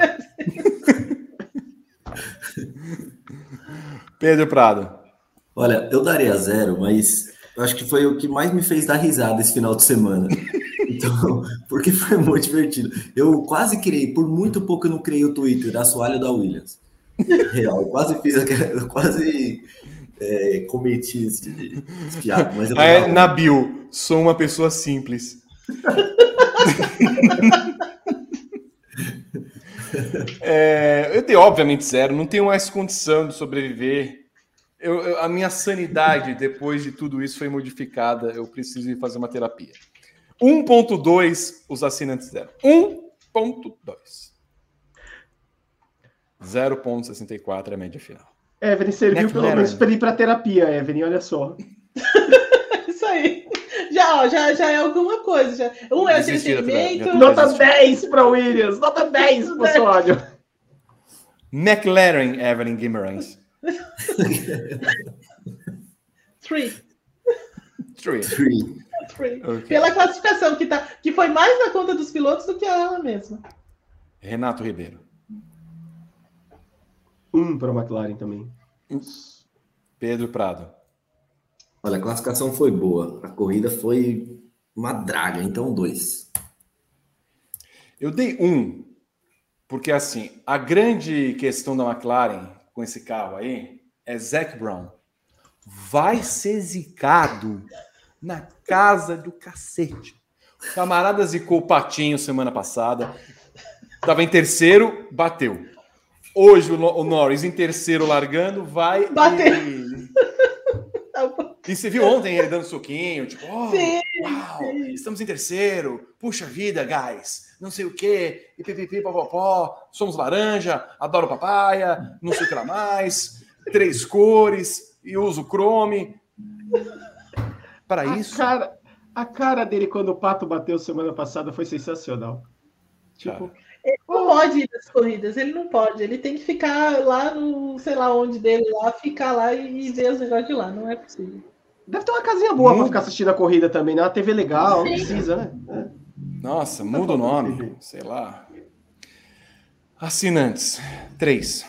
Pedro Prado. Olha, eu daria zero, mas eu acho que foi o que mais me fez dar risada esse final de semana. Então, porque foi muito divertido. Eu quase criei, por muito pouco eu não criei o Twitter da Assoalho da Williams. Real, eu quase fiz aquela, eu quase é, cometi esse, esse piada, mas eu É, na bio, sou uma pessoa simples. É, eu dei, obviamente, zero. Não tenho mais condição de sobreviver. Eu, eu- a minha sanidade, depois de tudo isso, foi modificada. Eu preciso ir fazer uma terapia. um ponto dois, os assinantes zero. um ponto dois. zero ponto sessenta e quatro é a média final. Evelyn serviu pelo McLaren. menos para ir para terapia, Evelyn, olha só. Isso aí. Já, ó, já, já é alguma coisa. Já. Um é Desisti da entretenimento. terapia. Nota dez para Williams, nota dez para o assoalho. McLaren, Evelyn Guimarães. Three. Three. Three. Three. Ok. Pela classificação, que, tá, que foi mais na conta dos pilotos do que ela mesma. Renato Ribeiro. Um para a McLaren também. Pedro Prado. Olha, a classificação foi boa. A corrida foi uma draga, então dois. Eu dei um, porque assim, a grande questão da McLaren com esse carro aí é Zac Brown. Vai ser zicado na casa do cacete. O camarada zicou o Patinho semana passada. Tava em terceiro, bateu. Hoje o No- o Norris em terceiro largando, vai Bateu. e... E você viu ontem ele dando soquinho, tipo, oh, Sim, uau, sim. estamos em terceiro, puxa vida, guys, não sei o quê, e pipipi, popopó, somos laranja, adoro papaya, não sei o que lá mais, três cores, e uso Chrome. Para A isso, cara, a cara dele quando o Pato bateu semana passada foi sensacional. Tipo, cara, Não pode ir das corridas, ele não pode. Ele tem que ficar lá no, sei lá onde dele, lá, ficar lá e, e ver os negócios de lá. Não é possível. deve ter uma casinha boa Hum. para ficar assistindo a corrida também, né? Uma T V legal, não Sim. precisa, né? nossa, muda o nome, sei lá. Assinantes, três.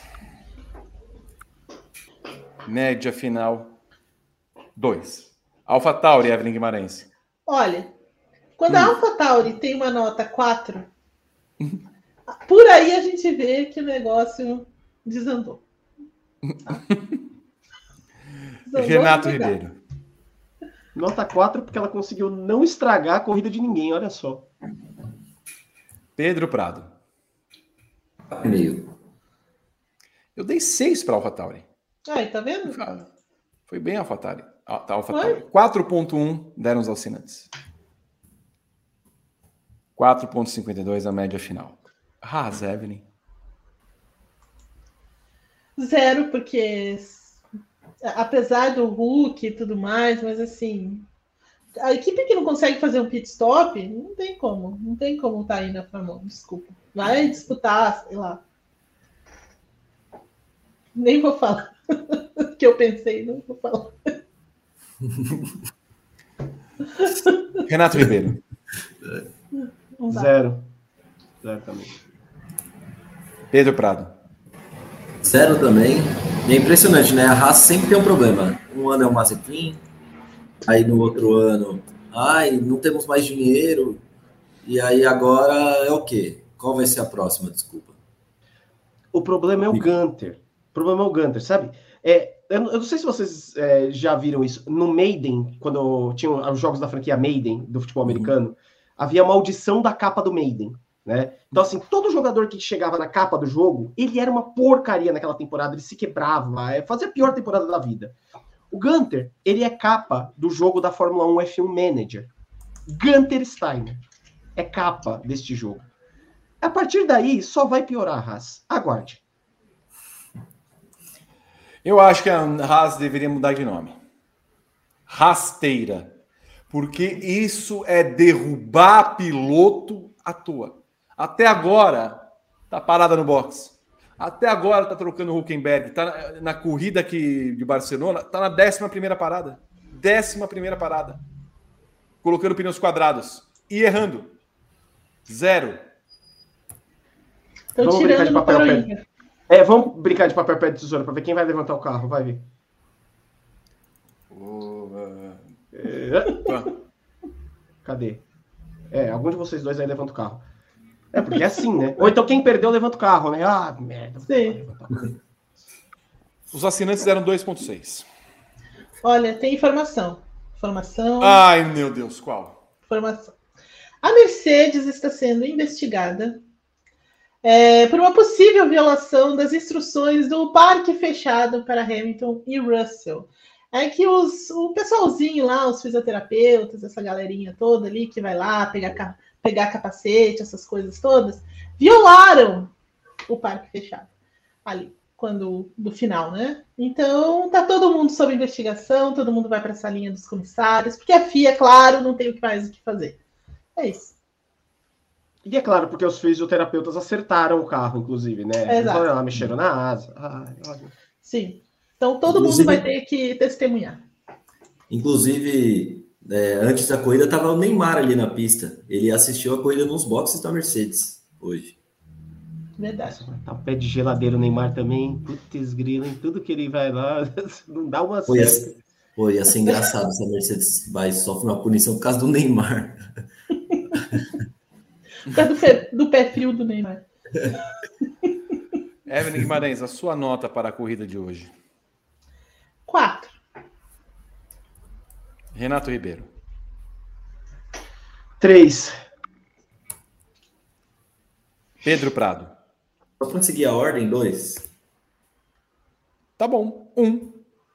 Média final, dois. AlphaTauri, Evelyn Guimarães. Olha, quando a AlphaTauri tem uma nota quatro, por aí a gente vê que o negócio desandou. Tá? Desandou Renato legal. Ribeiro. Nota quatro porque ela conseguiu não estragar a corrida de ninguém, olha só. Pedro Prado. Meio. Eu dei seis para AlphaTauri. Aí, tá vendo? Foi bem AlphaTauri. Ah, tá, AlphaTauri. quatro ponto um deram os assinantes. quatro ponto cinquenta e dois a média final. Haas, Evelyn. Zero, porque apesar do Hulk e tudo mais, mas assim, a equipe que não consegue fazer um pit stop, não tem como, não tem como tá aí na Fórmula um, desculpa. Vai disputar, sei lá. Nem vou falar o que eu pensei, não vou falar. Renato Ribeiro. Não dá. Zero. Zero também. Pedro Prado. Zero também. E é impressionante, né? A Haas sempre tem um problema. Um ano é o Mazepin, aí no outro ano, ai, não temos mais dinheiro. E aí agora é o quê? Qual vai ser a próxima? Desculpa. O problema é o Gunter. O problema é o Gunter, sabe? É, eu, não- eu não sei se vocês é, já viram isso. No Maiden, quando tinham os jogos da franquia Maiden, do futebol Uhum. americano, havia a maldição da capa do Maiden, né? Então, assim, todo jogador que chegava na capa do jogo, ele era uma porcaria naquela temporada, ele se quebrava, é, fazia a pior temporada da vida. O Gunter, ele é capa do jogo da Fórmula um F um Manager. Gunter Steiner é capa deste jogo. A partir daí, só vai piorar a Haas. Aguarde. Eu acho que a Haas deveria mudar de nome. Rasteira. Porque isso é derrubar piloto à toa. Até agora, tá parada no box. Até agora tá trocando o Hülkenberg. Tá na, na corrida aqui de Barcelona, tá na décima primeira parada. Décima primeira parada. Colocando pneus quadrados. E errando. Zero. Estão Vamos brincar de tirando papel no pé. Ímpar. É, vamos brincar de papel pé de tesoura para ver quem vai levantar o carro. Vai ver. É. Cadê? É, algum de vocês dois aí levanta o carro. É, porque é assim, né? Ou então quem perdeu levanta o carro, né? Ah, merda. Sim. Os assinantes deram dois ponto seis. Olha, tem informação. Informação. Ai, meu Deus, qual? Informação. A Mercedes está sendo investigada é, por uma possível violação das instruções do parque fechado para Hamilton e Russell. É que os, o pessoalzinho lá, os fisioterapeutas, essa galerinha toda ali que vai lá pegar, pegar capacete, essas coisas todas, violaram o parque fechado ali, quando do final, né? Então, tá todo mundo sob investigação, todo mundo vai para essa linha dos comissários, porque a F I A, claro, não tem mais o que fazer. É isso. E é claro, porque os fisioterapeutas acertaram o carro, inclusive, né? Exato. Olha lá, mexeram na asa. Ai, olha. Sim. Então, todo inclusive, mundo vai ter que testemunhar. Inclusive, é, antes da corrida, estava o Neymar ali na pista. Ele assistiu a corrida nos boxes da Mercedes hoje. Verdade. Tá pé de geladeira o Neymar também. Putz, grila, em tudo que ele vai lá, não dá uma Foi certa. Assim, foi ia ser engraçado se a Mercedes vai sofrer uma punição por causa do Neymar. Por causa do pé, do pé frio do Neymar. Evelyn Guimarães, a sua nota para a corrida de hoje? Quatro. Renato Ribeiro. Três. Pedro Prado. Só para seguir a ordem, dois. Tá bom, um.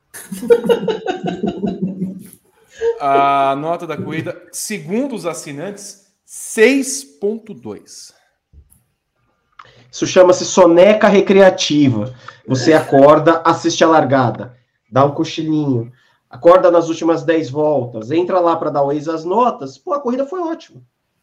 A nota da corrida, segundo os assinantes, seis ponto dois. Isso chama-se soneca recreativa. Você acorda, assiste a largada, dá um cochilinho, acorda nas últimas dez voltas, entra lá para dar o ex às notas. Pô, a corrida foi ótima.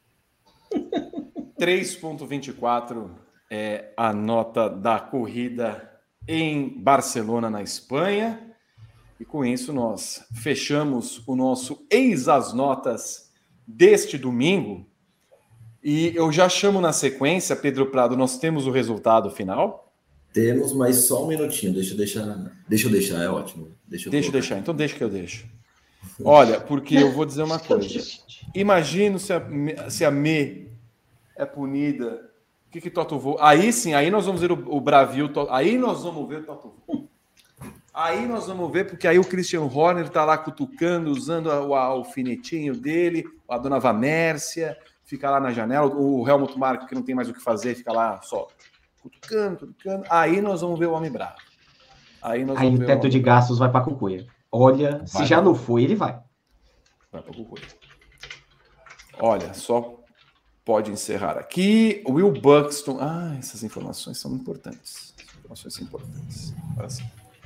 três ponto vinte e quatro é a nota da corrida em Barcelona, na Espanha. E com isso nós fechamos o nosso Eis as Notas deste domingo. E eu já chamo na sequência, Pedro Prado, nós temos o resultado final? Temos, mas só um minutinho. Deixa eu deixar. Deixa eu deixar, é ótimo. Deixa eu, deixa eu deixar, então deixa que eu deixo. Olha, porque eu vou dizer uma coisa. Imagino se a, se a Me é punida. O que que Toto Wolff... Aí sim, aí nós vamos ver o, o Bravio. Aí nós vamos ver o Toto Wolff. Aí nós vamos ver, porque aí o Christian Horner tá lá cutucando, usando o alfinetinho dele, a dona Vanércia, fica lá na janela, o Helmut Marko, que não tem mais o que fazer, fica lá só cutucando, cutucando. Aí nós vamos ver o Homem Bravo. Aí, nós aí vamos o ver teto o de gastos vai para Cucuia. Olha, vai, se já vai. Não foi, ele vai. Vai para Cucuia. Olha, só pode encerrar aqui. Will Buxton. Ah, essas informações são importantes. Informações são importantes. Agora sim.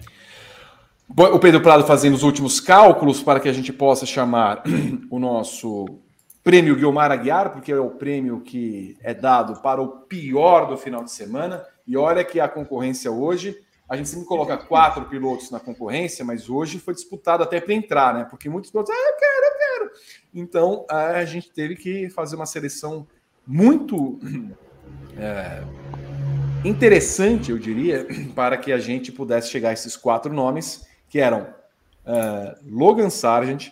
O Pedro Prado fazendo os últimos cálculos para que a gente possa chamar o nosso prêmio Guilmar Aguiar, porque é o prêmio que é dado para o pior do final de semana. E olha que a concorrência hoje, a gente sempre coloca quatro pilotos na concorrência, mas hoje foi disputado até para entrar, né? Porque muitos pilotos, ah, eu quero, eu quero. Então, a gente teve que fazer uma seleção muito é, interessante, eu diria, para que a gente pudesse chegar a esses quatro nomes, que eram uh, Logan Sargent,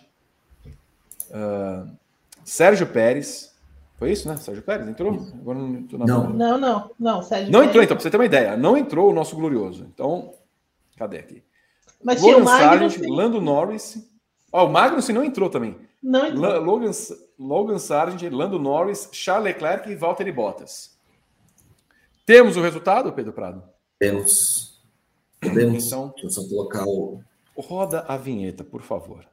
uh, Sérgio Pérez. Foi isso, né? Sérgio Pérez entrou? Agora não, entrou na não, não, não, não. Sérgio não Pérez. entrou, então, para você ter uma ideia. Não entrou o nosso glorioso. Então, cadê aqui? Mas Logan Sargent, Lando Norris. Ó, oh, o Magnussen não entrou também. Não entrou. La- Logan, Logan Sargent, Lando Norris, Charles Leclerc e Valtteri Bottas. Temos o resultado, Pedro Prado? Temos. Temos. Então, deixa eu só colocar o... Roda a vinheta, por favor.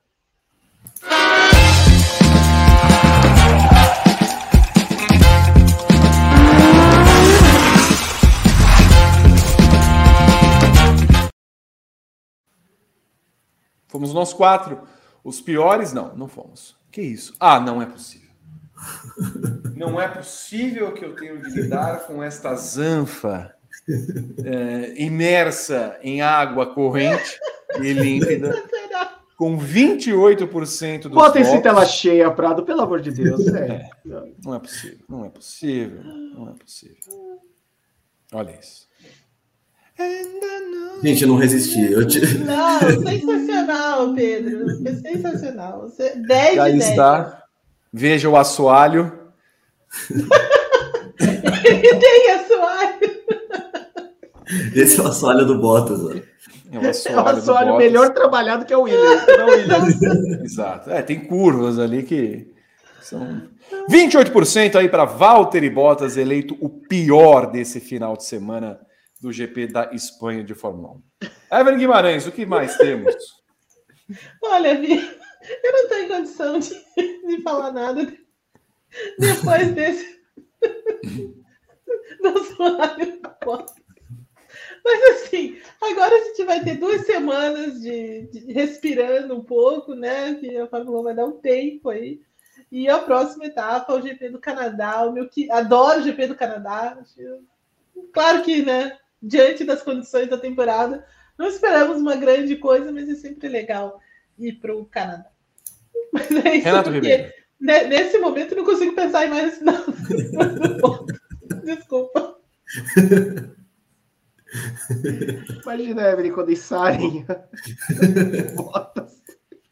Fomos nós quatro. Os piores, não, não fomos. Que isso? Ah, não é possível. Não é possível que eu tenha de lidar com esta zanfa é, imersa em água corrente e límpida, com vinte e oito por cento dos Bota votos. esse tela cheia, Prado, pelo amor de Deus. É. É, não é possível, não é possível, não é possível. Olha isso. Gente, eu não resisti. Eu te... Não, sensacional, Pedro. É sensacional. dez Aí de dez. está. Veja o assoalho. Ele tem assoalho. Esse é o assoalho do Bottas. Ó. É o assoalho, É o assoalho do melhor Bottas. trabalhado que é o Williams. Não, Williams. Exato. É, tem curvas ali que são... vinte e oito por cento aí para Valtteri Bottas, eleito o pior desse final de semana do G P da Espanha de Fórmula um. Evelyn Guimarães, o que mais temos? Olha, Vi, eu não tenho condição de, de falar nada depois desse do assoalho da Bottas. Mas assim, agora a gente vai ter duas semanas de, de respirando um pouco, né? Que a Fórmula um vai dar um tempo aí. E a próxima etapa, o G P do Canadá, o meu que adoro o G P do Canadá. Claro que, né? Diante das condições da temporada, não esperamos uma grande coisa, mas é sempre legal ir para o Canadá. Mas é isso. Renato porque, Ribeiro. né, nesse momento, eu não consigo pensar em mais nada. Desculpa. Imagina, Evelyn, quando eles saem. Bottas.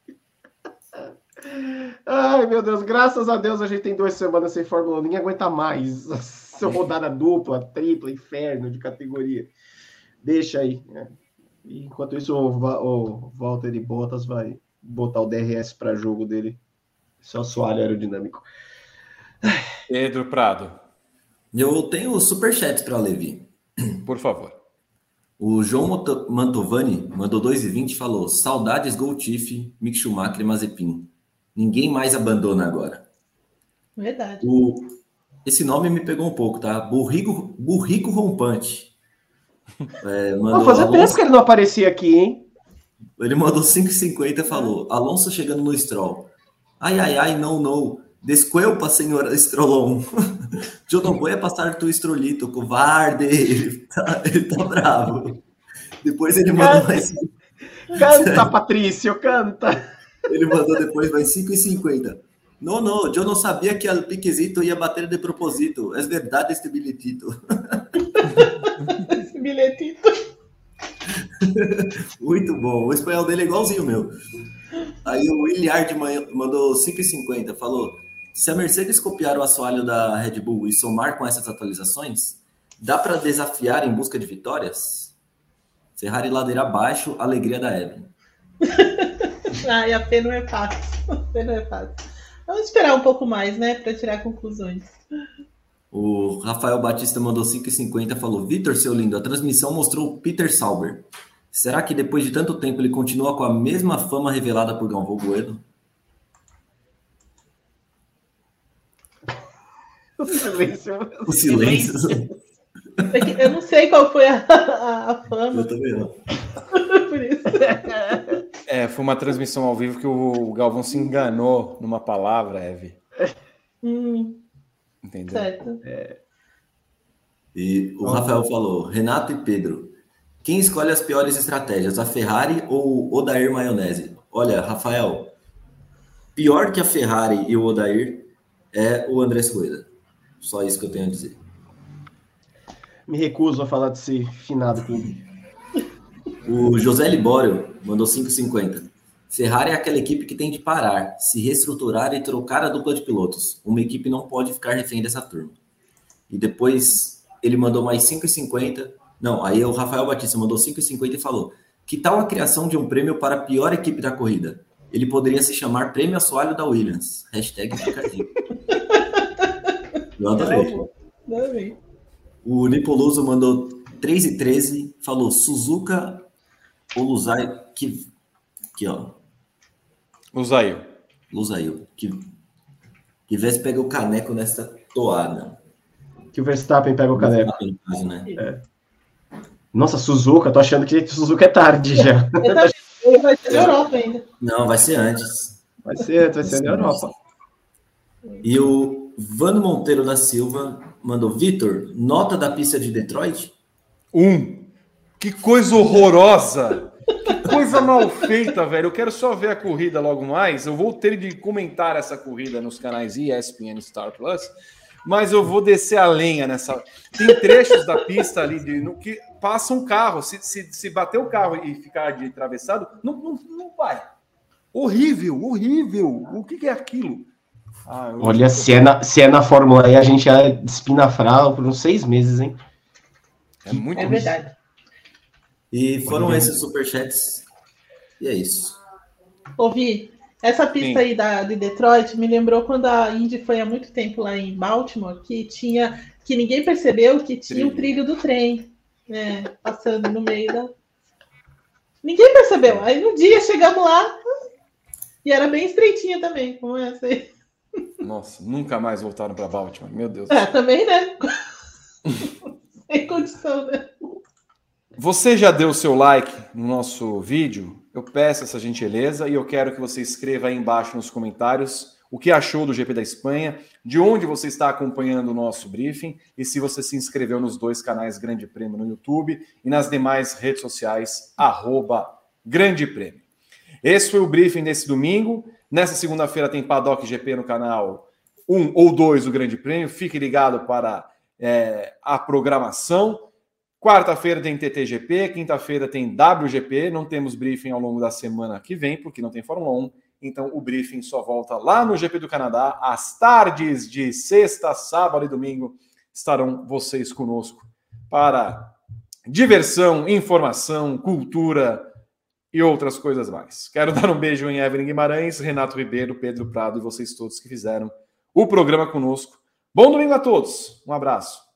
Ai, meu Deus, graças a Deus a gente tem duas semanas sem Fórmula um. Ninguém aguenta mais. Essa rodada dupla, tripla, inferno de categoria. Deixa aí. Né? Enquanto isso, o, o Valtteri Bottas vai botar o D R S para jogo dele. Só assoalho aerodinâmico. Pedro Prado. Eu tenho superchat para Levi. Por favor. O João Mantovani mandou dois e vinte e falou: saudades Goltifi, Mick Schumacher e Mazepin. Ninguém mais abandona agora. Verdade. O... Esse nome me pegou um pouco, tá? Burrico, Burrico Rompante. É, mandou, Vou fazer Alonso... tempo que ele não aparecia aqui, hein? Ele mandou cinco e cinquenta e falou: Alonso chegando no Stroll. Ai, ai, ai, não, não. Desculpa, senhora Strollon. Eu não vou passar tu Strollito, covarde. Ele tá, ele tá bravo. Depois ele mandou mais... Canta, Patrício, canta. Ele mandou depois mais cinco e cinquenta. Não, não, eu não sabia que o Piquezito ia bater de propósito. É verdade este bilhetito. Esse bilhetito. Muito bom. O espanhol dele é igualzinho o meu. Aí o Williard mandou cinco e cinquenta. Falou: se a Mercedes copiar o assoalho da Red Bull e somar com essas atualizações, dá para desafiar em busca de vitórias? Ferrari ladeira abaixo, alegria da Evelyn. Ai, a P não é fácil. A P não é fácil. Vamos esperar um pouco mais, né, para tirar conclusões. O Rafael Batista mandou cinco e cinquenta, falou: Vitor, seu lindo, a transmissão mostrou Peter Sauber. Será que depois de tanto tempo ele continua com a mesma fama revelada por Galvão Bueno? O silêncio. O silêncio. É que eu não sei qual foi a, a, a fama. Eu também não. Por isso. É, foi uma transmissão ao vivo que o Galvão se enganou numa palavra, Eve. Hum, Entendeu? certo. É. E o Rafael falou: Renato e Pedro, quem escolhe as piores estratégias, a Ferrari ou o Odair Maionese? Olha, Rafael, pior que a Ferrari e o Odair é o André Rueda. Só isso que eu tenho a dizer. Me recuso a falar desse finado clube. O José Libório mandou cinco e cinquenta. Ferrari é aquela equipe que tem de parar, se reestruturar e trocar a dupla de pilotos. Uma equipe não pode ficar refém dessa turma. E depois ele mandou mais cinco e cinquenta. Não, aí o Rafael Batista mandou cinco e cinquenta e falou: que tal a criação de um prêmio para a pior equipe da corrida? Ele poderia se chamar Prêmio Assoalho da Williams. Hashtag Picardinho. Eu adorei. Não, não, O Nipoluso mandou três e treze, falou: Suzuka ou Luzai, que Aqui, ó. Lusail. Lusail. Que, que vê se pega o caneco nessa toada. Que o Verstappen pega o caneco. No caso, né? É. Nossa, Suzuka, tô achando que Suzuka é tarde já. Ele vai ser na Europa ainda. Não, vai ser antes. Vai ser, vai ser na Europa. E o Vando Monteiro da Silva mandou: Vitor, nota da pista de Detroit? Um. Que coisa horrorosa! Que coisa mal feita, velho. Eu quero só ver a corrida logo mais. Eu vou ter de comentar essa corrida nos canais E S P N Star Plus, mas eu vou descer a lenha nessa. Tem trechos da pista ali de, no que passa um carro. Se, se, se bater o carro e ficar de atravessado, não, não, não vai. Horrível, horrível. O que, que é aquilo? Ah, Olha, tô... se, é na, se é na Fórmula E, a gente já espinafral por uns seis meses, hein? É muito É verdade. E foram esses superchats. E é isso. Ouvi. Essa pista Sim. aí da, de Detroit me lembrou quando a Indy foi há muito tempo lá em Baltimore, que tinha, que ninguém percebeu que tinha o trilho do trem, né, passando no meio da... Ninguém percebeu. Aí no dia chegamos lá e era bem estreitinha também, como essa aí. Nossa, nunca mais voltaram para Baltimore, meu Deus. É, também, né? Sem condição, né? Você já deu o seu like no nosso vídeo? Eu peço essa gentileza e eu quero que você escreva aí embaixo nos comentários o que achou do G P da Espanha, de onde você está acompanhando o nosso briefing e se você se inscreveu nos dois canais Grande Prêmio no YouTube e nas demais redes sociais, arroba Grande Prêmio. Esse foi o briefing desse domingo. Nessa segunda-feira tem Paddock G P no canal um ou dois do Grande Prêmio. Fique ligado para é, a programação. Quarta-feira tem T T G P, quinta-feira tem W G P, não temos briefing ao longo da semana que vem, porque não tem Fórmula um, então o briefing só volta lá no G P do Canadá, às tardes de sexta, sábado e domingo, estarão vocês conosco para diversão, informação, cultura e outras coisas mais. Quero dar um beijo em Evelyn Guimarães, Renato Ribeiro, Pedro Prado e vocês todos que fizeram o programa conosco. Bom domingo a todos, um abraço.